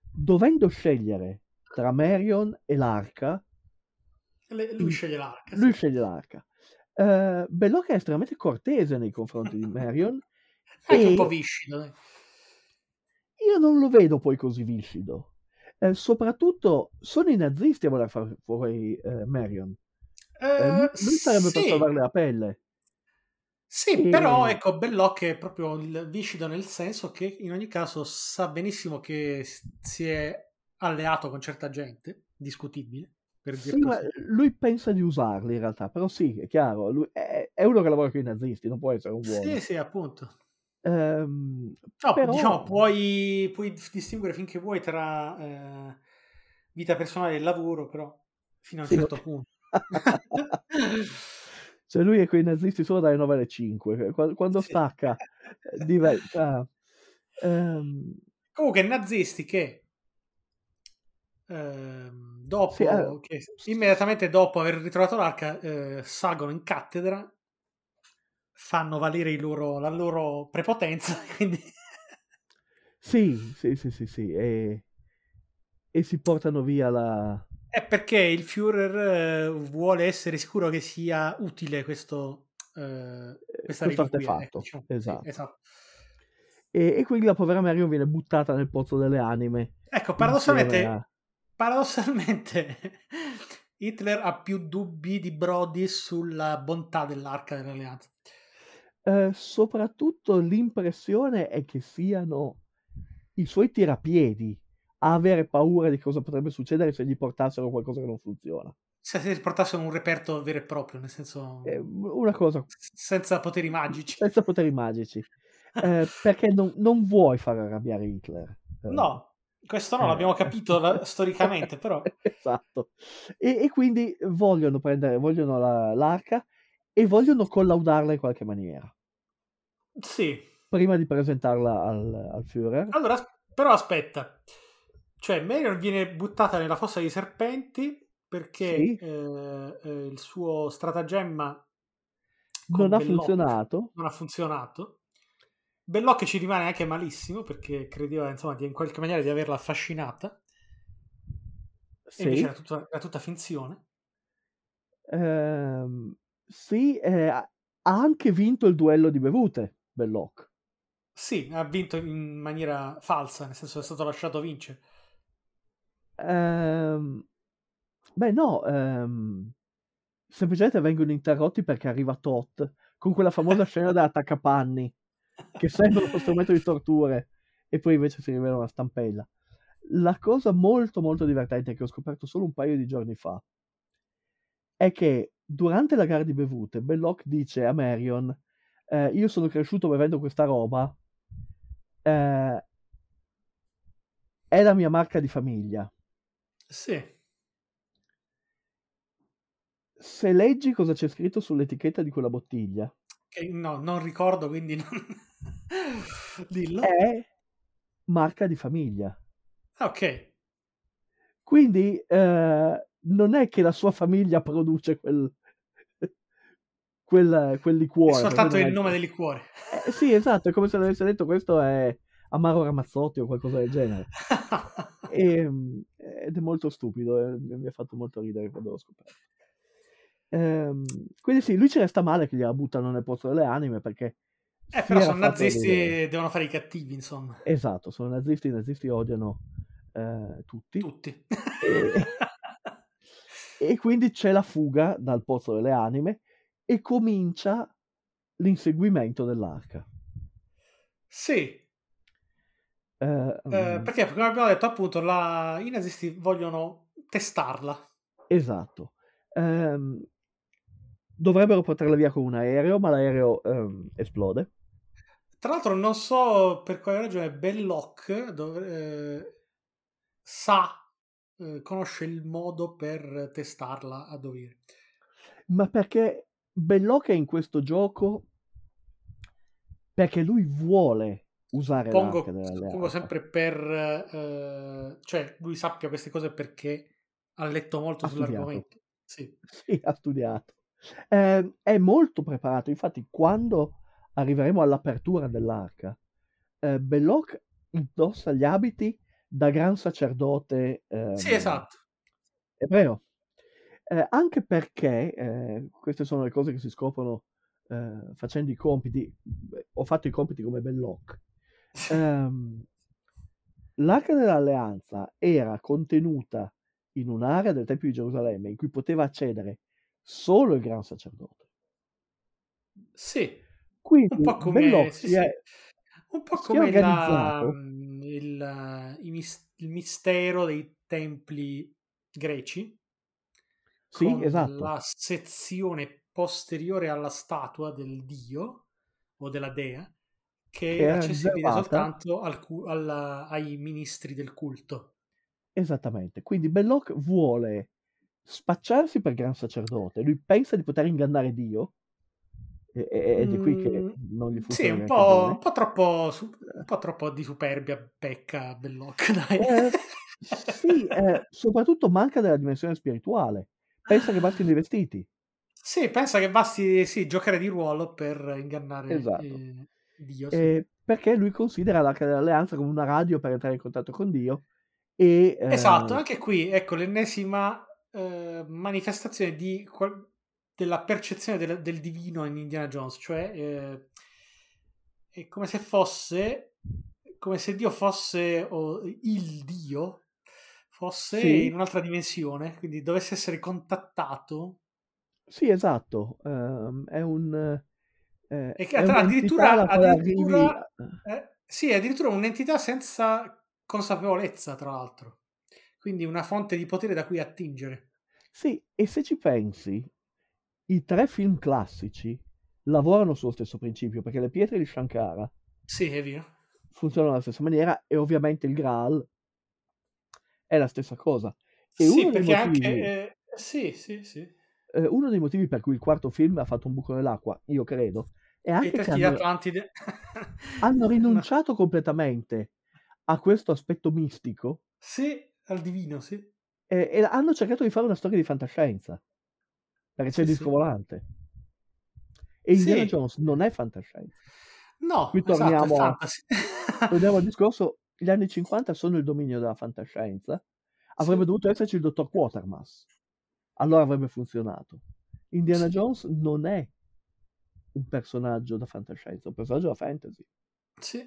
dovendo scegliere tra Marion e l'arca, Le- lui sceglie l'arca. lui sì. sceglie l'arca. Eh, Belloc è estremamente cortese nei confronti di Marion Anche un e po' viscido. dai. io non lo vedo poi così viscido. Eh, soprattutto sono i nazisti a voler far fuori eh, Marion. Eh, lui, Eh, lui sarebbe per sì, salvarle la pelle. sì, E- però ecco, Belloc è proprio il viscido nel senso che in ogni caso sa benissimo che s- si è alleato con certa gente, discutibile, per dir Sì, ma così. lui pensa di usarli in realtà, però sì, è chiaro, lui è, è uno che lavora con i nazisti, non può essere un buono. Sì, sì, appunto. Ehm, No, però diciamo, puoi, puoi distinguere finché vuoi tra eh, vita personale e lavoro, però fino a un sì, certo ok. punto. Cioè lui è con i nazisti solo dalle nove alle cinque, qua- quando Sì. stacca eh, diventa... ehm, Comunque, nazisti che ehm, sì, eh, dopo, che immediatamente dopo aver ritrovato l'arca, eh, salgono in cattedra, fanno valere i loro- la loro prepotenza, quindi sì, sì, sì, sì, sì, e, e si portano via la... è perché il Führer eh, vuole essere sicuro che sia utile questo, eh, questa questo reliquia. Ecco, artefatto, diciamo. Sì, esatto. esatto. E, e quindi la povera Marion viene buttata nel pozzo delle anime Ecco, insieme a... paradossalmente, paradossalmente Hitler ha più dubbi di Brody sulla bontà dell'Arca dell'Alleanza. Eh, soprattutto l'impressione è che siano i suoi tirapiedi a avere paura di cosa potrebbe succedere se gli portassero qualcosa che non funziona. Se si portassero un reperto vero e proprio, nel senso È una cosa s- senza poteri magici. senza poteri magici. Eh, perché non, non vuoi far arrabbiare Hitler. Eh, No, questo no, eh. l'abbiamo capito la- storicamente, però. Esatto. E, e quindi vogliono prendere, vogliono la- l'arca e vogliono collaudarla in qualche maniera. Sì. Prima di presentarla al, al Führer. Allora, as- però aspetta. Cioè, Marion viene buttata nella fossa dei serpenti perché Sì. eh, eh, il suo stratagemma con Non ha Belloc funzionato. non ha funzionato. Belloc ci rimane anche malissimo perché credeva, insomma, di, in qualche maniera di averla affascinata. E invece Sì. era tutta, era tutta finzione. Ehm, sì, eh, ha ha anche vinto il duello di bevute, Belloc. Sì, ha vinto in maniera falsa, nel senso che è stato lasciato vincere. Ehm, beh, no, ehm, semplicemente vengono interrotti perché arriva Tot con quella famosa scena dell'attaccapanni che sembra uno strumento di torture e poi invece si rivela una stampella. La cosa molto molto divertente che ho scoperto solo un paio di giorni fa è che durante la gara di bevute Belloc dice a Marion eh, io sono cresciuto bevendo questa roba, eh, è la mia marca di famiglia. Sì. Se leggi cosa c'è scritto sull'etichetta di quella bottiglia, Che no, non ricordo, quindi non... Dillo. è marca di famiglia. Ok. Quindi eh, non è che la sua famiglia produce quel, quel, quel È liquore. soltanto per cui il non nome è- del liquore. Eh, sì, esatto, è come se avesse detto questo è Amaro Ramazzotti o qualcosa del genere. E, mm, ed è molto stupido, eh, mi mi ha fatto molto ridere quando l'ho scoperto. Ehm, quindi sì, lui ci resta male che gliela buttano nel pozzo delle anime perché Eh, si però era sono fatto nazisti, vedere. devono fare i cattivi, insomma. Esatto, sono nazisti, i nazisti odiano eh, tutti. Tutti. E, e quindi c'è la fuga dal pozzo delle anime e comincia l'inseguimento dell'arca. Sì, Eh, eh, mm, perché come abbiamo detto appunto la... i nazisti vogliono testarla. esatto. Ehm, dovrebbero portarla via con un aereo, ma l'aereo ehm, esplode. Tra l'altro non so per quale ragione Belloc dov- eh, sa, eh, conosce il modo per testarla a dovere. Ma perché Belloc è in questo gioco perché lui vuole usare l'arca Suppongo, suppongo dell'alleanza. sempre per... eh, cioè lui sappia queste cose perché ha letto molto Ha studiato. sull'argomento. Sì. Sì, ha studiato. Eh, è molto preparato. Infatti, quando arriveremo all'apertura dell'arca, eh, Belloc indossa gli abiti da gran sacerdote ehm, Sì, esatto. ebreo. Eh, anche perché, eh, queste sono le cose che si scoprono eh, facendo i compiti. Beh, ho fatto i compiti come Belloc. Ehm, L'Arca dell'Alleanza era contenuta in un'area del Tempio di Gerusalemme in cui poteva accedere solo il gran sacerdote. Sì, un Quindi po' come, Belloc sì, si sì. è, Un po' si è come la, organizzato. mm, il, i mis- il mistero dei templi greci, Sì, con esatto, la sezione posteriore alla statua del dio o della dea, che che era era accessibile riservata. soltanto al cu- alla- ai ministri del culto. Esattamente. Quindi Belloc vuole spacciarsi per gran sacerdote. Lui pensa di poter ingannare Dio, e- e- ed è qui che Mm, non gli sì, funziona un neanche po', un bene. po' troppo, su- un po' troppo di superbia becca Belloc, dai. Eh, sì, eh, soprattutto manca della dimensione spirituale. Pensa che bastino i vestiti. Sì, pensa che basti, sì, giocare di ruolo per ingannare Esatto. eh, Dio, sì. Eh, perché lui considera l'Arca dell'Alleanza come una radio per entrare in contatto con Dio e Esatto, eh, anche qui, ecco, l'ennesima eh, manifestazione di qual- della percezione del, del divino in Indiana Jones, cioè eh, è come se fosse, come se Dio fosse, o il Dio fosse sì, in un'altra dimensione, quindi dovesse essere contattato, sì, esatto. Ehm, è un, eh, e che è att- un'entità addirittura, alla quale arrivi. addirittura eh, sì, addirittura un'entità senza consapevolezza, tra l'altro, quindi una fonte di potere da cui attingere. Sì, e se ci pensi, i tre film classici lavorano sullo stesso principio, perché le pietre di Shankara Sì, è vero. funzionano alla stessa maniera e ovviamente il Graal è la stessa cosa. E Sì, uno dei perché anche... motivi, eh, sì, sì, sì. eh, uno dei motivi per cui il quarto film ha fatto un buco nell'acqua, io credo, è E i anche che testi di hanno, Atlantide. hanno No. rinunciato completamente a questo aspetto mistico Sì, al divino, sì. e, e hanno cercato di fare una storia di fantascienza, perché c'è Sì, il disco sì. volante. E Indiana Sì. Jones non è fantascienza. No, Qui esatto, è torniamo, fantasy. torniamo al discorso, gli anni cinquanta sono il dominio della fantascienza, avrebbe Sì, dovuto esserci il dottor Quatermass, allora avrebbe funzionato. Indiana sì, Jones non è un personaggio da fantascienza, è un personaggio da fantasy. sì.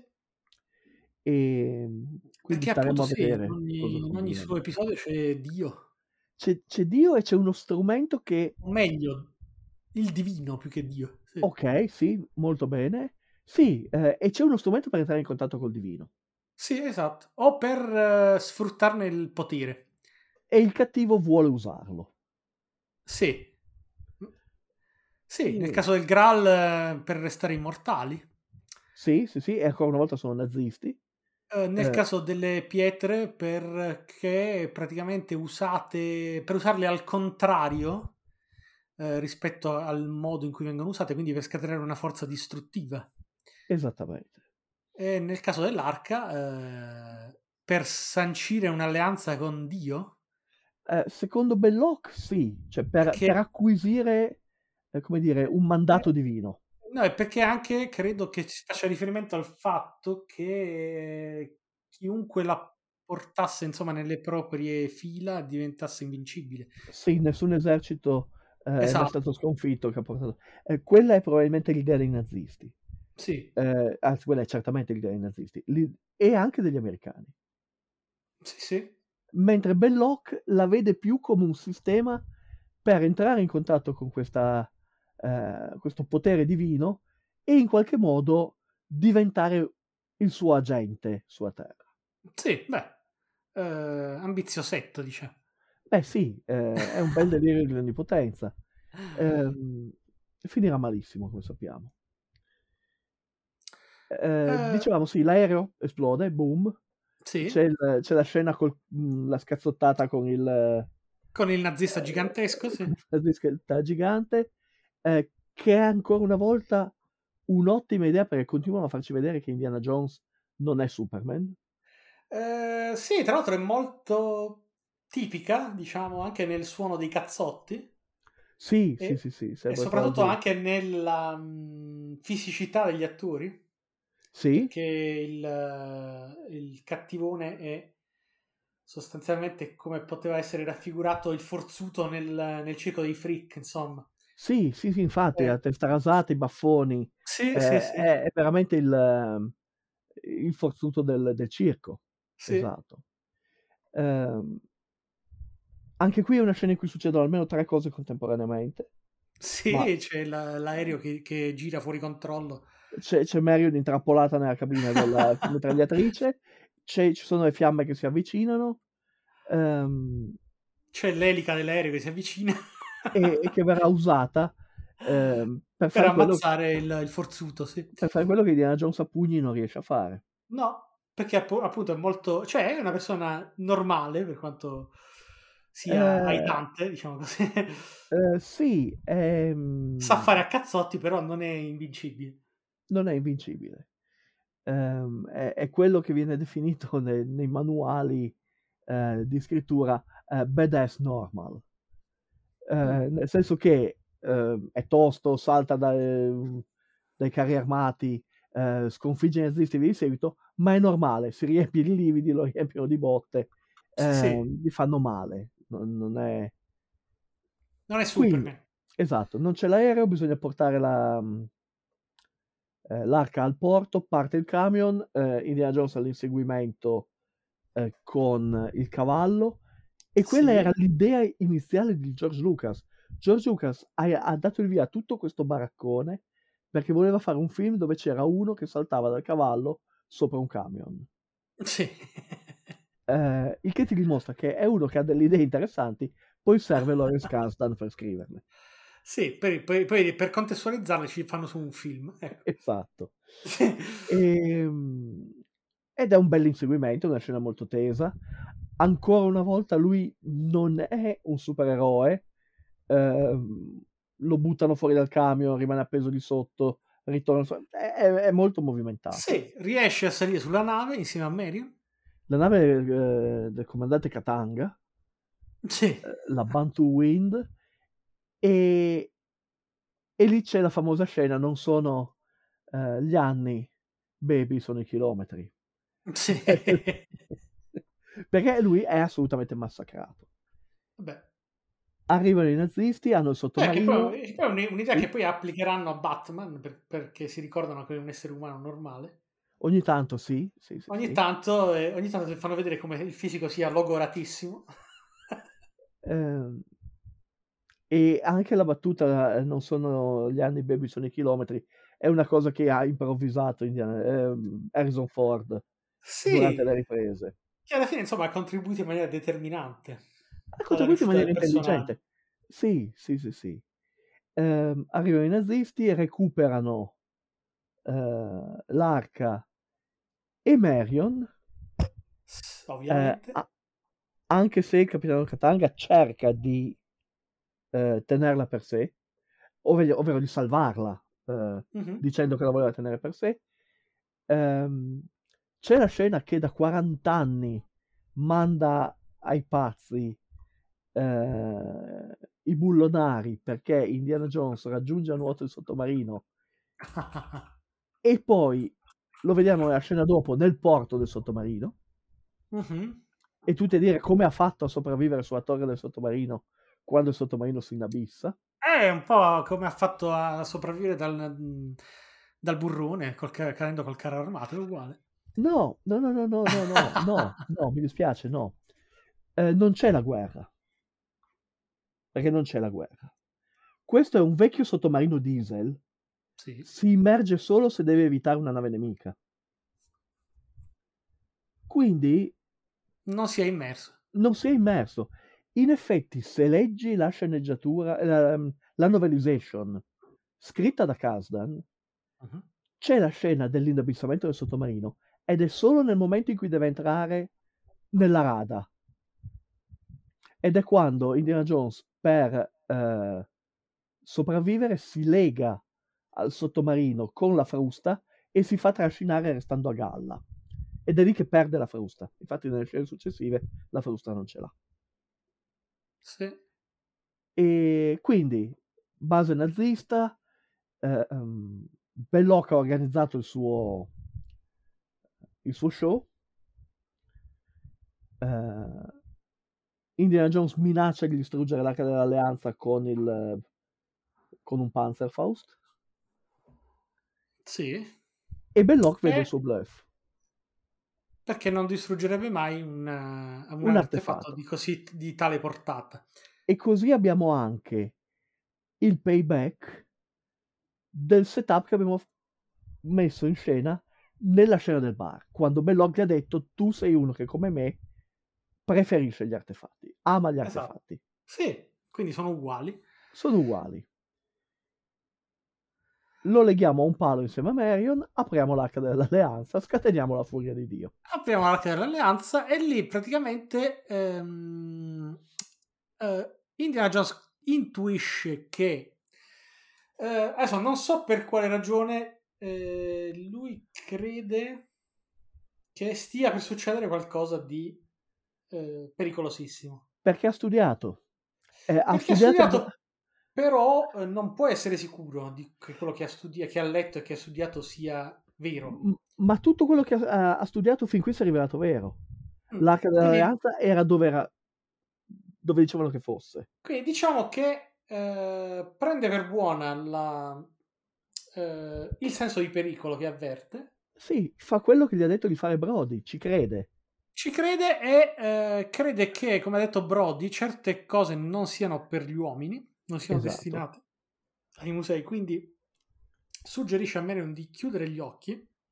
E quindi Perché staremo appunto a sì, in vedere cosa ogni, in ogni combina suo lui. episodio c'è Dio. C'è, c'è Dio e c'è uno strumento che, O meglio, il divino più che Dio. Sì, ok, sì, molto bene, sì, eh, e c'è uno strumento per entrare in contatto col divino. sì, esatto. O per eh, sfruttarne il potere. E il cattivo vuole usarlo. Sì. Sì, nel E- caso del Graal eh, per restare immortali. sì, sì, sì, e ancora una volta sono nazisti. Eh, nel Eh, caso delle pietre perché praticamente usate per usarle al contrario eh, rispetto al modo in cui vengono usate, quindi per scatenare una forza distruttiva. esattamente. E nel caso dell'arca eh, per sancire un'alleanza con Dio, Eh, secondo Belloc, sì, cioè per, perché per acquisire, eh, come dire, un mandato divino. no, è perché anche credo che si faccia riferimento al fatto che chiunque la portasse insomma nelle proprie fila diventasse invincibile. Sì, nessun esercito eh, è mai Esatto, stato sconfitto che ha portato. Eh, quella è probabilmente l'idea dei nazisti. sì, Eh, anzi, quella è certamente l'idea dei nazisti. L'i- e anche degli americani. sì, sì, Mentre Belloc la vede più come un sistema per entrare in contatto con questa, eh, questo potere divino e in qualche modo diventare il suo agente sulla Terra. sì, beh, eh, ambiziosetto, diciamo. Beh sì, eh, è un bel delirio di onnipotenza. Ehm, finirà malissimo, come sappiamo. Eh, Eh, dicevamo sì, l'aereo esplode, boom. sì, C'è, il- c'è la scena con la scazzottata con il, con il nazista eh, gigantesco, sì. con la dischetà gigante, eh, che è ancora una volta un'ottima idea perché continuano a farci vedere che Indiana Jones non è Superman. Eh, sì, tra l'altro è molto tipica, diciamo, anche nel suono dei cazzotti. Sì, sì, E, sì, sì, e sembra soprattutto quasi. anche nella mh, fisicità degli attori, Sì, perché il, eh, il cattivone è sostanzialmente come poteva essere raffigurato il forzuto nel, nel circo dei freak, insomma. Sì, sì, sì, infatti, Eh. la testa rasata, i baffoni, Sì, eh, sì, sì. È, è veramente il, il forzuto del, del circo. Sì. Esatto. Ehm, anche qui è una scena in cui succedono almeno tre cose contemporaneamente. Sì, Ma c'è la- l'aereo che, che gira fuori controllo. c'è, c'è Marion intrappolata nella cabina della mitragliatrice, c'è- ci sono le fiamme che si avvicinano, ehm, C'è l'elica dell'aereo che si avvicina e, e che verrà usata ehm, per, per fare quello, ammazzare il, il forzuto, sì. per fare quello che Indiana Jones a pugni non riesce a fare. No, perché appu- appunto è molto... cioè è una persona normale, per quanto sia Eh, aitante, diciamo così. eh, sì, ehm, Sa fare a cazzotti, però non è invincibile. non è invincibile. Ehm, è, è quello che viene definito nei, nei manuali eh, di scrittura eh, badass normal. Eh, Mm. nel senso che eh, è tosto, salta dai, dai carri armati, eh, sconfigge i nazisti e via di seguito, ma è normale, si riempie di lividi, lo riempiono di botte, Sì, eh, sì, gli fanno male. Non, non è... non è Quindi, Superman. esatto, non c'è l'aereo, bisogna portare la, eh, l'arca al porto, parte il camion, eh, Indiana Jones all'inseguimento eh, con il cavallo, e quella Sì. era l'idea iniziale di George Lucas. George Lucas ha, ha dato il via a tutto questo baraccone perché voleva fare un film dove c'era uno che saltava dal cavallo sopra un camion. Sì. Eh, il che ti dimostra che è uno che ha delle idee interessanti, poi serve Lawrence Kasdan per scriverle. Sì, poi, poi- poi per contestualizzarle ci fanno su un film. Ecco. Esatto. Sì. Ehm, ed è un bel inseguimento, una scena molto tesa. Ancora una volta lui non è un supereroe, ehm, lo buttano fuori dal camion, rimane appeso di sotto, ritorna su- è, è- è molto movimentato. Sì, riesce a salire sulla nave insieme a Marion. La nave eh, del comandante Katanga, Sì. eh, la Bantu Wind, e, e lì c'è la famosa scena, non sono eh, gli anni, baby, sono i chilometri. Sì. Perché lui è assolutamente massacrato. Vabbè. Arrivano i nazisti, hanno il Eh, che sottomarino. poi, che poi è un- un'idea Sì. che poi applicheranno a Batman per- perché si ricordano che è un essere umano normale. Ogni tanto sì, sì, sì, Ogni sì. tanto, eh, ogni tanto ti fanno vedere come il fisico sia logoratissimo. Ehm, e anche la battuta eh, non sono gli anni, baby, sono i chilometri, è una cosa che ha improvvisato Indiana, ehm, Harrison Ford durante Sì, le riprese. che alla fine insomma ha contribuito in maniera determinante Ha alla contribuito in riuscita maniera del personaggio. intelligente. Sì, sì, sì, sì. Ehm, arrivano i nazisti e recuperano eh, l'arca e Marion, S- eh, Ovviamente. a- anche se il capitano Katanga cerca di eh, tenerla per sé, ovvero, ovvero di salvarla, eh, Mhm. dicendo che la voleva tenere per sé. Ehm, c'è la scena che da quaranta anni manda ai pazzi eh, i bullonari perché Indiana Jones raggiunge a nuoto il sottomarino, e poi lo vediamo nella scena dopo nel porto del sottomarino, Mhm. e tutti a dire come ha fatto a sopravvivere sulla torre del sottomarino quando il sottomarino si inabissa. È un po' come ha fatto a sopravvivere dal, dal burrone col, ca- cadendo col carro armato, è uguale. No, no, no, no, no, no, no, no, no, mi dispiace, no. Eh, non c'è la guerra, perché non c'è la guerra. Questo è un vecchio sottomarino diesel, Sì. si immerge solo se deve evitare una nave nemica. Quindi Non si è immerso. non si è immerso. In effetti, se leggi la sceneggiatura, la, la novelization scritta da Kasdan, Mhm. c'è la scena dell'indabissamento del sottomarino ed è solo nel momento in cui deve entrare nella rada. Ed è quando Indiana Jones, per eh, sopravvivere, si lega al sottomarino con la frusta e si fa trascinare restando a galla. Ed è lì che perde la frusta. Infatti nelle scene successive la frusta non ce l'ha. Sì. E quindi, base nazista, eh, um, Belloc ha organizzato il suo, il suo show, eh, Indiana Jones minaccia di distruggere l'Arca dell'Alleanza con il con un Panzerfaust. Sì. E Belloc vede Eh, il suo bluff. Perché non distruggerebbe mai un, uh, un, Un artefatto artefatto. di, così, di tale portata. E così abbiamo anche il payback del setup che abbiamo messo in scena nella scena del bar, quando Belloc gli ha detto: tu sei uno che come me preferisce gli artefatti, ama gli Esatto. artefatti. Sì, quindi sono uguali. Sono uguali. Lo leghiamo a un palo insieme a Marion, apriamo l'Arca dell'Alleanza, scateniamo la furia di Dio. Apriamo l'Arca dell'Alleanza e lì praticamente ehm, eh, Indiana Jones intuisce che eh, adesso non so per quale ragione eh, lui crede che stia per succedere qualcosa di eh, pericolosissimo. Perché ha studiato. Eh, ha Perché studiato... ha studiato, però eh, non può essere sicuro di che quello che ha, studi- che ha letto e che ha studiato sia vero. M- Ma tutto quello che ha, ha studiato fin qui si è rivelato vero. Mm. L'Arca Quindi, dell'Alleanza era dove era, dove dicevano che fosse. quindi diciamo che eh, prende per buona la, eh, il senso di pericolo che avverte. Sì, fa quello che gli ha detto di fare Brody, ci crede. Ci crede e eh, crede che, come ha detto Brody, certe cose non siano per gli uomini, non siano Esatto. destinate ai musei, quindi suggerisce a Marion di chiudere gli occhi,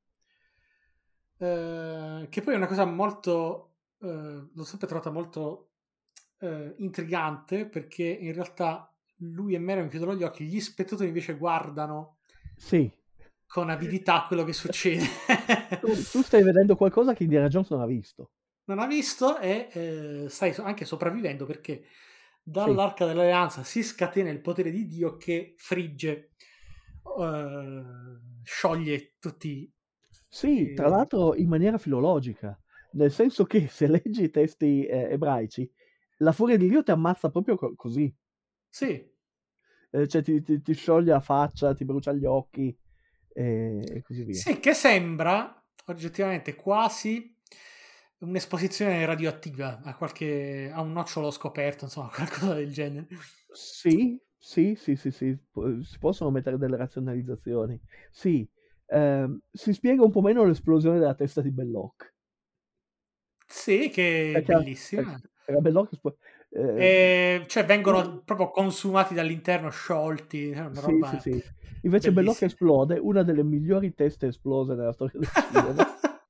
eh, che poi è una cosa molto, eh, l'ho sempre trovata molto eh, intrigante, perché in realtà lui e Marion chiudono gli occhi, gli spettatori invece guardano Sì. con avidità quello che succede. Tu, tu stai vedendo qualcosa che Indiana Jones non ha visto. Non ha visto e eh, stai anche sopravvivendo, perché dall'Arca sì. dell'Alleanza si scatena il potere di Dio che frigge, eh, scioglie tutti. Sì, tra l'altro in maniera filologica, nel senso che se leggi i testi eh, ebraici, la furia di Dio ti ammazza proprio co- così. Sì. Eh, cioè ti, ti, ti scioglie la faccia, ti brucia gli occhi e, e così via. Sì, che sembra oggettivamente quasi un'esposizione radioattiva a qualche a un nocciolo scoperto, insomma, qualcosa del genere. Sì, sì, sì, sì, sì, si possono mettere delle razionalizzazioni. Sì, ehm, si spiega un po' meno l'esplosione della testa di Belloc. Sì, che è bellissima. Era Belloc, eh, e, cioè vengono uh, proprio consumati dall'interno, sciolti. Una sì, roba sì, sì. Invece Belloc esplode, una delle migliori teste esplose nella storia del cinema.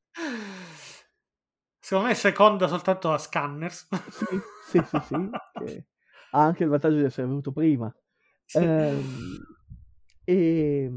Secondo me seconda soltanto a Scanners. Sì, sì, sì, sì, che ha anche il vantaggio di essere venuto prima. Sì. Ehm, e,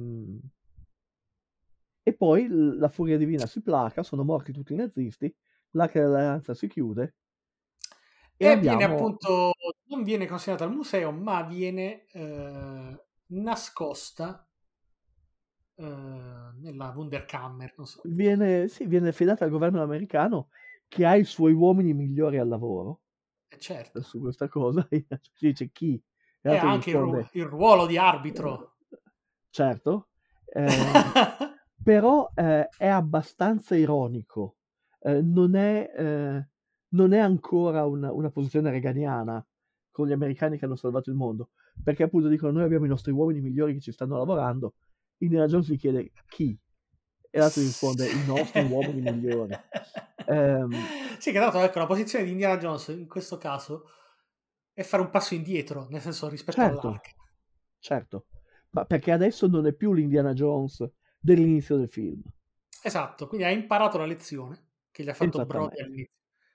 e poi la furia divina si placa, sono morti tutti i nazisti, l'Arca dell'Alleanza si chiude. E, e andiamo... viene appunto, non viene consegnata al museo, ma viene eh, nascosta eh, nella Wunderkammer, non so. Viene, sì, viene affidata al governo americano, che ha i suoi uomini migliori al lavoro. Eh certo. Su questa cosa si dice chi? E, e anche risponde, il, ru- il ruolo di arbitro. Eh, certo. Eh, però eh, è abbastanza ironico. Eh, non, è, eh, non è ancora una, una posizione reganiana con gli americani che hanno salvato il mondo, perché appunto dicono: noi abbiamo i nostri uomini migliori che ci stanno lavorando. Indiana Jones gli chiede chi? E l'altro risponde: i nostri uomini migliori. Um, sì, che tra l'altro, ecco, la posizione di Indiana Jones in questo caso è fare un passo indietro, nel senso rispetto certo, all'arca. Certo, ma perché adesso non è più l'Indiana Jones dell'inizio del film. Esatto, quindi ha imparato la lezione che gli ha fatto Brody all'inizio.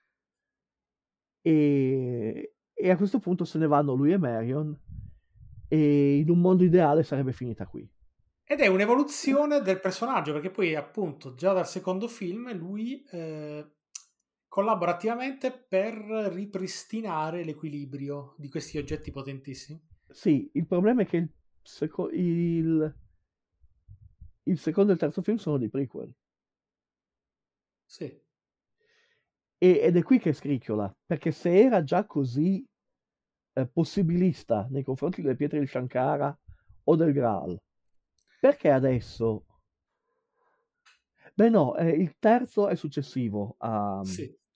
E, e a questo punto se ne vanno lui e Marion, e in un mondo ideale sarebbe finita qui. Ed è un'evoluzione del personaggio, perché poi appunto già dal secondo film lui eh, collabora attivamente per ripristinare l'equilibrio di questi oggetti potentissimi. Sì, il problema è che il, seco- il, il secondo e il terzo film sono dei prequel. Sì. E, ed è qui che scricchiola, perché se era già così eh, possibilista nei confronti delle pietre di Shankara o del Graal, perché adesso... Beh no, eh, il terzo è successivo a, sì.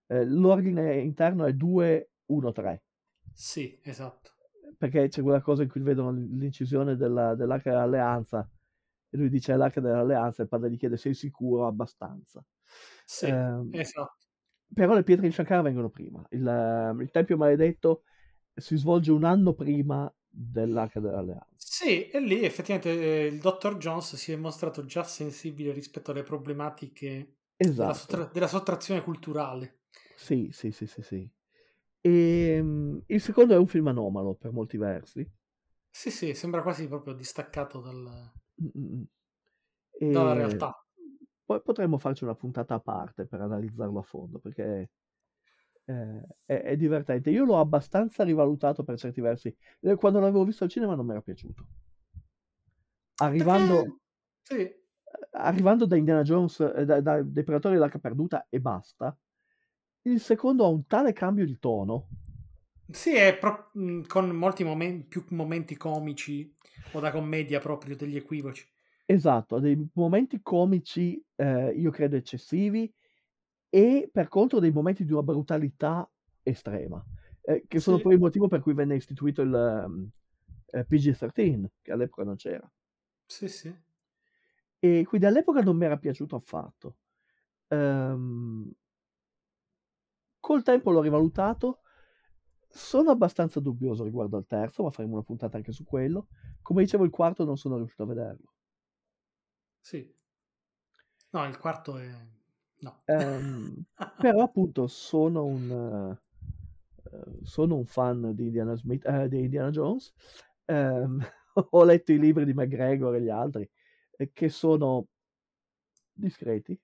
Eh, l'ordine interno è due uno tre, Sì, esatto. perché c'è quella cosa in cui vedono l'incisione della, dell'arca dell'alleanza e lui dice l'arca dell'alleanza e il padre gli chiede sei sicuro? Abbastanza. Sì, Ehm, esatto. però le pietre di Shankara vengono prima. Il, ehm, il Tempio Maledetto si svolge un anno prima dell'arca dell'alleanza. Sì, e lì effettivamente eh, il dottor Jones si è mostrato già sensibile rispetto alle problematiche della, Esatto. sottra- della sottrazione culturale. Sì, sì, sì, sì, sì. E, mm, il secondo è un film anomalo per molti versi. Sì, sì, sembra quasi proprio distaccato dal- Mm, mm, mm. dalla E realtà. poi potremmo farci una puntata a parte per analizzarlo a fondo, perché eh, è, è divertente. Io l'ho abbastanza rivalutato per certi versi. Eh, Quando l'avevo visto al cinema non mi era piaciuto. Arrivando, Perché, sì, arrivando da Indiana Jones, eh, da, da dei Predatori dell'Arca Perduta e basta, il secondo ha un tale cambio di tono. sì, è pro- mh, con molti momenti, più momenti comici o da commedia proprio degli equivoci. Esatto, ha dei momenti comici, eh, io credo eccessivi, e per contro dei momenti di una brutalità estrema, eh, che sono Sì, poi il motivo per cui venne istituito il um, eh, P G tredici, che all'epoca non c'era. sì, sì. E quindi all'epoca non mi era piaciuto affatto. Ehm, col tempo l'ho rivalutato, sono abbastanza dubbioso riguardo al terzo, ma faremo una puntata anche su quello. Come dicevo, il quarto non sono riuscito a vederlo. Sì. No, il quarto è... no. Ehm, però appunto sono un, eh, sono un fan di Indiana, Smith, eh, di Indiana Jones. Ehm, ho letto i libri di McGregor e gli altri, eh, che sono discreti,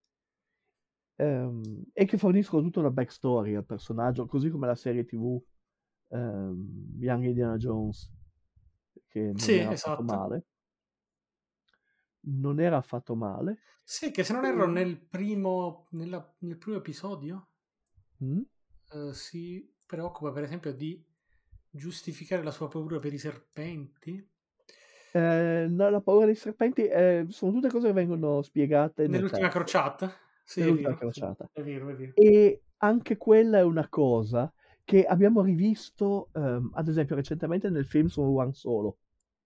ehm, e che forniscono tutta una backstory al personaggio, così come la serie tivù ehm, Young Indiana Jones, che non Sì, era affatto esatto. male. Non era affatto male. Sì, che se non erro nel primo, nella- nel primo episodio Mm? eh, si preoccupa per esempio di giustificare la sua paura per i serpenti. Eh, no, la paura dei serpenti eh, sono tutte cose che vengono spiegate nel Nell'ultima terzo, crociata? Sì, è nell'ultima vero, sì, crociata. è vero, è vero. E anche quella è una cosa che abbiamo rivisto, ehm, ad esempio, recentemente nel film su Han Solo.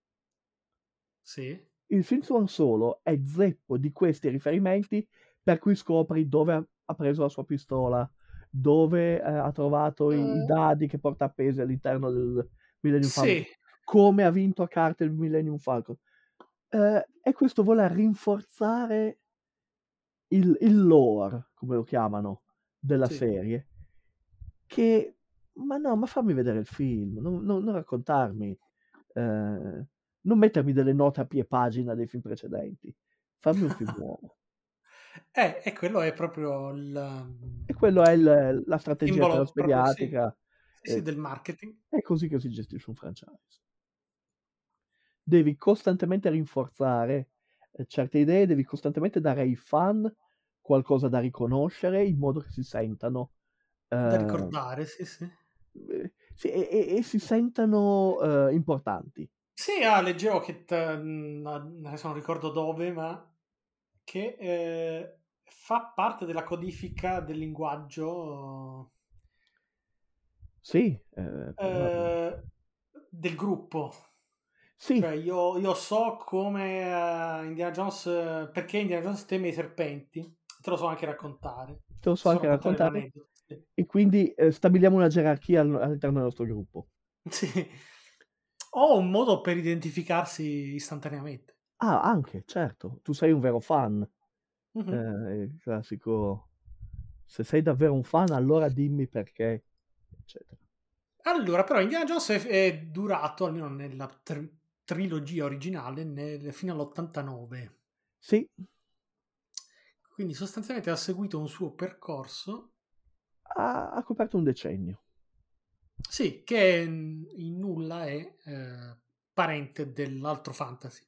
Sì. Il film su Han Solo è zeppo di questi riferimenti per cui scopri dove ha, ha preso la sua pistola, dove eh, ha trovato i, i Eh, dadi che porta appesi all'interno del Millennium Falcon, sì, come ha vinto a carte il Millennium Falcon. Eh, e questo vuole rinforzare il, il lore, come lo chiamano, della sì. serie, che, ma no, ma fammi vedere il film, non, non- non raccontarmi, eh, non mettermi delle note a pie pagina dei film precedenti, fammi un film nuovo. Eh, e quello è proprio il E quello è il- la strategia simbolo proprio, sì, transmediatica, sì, sì, eh, del marketing. è così che si gestisce un franchise. Devi costantemente rinforzare eh, certe idee, devi costantemente dare ai fan qualcosa da riconoscere in modo che si sentano Da eh, ricordare, sì, sì. eh, sì, e, e- e si sentano eh, importanti. Sì, ah, leggevo che, t- mh, adesso non ricordo dove, ma che eh, fa parte della codifica del linguaggio Sì, eh, probabile. eh, del gruppo. Sì, Cioè, io, io so come eh, Indiana Jones, eh, perché Indiana Jones teme i serpenti, te lo so anche raccontare. te lo so Ti so anche raccontare raccontare. l'aneddoto. Sì. E quindi eh, stabiliamo una gerarchia all- all'interno del nostro gruppo. Sì. O un modo per identificarsi istantaneamente. Ah, anche, certo, tu sei un vero fan. Mhm. Eh, il classico, se sei davvero un fan, allora dimmi perché, eccetera. Allora, però Indiana Jones è, è durato, almeno nella tri- trilogia originale, nel- fino all'ottantanove. Sì, Quindi sostanzialmente ha seguito un suo percorso, ha, ha coperto un decennio. sì, che in in nulla è eh, parente dell'altro fantasy.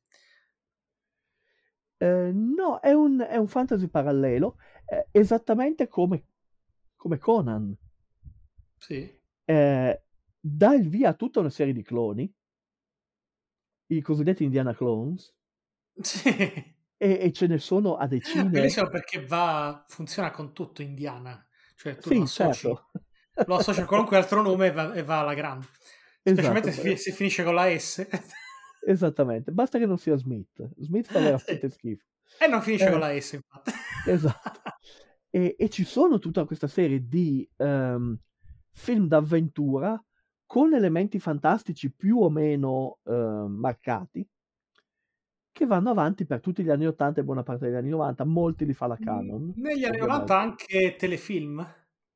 Eh, no, è un, è un fantasy parallelo, eh, esattamente come, come Conan. Sì. Eh, dà il via a tutta una serie di cloni, i cosiddetti Indiana Clones, Sì. e, e ce ne sono a decine. Bellissimo perché va, funziona con tutto Indiana. Cioè tu lo Sì, associ, certo. lo associ a qualunque altro nome e va, e va alla grande. Specialmente Esatto, se, fi- se finisce con la S. esattamente. Basta che non sia Smith. Smith fa Sì. veramente schifo. E non finisce Eh, con la S, infatti. esatto. E, e ci sono tutta questa serie di ehm, film d'avventura con elementi fantastici più o meno ehm, marcati che vanno avanti per tutti gli anni ottanta e buona parte degli anni novanta. Molti li fa la Canon, Negli anni ovviamente. novanta anche telefilm,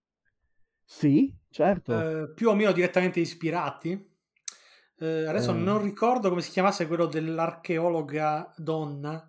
Sì, certo. eh, più o meno direttamente ispirati. Eh, adesso Eh, non ricordo come si chiamasse quello dell'archeologa donna.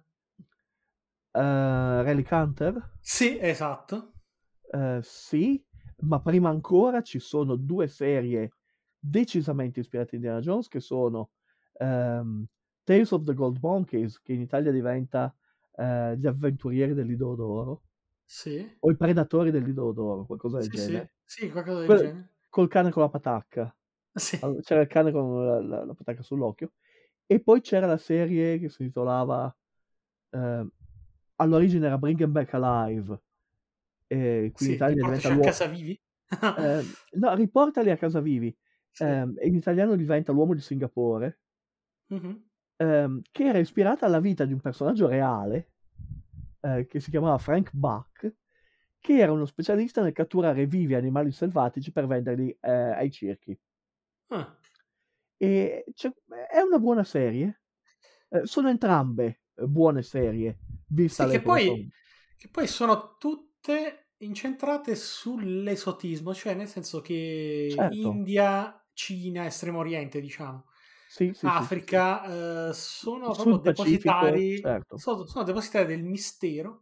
eh, Relic Hunter? Sì, esatto. Eh, sì, ma prima ancora ci sono due serie decisamente ispirate a Indiana Jones che sono ehm, Tales of the Gold Monkeys, che in Italia diventa eh, Gli avventurieri dell'Idolo d'Oro, Sì, o i predatori dell'Idolo d'Oro, qualcosa del sì, sì, genere. sì, qualcosa del Que- genere. Col cane con la patacca. Sì, Allora, c'era il cane con la, la- la patacca sull'occhio. E poi c'era la serie che si titolava eh, all'origine era Bring 'em Back Alive, e qui in sì, Italia diventa riportaci a l'uomo. casa vivi. Ehm, no, riportali a casa vivi. Sì. Ehm, e in italiano diventa L'uomo di Singapore, Mhm. ehm, che era ispirata alla vita di un personaggio reale, eh, che si chiamava Frank Buck, che era uno specialista nel catturare vivi animali selvatici per venderli eh, ai circhi. Ah, E c'è- è una buona serie. Eh, sono entrambe eh, buone serie, vista Sì, che l'epoca. poi, insomma. che poi sono tutte incentrate sull'esotismo, cioè nel senso che Certo, India, Cina, Estremo Oriente, diciamo, sì, sì, sì, sì, sì. Africa, eh, sono Il proprio Sud Pacifico, depositari, certo. sono, sono depositari del mistero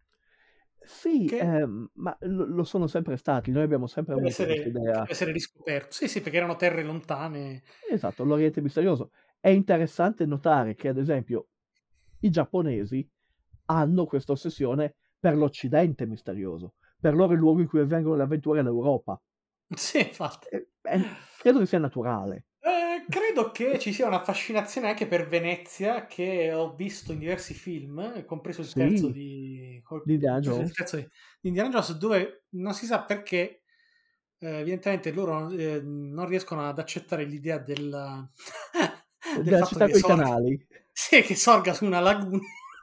Sì, che ehm, ma lo, lo sono sempre stati. Noi abbiamo sempre deve avuto questa essere, che idea. deve essere riscoperto. Sì, sì, perché erano terre lontane. Esatto, l'Oriente misterioso. È interessante notare che, ad esempio, i giapponesi hanno questa ossessione per l'Occidente misterioso. Per loro il luogo in cui avvengono le avventure è l'Europa. Sì, infatti. E- e credo che sia naturale. Eh, credo che ci sia una fascinazione anche per Venezia che ho visto in diversi film, compreso il terzo Sì, di, col- di Indiana compreso il Jones. terzo di di Indiana Jones, dove non si sa perché, eh, evidentemente loro eh, non riescono ad accettare l'idea del, del Della fatto città che coi sorga, canali. sì, che sorga su una laguna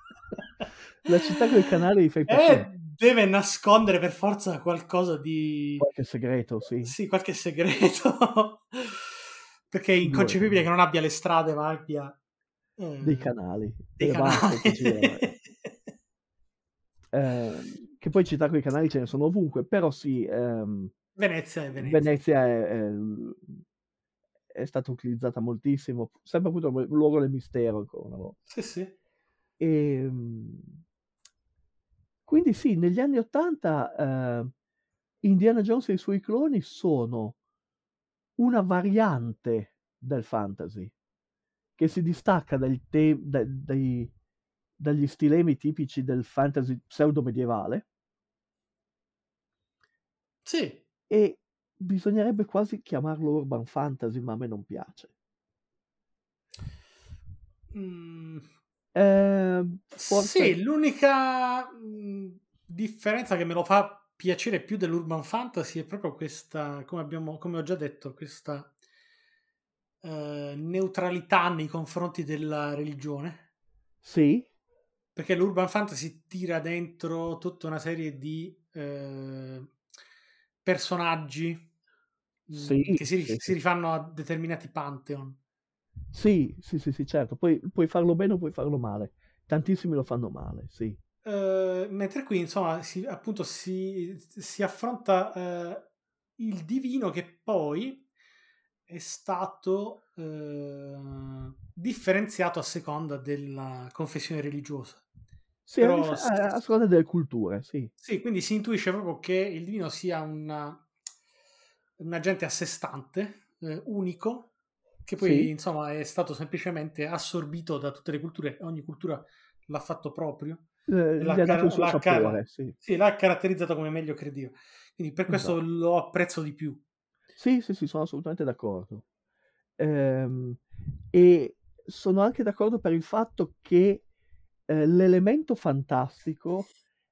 La città coi canali fa impazzire. e deve nascondere per forza qualcosa di, Qualche segreto, sì. sì, qualche segreto. Perché è inconcepibile Figurati. che non abbia le strade, ma abbia Dei eh, canali, dei delle barche che canali. girano. Ehm, che poi città coi canali ce ne sono ovunque, però sì, ehm, Venezia è Venezia. Venezia è, è- è stata utilizzata moltissimo, sempre appunto come luogo del mistero ancora una volta. Sì, sì. E, quindi sì, negli anni Ottanta eh, Indiana Jones e i suoi cloni sono una variante del fantasy che si distacca dal te- da- dai- dagli stilemi tipici del fantasy pseudo medievale, Sì. e bisognerebbe quasi chiamarlo urban fantasy, ma a me non piace. Mm, Ehm, forse sì, l'unica mm, differenza che me lo fa piacere più dell'urban fantasy è proprio questa, come abbiamo, come ho già detto, questa eh, neutralità nei confronti della religione. sì, Perché l'urban fantasy tira dentro tutta una serie di eh, personaggi sì, mm, che si, sì, si sì, rifanno a determinati pantheon. sì, sì, sì, sì, certo. Poi puoi farlo bene o puoi farlo male. Tantissimi lo fanno male, sì. Eh, mentre qui, insomma, si, appunto si, si affronta eh, il divino che poi è stato eh, differenziato a seconda della confessione religiosa. Sì, a, Però dif- a- a seconda delle culture, sì. sì, quindi si intuisce proprio che il divino sia una, un agente a sé stante, eh, unico, che poi Sì, insomma è stato semplicemente assorbito da tutte le culture, ogni cultura l'ha fatto proprio eh, e gli l'ha, ha dato il car- suo l'ha car- sapore, sì. sì, l'ha caratterizzato come meglio credeva. Quindi per questo Esatto. lo apprezzo di più. Sì, sì, sì, sono assolutamente d'accordo. Ehm, e sono anche d'accordo per il fatto che eh, l'elemento fantastico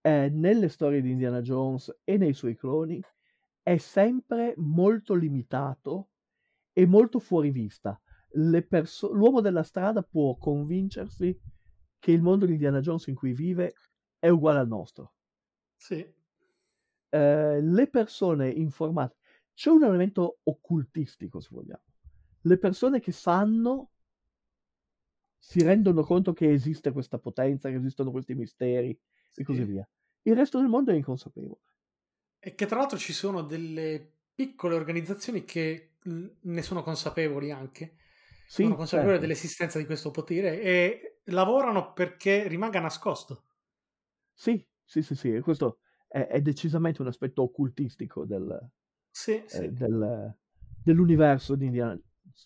eh, nelle storie di Indiana Jones e nei suoi cloni è sempre molto limitato e molto fuori vista. Le perso- l'uomo della strada può convincersi che il mondo di Indiana Jones in cui vive è uguale al nostro. Sì. Eh, le persone informate, c'è un elemento occultistico, se vogliamo. Le persone che sanno si rendono conto che esiste questa potenza, che esistono questi misteri Sì. e così via. Il resto del mondo è inconsapevole. E che tra l'altro ci sono delle piccole organizzazioni che mh, ne sono consapevoli anche. Sì, sono consapevoli certo. dell'esistenza di questo potere e lavorano perché rimanga nascosto. Sì, sì, sì, sì. E questo è, è decisamente un aspetto occultistico del, Sì, eh, sì. del- dell'universo di Indiana Jones.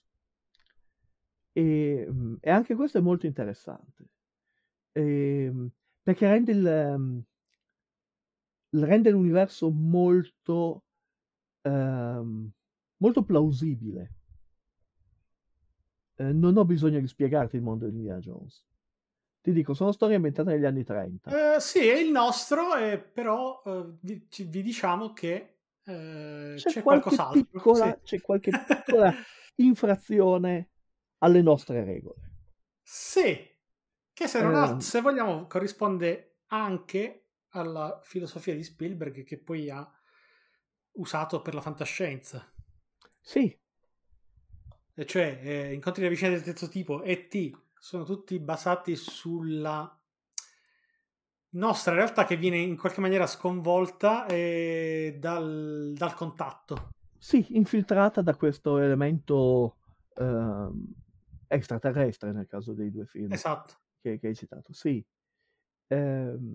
E, mm, e anche questo è molto interessante. Ehm, perché rende il, ehm, rende l'universo molto, ehm, molto plausibile. Eh, non ho bisogno di spiegarti il mondo di Indiana Jones. Ti dico, sono storie ambientate negli anni trenta. Eh, sì, è il nostro, eh, però eh, vi, ci- vi diciamo che eh, C'è c'è qualche qualcos'altro. piccola, Sì. c'è qualche piccola infrazione alle nostre regole. Sì, che se non Eh, altro, se vogliamo, corrisponde anche alla filosofia di Spielberg che poi ha usato per la fantascienza. sì, E cioè, eh, Incontri da vicende del terzo tipo e T sono tutti basati sulla nostra realtà che viene in qualche maniera sconvolta eh, dal, dal contatto. sì, infiltrata da questo elemento ehm, extraterrestre nel caso dei due film Esatto. che, che hai citato. Sì. Ehm,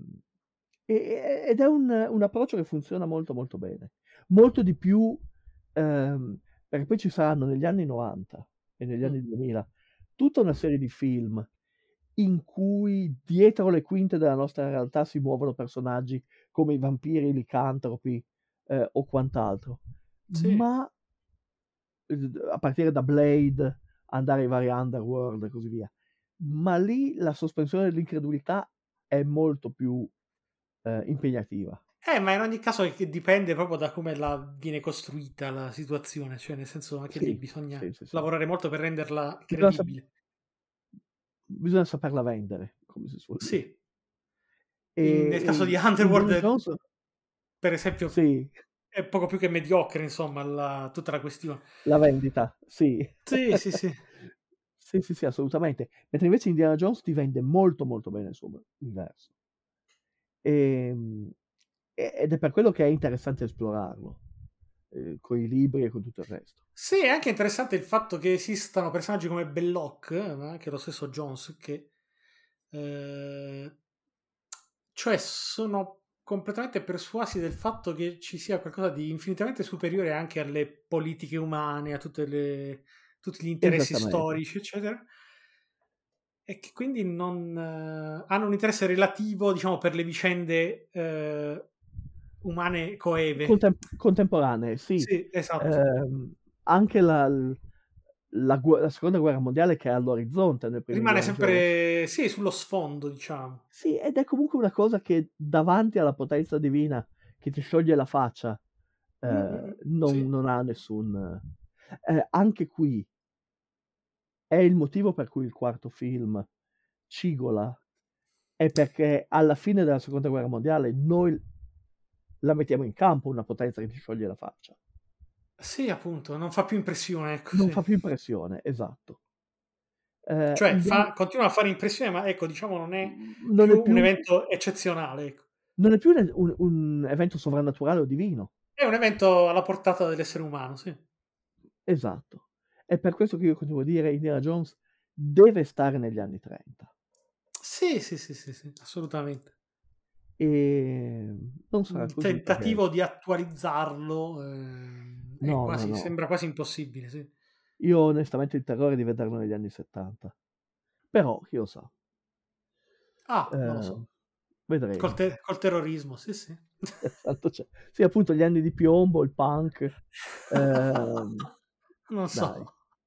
e- ed è un, un approccio che funziona molto molto bene. Molto di più, ehm, perché poi ci saranno negli anni novanta e negli Mm. anni duemila tutta una serie di film in cui dietro le quinte della nostra realtà si muovono personaggi come i vampiri, i licantropi eh, o quant'altro. Sì. Ma eh, a partire da Blade, andare ai vari Underworld e così via. Ma lì la sospensione dell'incredulità è molto più eh, impegnativa. Eh, ma in ogni caso è che dipende proprio da come la viene costruita la situazione, cioè nel senso anche lì Sì, bisogna sì, sì, sì. lavorare molto per renderla Bisogna, sap- credibile. bisogna saperla vendere, come si suol dire. Sì. E, In- nel caso di e Underworld, Indiana Jones, per esempio, sì, è poco più che mediocre, insomma, la- tutta la questione. la vendita, sì. Sì, sì, sì. Sì, sì, sì, assolutamente. Mentre invece Indiana Jones ti vende molto molto bene il suo universo. Ehm, e- ed è per quello che è interessante esplorarlo, eh, con i libri e con tutto il resto. Sì, è anche interessante il fatto che esistano personaggi come Belloc, eh, ma anche lo stesso Jones, che eh, cioè sono completamente persuasi del fatto che ci sia qualcosa di infinitamente superiore anche alle politiche umane, a tutte le, tutti gli interessi Esattamente. storici, eccetera, e che quindi non eh, hanno un interesse relativo, diciamo, per le vicende eh, umane coeve. Contem- contemporanee, sì. Sì, esatto. Ehm, anche la, la gu- la seconda guerra mondiale che è all'orizzonte nel primo Rimane Indiana Jones. sempre, sì, sullo sfondo, diciamo. Sì, ed è comunque una cosa che davanti alla potenza divina che ti scioglie la faccia eh, Mm, non, sì. non ha nessun... eh, anche qui è il motivo per cui il quarto film cigola, è perché alla fine della seconda guerra mondiale noi la mettiamo in campo una potenza che ti scioglie la faccia. Sì, appunto, non fa più impressione, ecco, Non sì. fa più impressione, esatto. Eh, Cioè, Indiana- fa- continua a fare impressione, ma ecco, diciamo, non è non più è più, un evento eccezionale, ecco. non è più un, un- un evento sovrannaturale o divino. È un evento alla portata dell'essere umano, sì. Esatto. È per questo che io continuo a dire Indiana Jones deve stare negli anni trenta. Sì, sì, sì, sì, sì, assolutamente. E non sarà Il così perché... tentativo di attualizzarlo eh, è No, quasi, no, no. sembra quasi impossibile, sì. Io ho onestamente il terrore di vederlo negli anni settanta. Però, chi lo sa. Ah, non lo Eh, so. vedremo. Col, te- col terrorismo, sì, sì. Esatto, cioè, sì, appunto, gli anni di piombo, il punk. ehm, Non so. dai.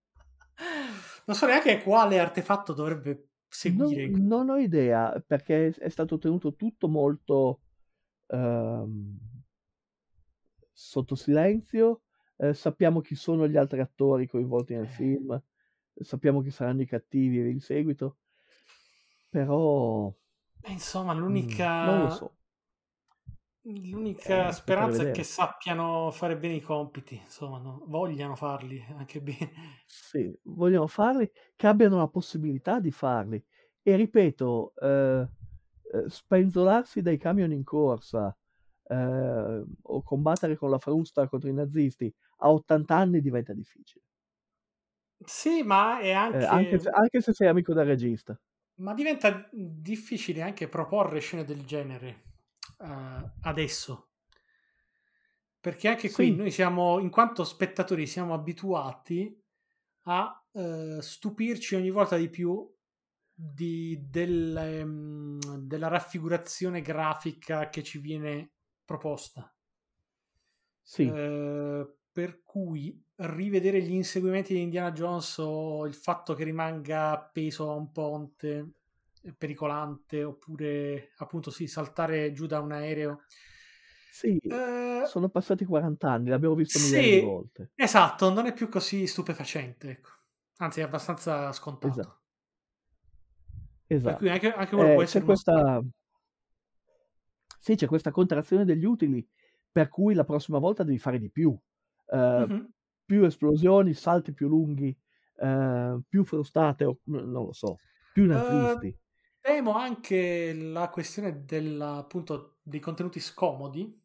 Non so neanche quale artefatto dovrebbe seguire. Non, non ho idea, perché è stato tenuto tutto molto ehm, sotto silenzio. Eh, sappiamo chi sono gli altri attori coinvolti nel film, sappiamo chi saranno i cattivi e via di seguito, però Eh, insomma, mm, non lo l'unica, so. l'unica Eh, aspettare e speranza è che vedere. sappiano fare bene i compiti, insomma, no? Vogliano farli anche bene. Sì, vogliono farli, che abbiano la possibilità di farli. E ripeto, eh, eh, spenzolarsi dai camion in corsa eh, o combattere con la frusta contro i nazisti a ottanta anni diventa difficile. Sì, ma è Eh, anche, se, anche... anche se sei amico del regista. Ma diventa difficile anche proporre scene del genere uh, adesso. Perché anche qui Sì, noi siamo, in quanto spettatori, siamo abituati a uh, stupirci ogni volta di più di, del, um, della raffigurazione grafica che ci viene proposta. sì. Uh, per cui rivedere gli inseguimenti di Indiana Jones o il fatto che rimanga appeso a un ponte pericolante oppure appunto sì, saltare giù da un aereo. Sì, Uh, sono passati quaranta anni, l'abbiamo visto migliaia di sì, volte. esatto, non è più così stupefacente, ecco. Anzi è abbastanza scontato. Esatto. Per Esatto. cui anche, anche quello può Eh, essere c'è uno stimolo. questa, sì, c'è questa contrazione degli utili per cui la prossima volta devi fare di più. Eh, Mm-hmm. più esplosioni, salti più lunghi, eh, più frustate, o non lo so, più nazisti. Uh, temo anche la questione della, appunto, dei contenuti scomodi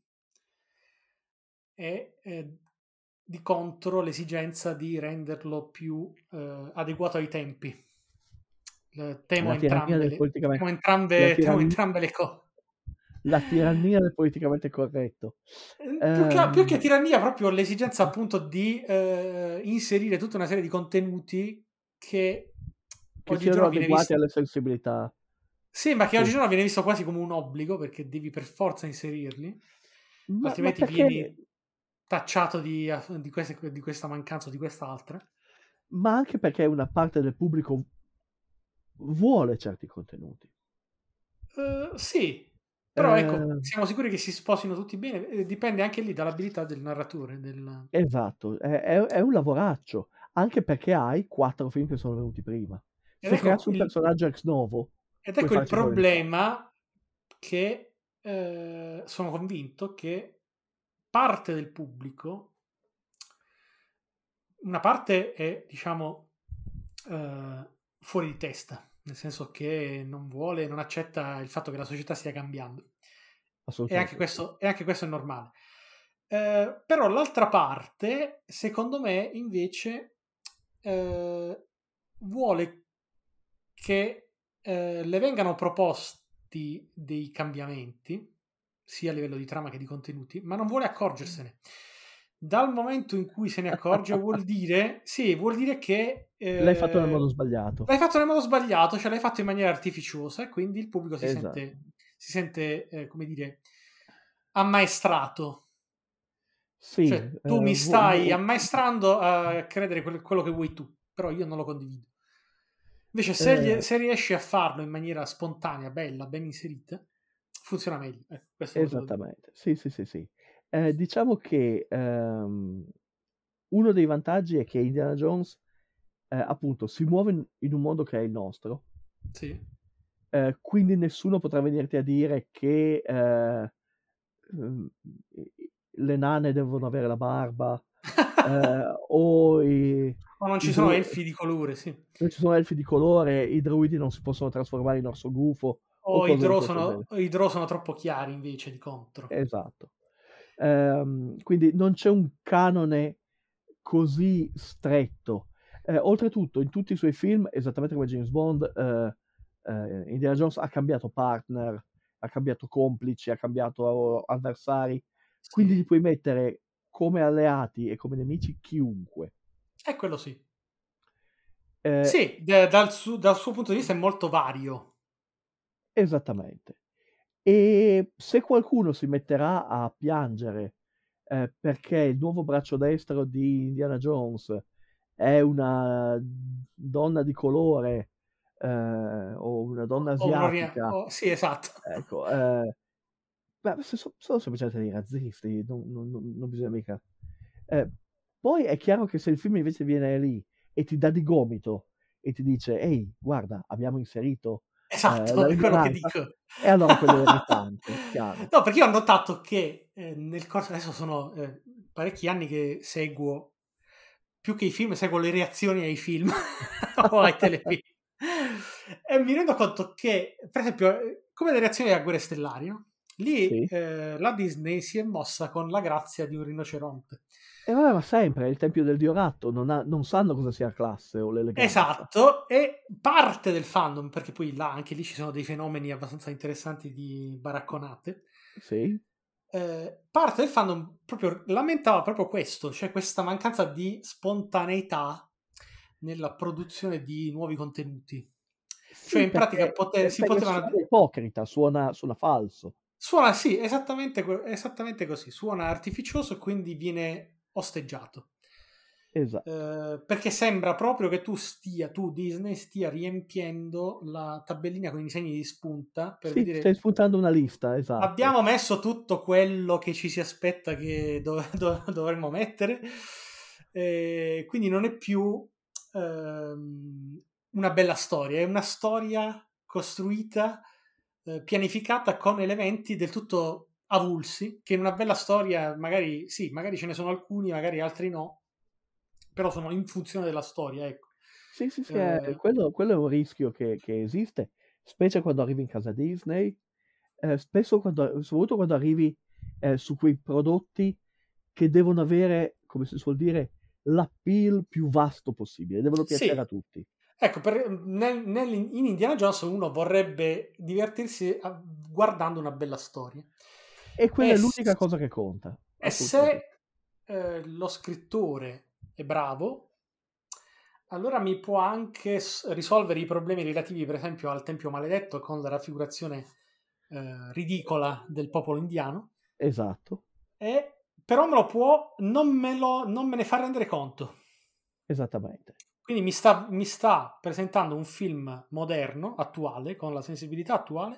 e eh, di contro l'esigenza di renderlo più eh, adeguato ai tempi. Le, temo, La tirannia entrambe del le, politicamente, temo, la entrambe, temo tirannia, entrambe le cose. la tirannia del politicamente corretto. Più che, più che Ehm, tirannia, proprio l'esigenza appunto di eh, inserire tutta una serie di contenuti che che siano oggigiorno viene adeguati visto. alle sensibilità. Sì, ma che Sì. oggigiorno viene visto quasi come un obbligo perché devi per forza inserirli, Ma, altrimenti ma perché, vieni tacciato di, di, queste, di questa mancanza o di quest'altra. ma anche perché una parte del pubblico vuole certi contenuti. Uh, sì, però ecco, Eh, siamo sicuri che si sposino tutti bene, eh, dipende anche lì dall'abilità del narratore. Del... esatto, è, è- è un lavoraccio, anche perché hai quattro film che sono venuti prima. Ed Se ecco creassi un il, personaggio ex novo, ed puoi ecco il farci quello che ti pare. problema che eh, sono convinto che parte del pubblico, una parte è, diciamo, eh, fuori di testa, nel senso che non vuole, non accetta il fatto che la società stia cambiando. E anche Assolutamente sì. questo, e anche questo è normale. Eh, però l'altra parte, secondo me, invece, eh, vuole che eh, le vengano proposti dei cambiamenti, sia a livello di trama che di contenuti, ma non vuole accorgersene. Dal momento in cui se ne accorge vuol dire, sì, vuol dire che eh, L'hai fatto nel modo sbagliato. l'hai fatto nel modo sbagliato, cioè l'hai fatto in maniera artificiosa e quindi il pubblico si Esatto. sente, si sente eh, come dire, ammaestrato. Sì, Cioè, tu eh, mi vu- stai vu- ammaestrando a credere quello, quello che vuoi tu, però io non lo condivido. Invece, se, eh, gli- se riesci a farlo in maniera spontanea, bella, ben inserita, funziona meglio. Eh, questo volevo dire. esattamente, sì, sì, sì, sì. Eh, diciamo che ehm, uno dei vantaggi è che Indiana Jones, eh, appunto, si muove in, in un mondo che è il nostro, Sì. eh, quindi nessuno potrà venirti a dire che eh, mm, le nane devono avere la barba, eh, o i, Ma non ci i sono dru- elfi di colore, sì. non ci sono elfi di colore, i druidi non si possono trasformare in orso gufo o O i cose di draw questo sono, genere. i draw sono troppo chiari invece di contro. Esatto. Ehm, quindi non c'è un canone così stretto. Eh, oltretutto, in tutti i suoi film, esattamente come James Bond, eh, eh, Indiana Jones ha cambiato partner, ha cambiato complici, ha cambiato avversari, quindi Sì. gli puoi mettere come alleati e come nemici chiunque. E quello sì. Eh, Sì, da- dal, su- dal suo punto di vista è molto vario. Esattamente. E se qualcuno si metterà a piangere eh, perché il nuovo braccio destro di Indiana Jones è una donna di colore eh, o una donna O un ori- asiatica, o- sì, esatto. ecco, eh, Beh, se so- sono semplicemente dei razzisti, non, non- non- non bisogna mica... Eh, poi è chiaro che se il film invece viene lì e ti dà di gomito e ti dice, ehi, guarda, abbiamo inserito eh, Esatto, la è quello che rilevanza, dico. e allora quello è irritante, chiaro. No, perché io ho notato che eh, nel corso, adesso sono eh, parecchi anni che seguo, più che i film, seguo le reazioni ai film o ai telefilm. E mi rendo conto che, per esempio, eh, come le reazioni a Guerre Stellari, no? Lì Sì. eh, la Disney si è mossa con la grazia di un rinoceronte. E vabbè, ma sempre, è il tempio del dio gatto, non, ha- non sanno cosa sia classe o l'eleganza. Esatto, e parte del fandom, perché poi là, anche lì ci sono dei fenomeni abbastanza interessanti di baracconate, Sì, eh, parte del fandom proprio lamentava proprio questo, cioè questa mancanza di spontaneità nella produzione di nuovi contenuti. sì, Cioè in pratica perché, pote- si perché potevano... suona ipocrita, suona, suona falso. Suona, sì, esattamente, que- esattamente così, suona artificioso e quindi viene osteggiato. Esatto. Eh, perché sembra proprio che tu stia, tu Disney, stia riempiendo la tabellina con i disegni di spunta per Sì, vedere... stai spuntando una lista, esatto. Abbiamo messo tutto quello che ci si aspetta che dov- dov- dovremmo mettere, eh, quindi non è più ehm, una bella storia, è una storia costruita, eh, pianificata con elementi del tutto avulsi, che in una bella storia magari sì, magari ce ne sono alcuni, magari altri no, però sono in funzione della storia, ecco. Sì, sì, sì, Eh, è- quello, quello è un rischio che, che esiste, specie quando arrivi in casa Disney, eh, spesso quando, soprattutto quando arrivi eh, su quei prodotti che devono avere, come si suol dire, l'appeal più vasto possibile, devono piacere sì. a tutti. Ecco, per, nel, nel- in Indiana Jones uno vorrebbe divertirsi a- guardando una bella storia. E quella E è l'unica s- cosa che conta. E assolutamente. se eh, lo scrittore è bravo, allora mi può anche s- risolvere i problemi relativi, per esempio, al Tempio Maledetto con la raffigurazione eh, ridicola del popolo indiano, Esatto, e, però me lo può, non me, lo, non me ne fa rendere conto. esattamente. Quindi mi sta, mi sta presentando un film moderno, attuale, con la sensibilità attuale,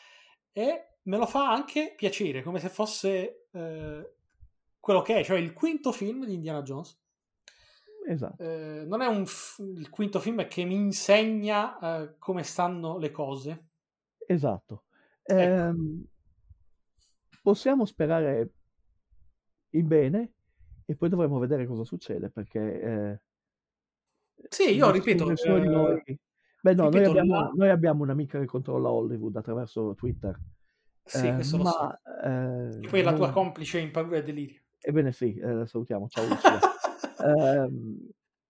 e me lo fa anche piacere, come se fosse eh, quello che è, cioè il quinto film di Indiana Jones. Esatto. Eh, non è un f- il quinto film che mi insegna eh, come stanno le cose. Esatto. Ecco. Ehm, possiamo sperare in bene e poi dovremo vedere cosa succede perché eh, Sì, io ripeto, nessuno di noi... eh, Beh no, noi ripeto abbiamo, la... noi abbiamo un'amica che controlla Hollywood attraverso Twitter, Sì, eh, questo lo so. ma eh, E poi è la tua non... complice in paura e delirio. Ebbene sì, eh, la salutiamo, ciao Lucia. Ehm,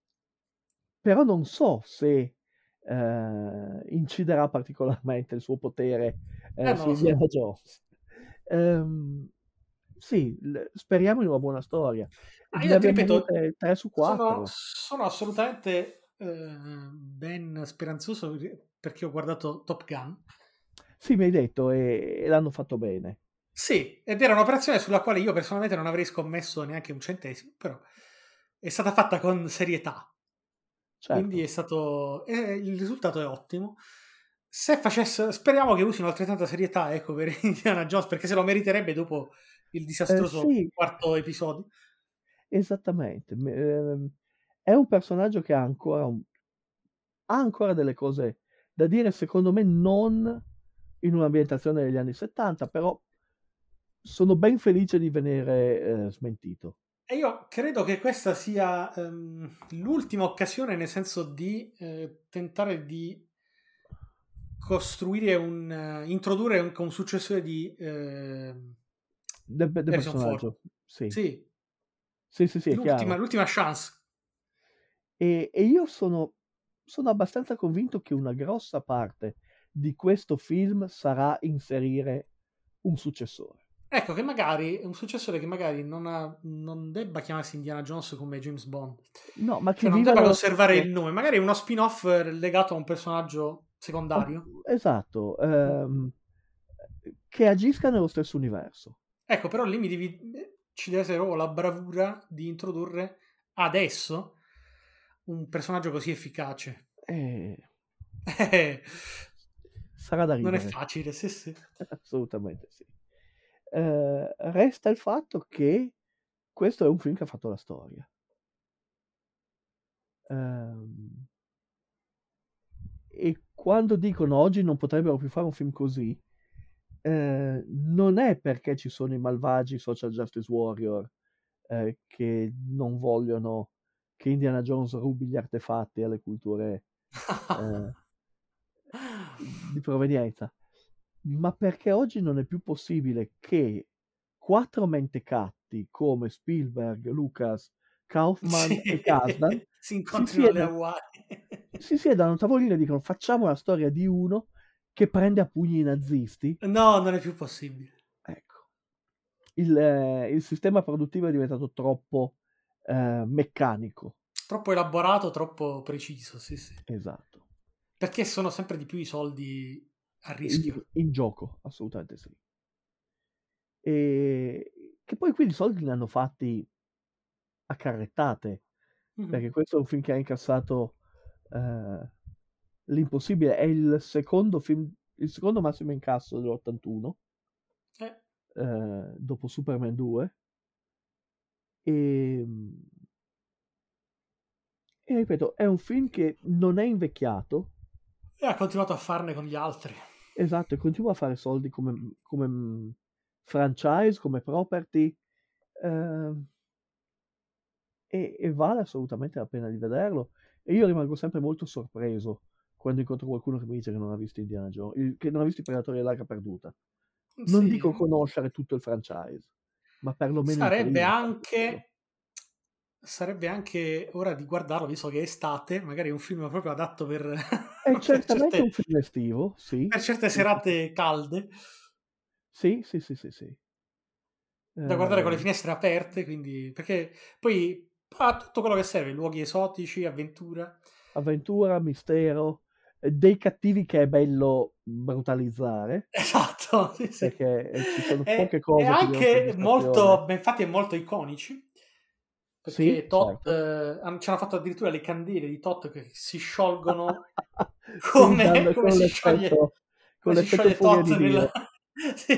però non so se eh, inciderà particolarmente il suo potere eh, Eh, non su lo so. Indiana Jones. Ehm, sì, l- speriamo in una buona storia. Ah, Ne io ti abbiamo ripeto, avute tre su sono, quattro. sono assolutamente eh, ben speranzoso perché ho guardato Top Gun. Sì, mi hai detto, e, e l'hanno fatto bene. Sì, ed era un'operazione sulla quale io personalmente non avrei scommesso neanche un centesimo, però è stata fatta con serietà. Certo. Quindi è stato... eh, il risultato è ottimo. Se facesse... Speriamo che usino altrettanta serietà, ecco, per Indiana Jones, perché se lo meriterebbe dopo il disastroso Eh, sì. quarto episodio. Esattamente. M- ehm, è un personaggio che ha ancora, un- ha ancora delle cose da dire, secondo me, non in un'ambientazione degli anni settanta, però sono ben felice di venire eh, smentito. E io credo che questa sia ehm, l'ultima occasione, nel senso di eh, tentare di costruire un... eh, introdurre un, un successore di... eh, Del, del Harrison Ford. personaggio, sì. Sì, Sì, sì, sì, è l'ultima, chiaro. l'ultima chance. E, e io sono, sono abbastanza convinto che una grossa parte di questo film sarà inserire un successore. Ecco, che magari un successore che magari non, ha, non debba chiamarsi Indiana Jones come James Bond. No, ma che Cioè non viva debba nello conservare stesso- il nome, magari uno spin-off legato a un personaggio secondario. Oh, esatto, ehm, che agisca nello stesso universo. Ecco, però lì mi devi, ci deve essere proprio la bravura di introdurre adesso un personaggio così efficace. Eh, Eh, sarà da non è ridere. facile, sì, sì. Assolutamente sì. eh, resta il fatto che questo è un film che ha fatto la storia. Ehm, e quando dicono oggi non potrebbero più fare un film così, eh, non è perché ci sono i malvagi social justice warrior eh, che non vogliono che Indiana Jones rubi gli artefatti alle culture eh, di provenienza, ma perché oggi non è più possibile che quattro mentecatti come Spielberg, Lucas, Kaufman Sì, e Kasdan si si incontrino alle siedano, Hawaii. si siedano a un tavolino e dicono facciamo la storia di uno che prende a pugni i nazisti. No, non è più possibile. Ecco, il, eh, il sistema produttivo è diventato troppo eh, meccanico. Troppo elaborato, troppo preciso, sì, sì. Esatto. Perché sono sempre di più i soldi a In, rischio. in gioco, assolutamente sì. E che poi qui i soldi li hanno fatti a carrettate, Mhm. perché questo è un film che ha incassato eh, l'impossibile, è il secondo film, il secondo massimo incasso dell'ottantuno, Eh, eh, dopo Superman due, e, e ripeto, è un film che non è invecchiato, e ha continuato a farne con gli altri. esatto, e continua a fare soldi come, come mm, franchise, come property, eh, e, e vale assolutamente la pena di vederlo. E io rimango sempre molto sorpreso quando incontro qualcuno che mi dice che non ha visto Indiana Jones, il- che non ha visto i Predatori dell'Arca Perduta. Non Sì, dico conoscere tutto il franchise, ma perlomeno il sarebbe primo. capirlo. anche sarebbe anche ora di guardarlo, visto che è estate, magari è un film proprio adatto per, È per certamente certe, un film estivo, sì. per certe Sì, sì, serate calde, sì, sì, sì, sì, sì. da guardare con le Eh, finestre aperte, quindi perché poi ha tutto quello che serve, luoghi esotici, avventura. avventura, mistero, eh, dei cattivi che è bello brutalizzare, Esatto, sì, sì. perché eh, ci sono E, poche e cose che diano anche soddisfazione. molto, beh, infatti è molto iconici, Sì, perché Tot, certo. eh, han- ci hanno fatto addirittura le candele di Tot che si sciolgono Sì, come, dal- come con si scioglie, l'effetto, con come si l'effetto scioglie furia Tot di nella... Dio. Sì.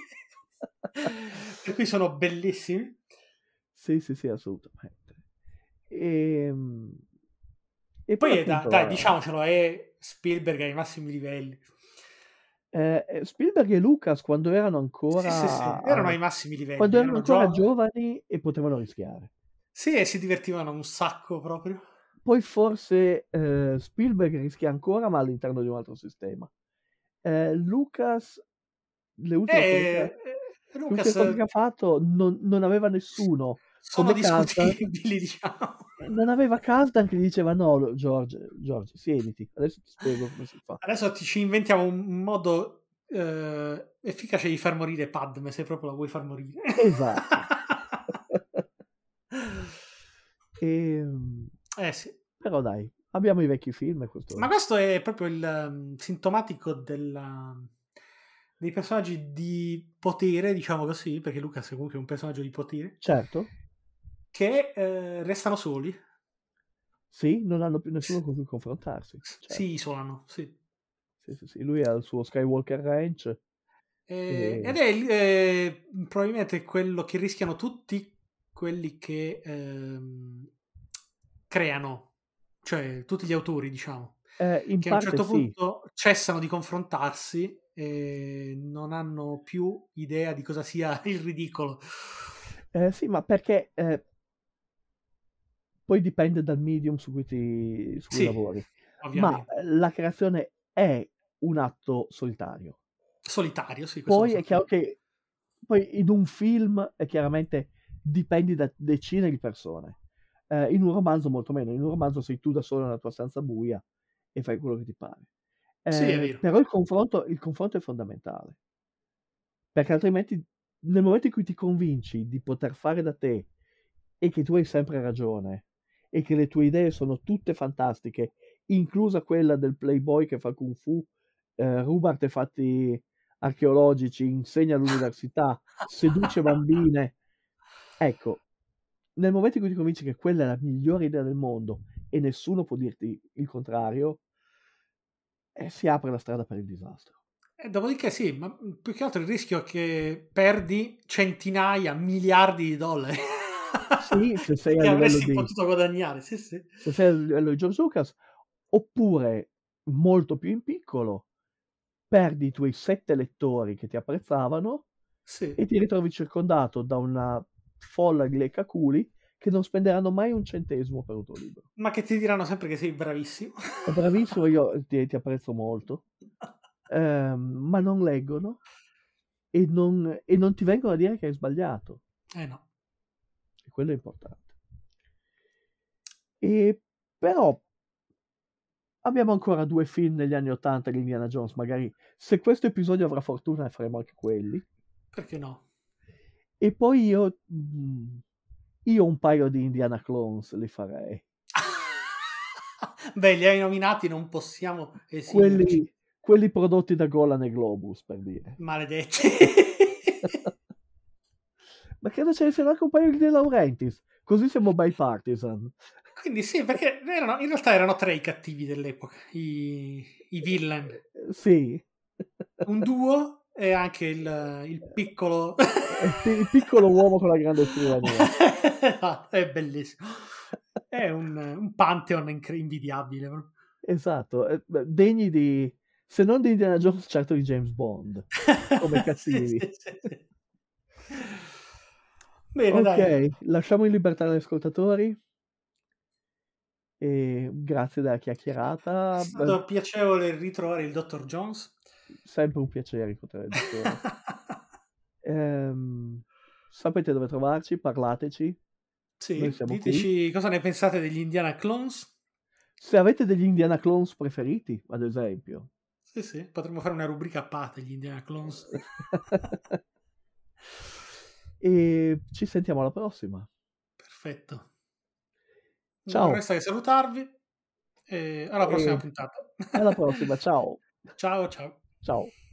Per cui sono bellissimi. Sì, sì, sì, assolutamente. E, e poi Poi è da- appunto dai, diciamocelo, è Spielberg ai massimi livelli. eh, eh, Spielberg e Lucas quando erano Sì, sì, sì, ancora, erano ai a- massimi livelli, quando erano erano ancora giovani. giovani e potevano rischiare. Sì, e si divertivano un sacco proprio. Poi forse eh, Spielberg rischia ancora, ma all'interno di un altro sistema. Eh, Lucas, le E ultime cose che ha, eh, le ultime Lucas cose che ha fatto non, non aveva nessuno sono come Kasdan. discutibili, diciamo. E non aveva Kasdan che gli diceva no, George, George, siediti, adesso ti spiego come si fa. Adesso ti, ci inventiamo un modo eh, efficace di far morire Padme, se proprio la vuoi far morire. Esatto. E, Eh sì. però dai, abbiamo i vecchi film e questo... Ma questo è proprio il um, sintomatico della, dei personaggi di potere, diciamo così, perché Lucas è comunque un personaggio di potere, Certo, che eh, restano soli, sì, non hanno più nessuno con cui confrontarsi. Certo. si isolano, sì. Sì, sì, sì. Lui ha il suo Skywalker Ranch. Eh, E... ed è eh, probabilmente quello che rischiano tutti quelli che ehm, creano, cioè tutti gli autori, diciamo, Eh, in che a un parte certo sì. punto cessano di confrontarsi e non hanno più idea di cosa sia il ridicolo. Eh, sì, ma perché eh, poi dipende dal medium su cui, ti, su cui Sì, lavori. ovviamente. Ma la creazione è un atto solitario. Solitario, sì, questo Poi lo è chiaro sappiamo. che poi in un film è chiaramente dipendi da decine di persone. Eh, in un romanzo molto meno. In un romanzo sei tu da solo nella tua stanza buia e fai quello che ti pare. Sì, è Eh, vero. però il confronto, il confronto è fondamentale. Perché altrimenti nel momento in cui ti convinci di poter fare da te e che tu hai sempre ragione e che le tue idee sono tutte fantastiche, inclusa quella del playboy che fa kung fu, eh, ruba artefatti archeologici, insegna all'università, seduce bambine. Ecco, nel momento in cui ti convinci che quella è la migliore idea del mondo e nessuno può dirti il contrario, eh, si apre la strada per il disastro. E dopodiché sì, ma più che altro il rischio è che perdi centinaia, miliardi di dollari Sì, se sei a che livello avresti di potuto guadagnare. Sì, sì. se sei a livello di George Lucas, oppure molto più in piccolo, perdi i tuoi sette lettori che ti apprezzavano Sì. e ti ritrovi circondato da una folla di leccaculi che non spenderanno mai un centesimo per un tuo libro. Ma che ti diranno sempre che sei bravissimo. È bravissimo, io ti, ti apprezzo molto, ehm, ma non leggono e non, e non ti vengono a dire che hai sbagliato. Eh no. E quello è importante. E però abbiamo ancora due film negli anni ottanta di Indiana Jones, magari se questo episodio avrà fortuna faremo anche quelli. Perché no? E poi io, mm, io un paio di Indiana Clones li farei. Beh, li hai nominati, non possiamo esimerci. Quelli, quelli prodotti da Golan e Globus, per dire. Maledetti. Ma credo ce ne siano anche un paio di De Laurentiis, così siamo bipartisan. Quindi sì, perché erano, in realtà erano tre i cattivi dell'epoca, i, i villain. Sì. Un duo e anche il, il piccolo... Il piccolo uomo con la grande scrivania. È bellissimo. È un, un pantheon incre- invidiabile. Però. Esatto, eh, beh, degni di, se non di Indiana Jones, certo di James Bond, come cattivi. Sì, sì, sì. Bene, Ok, dai. lasciamo in libertà gli ascoltatori. E grazie della chiacchierata. È stato piacevole ritrovare il dottor Jones. Sempre un piacere incontrare il dottore. ehm, sapete dove trovarci, parlateci. Sì, Noi siamo diteci qui. cosa ne pensate degli Indiana Clones. Se avete degli Indiana Clones preferiti, ad esempio. Sì, sì, potremmo fare una rubrica a parte gli Indiana Clones. E ci sentiamo alla prossima. Perfetto. Ciao. Non resta che salutarvi e alla prossima E puntata. alla prossima, ciao. Ciao, ciao. Ciao.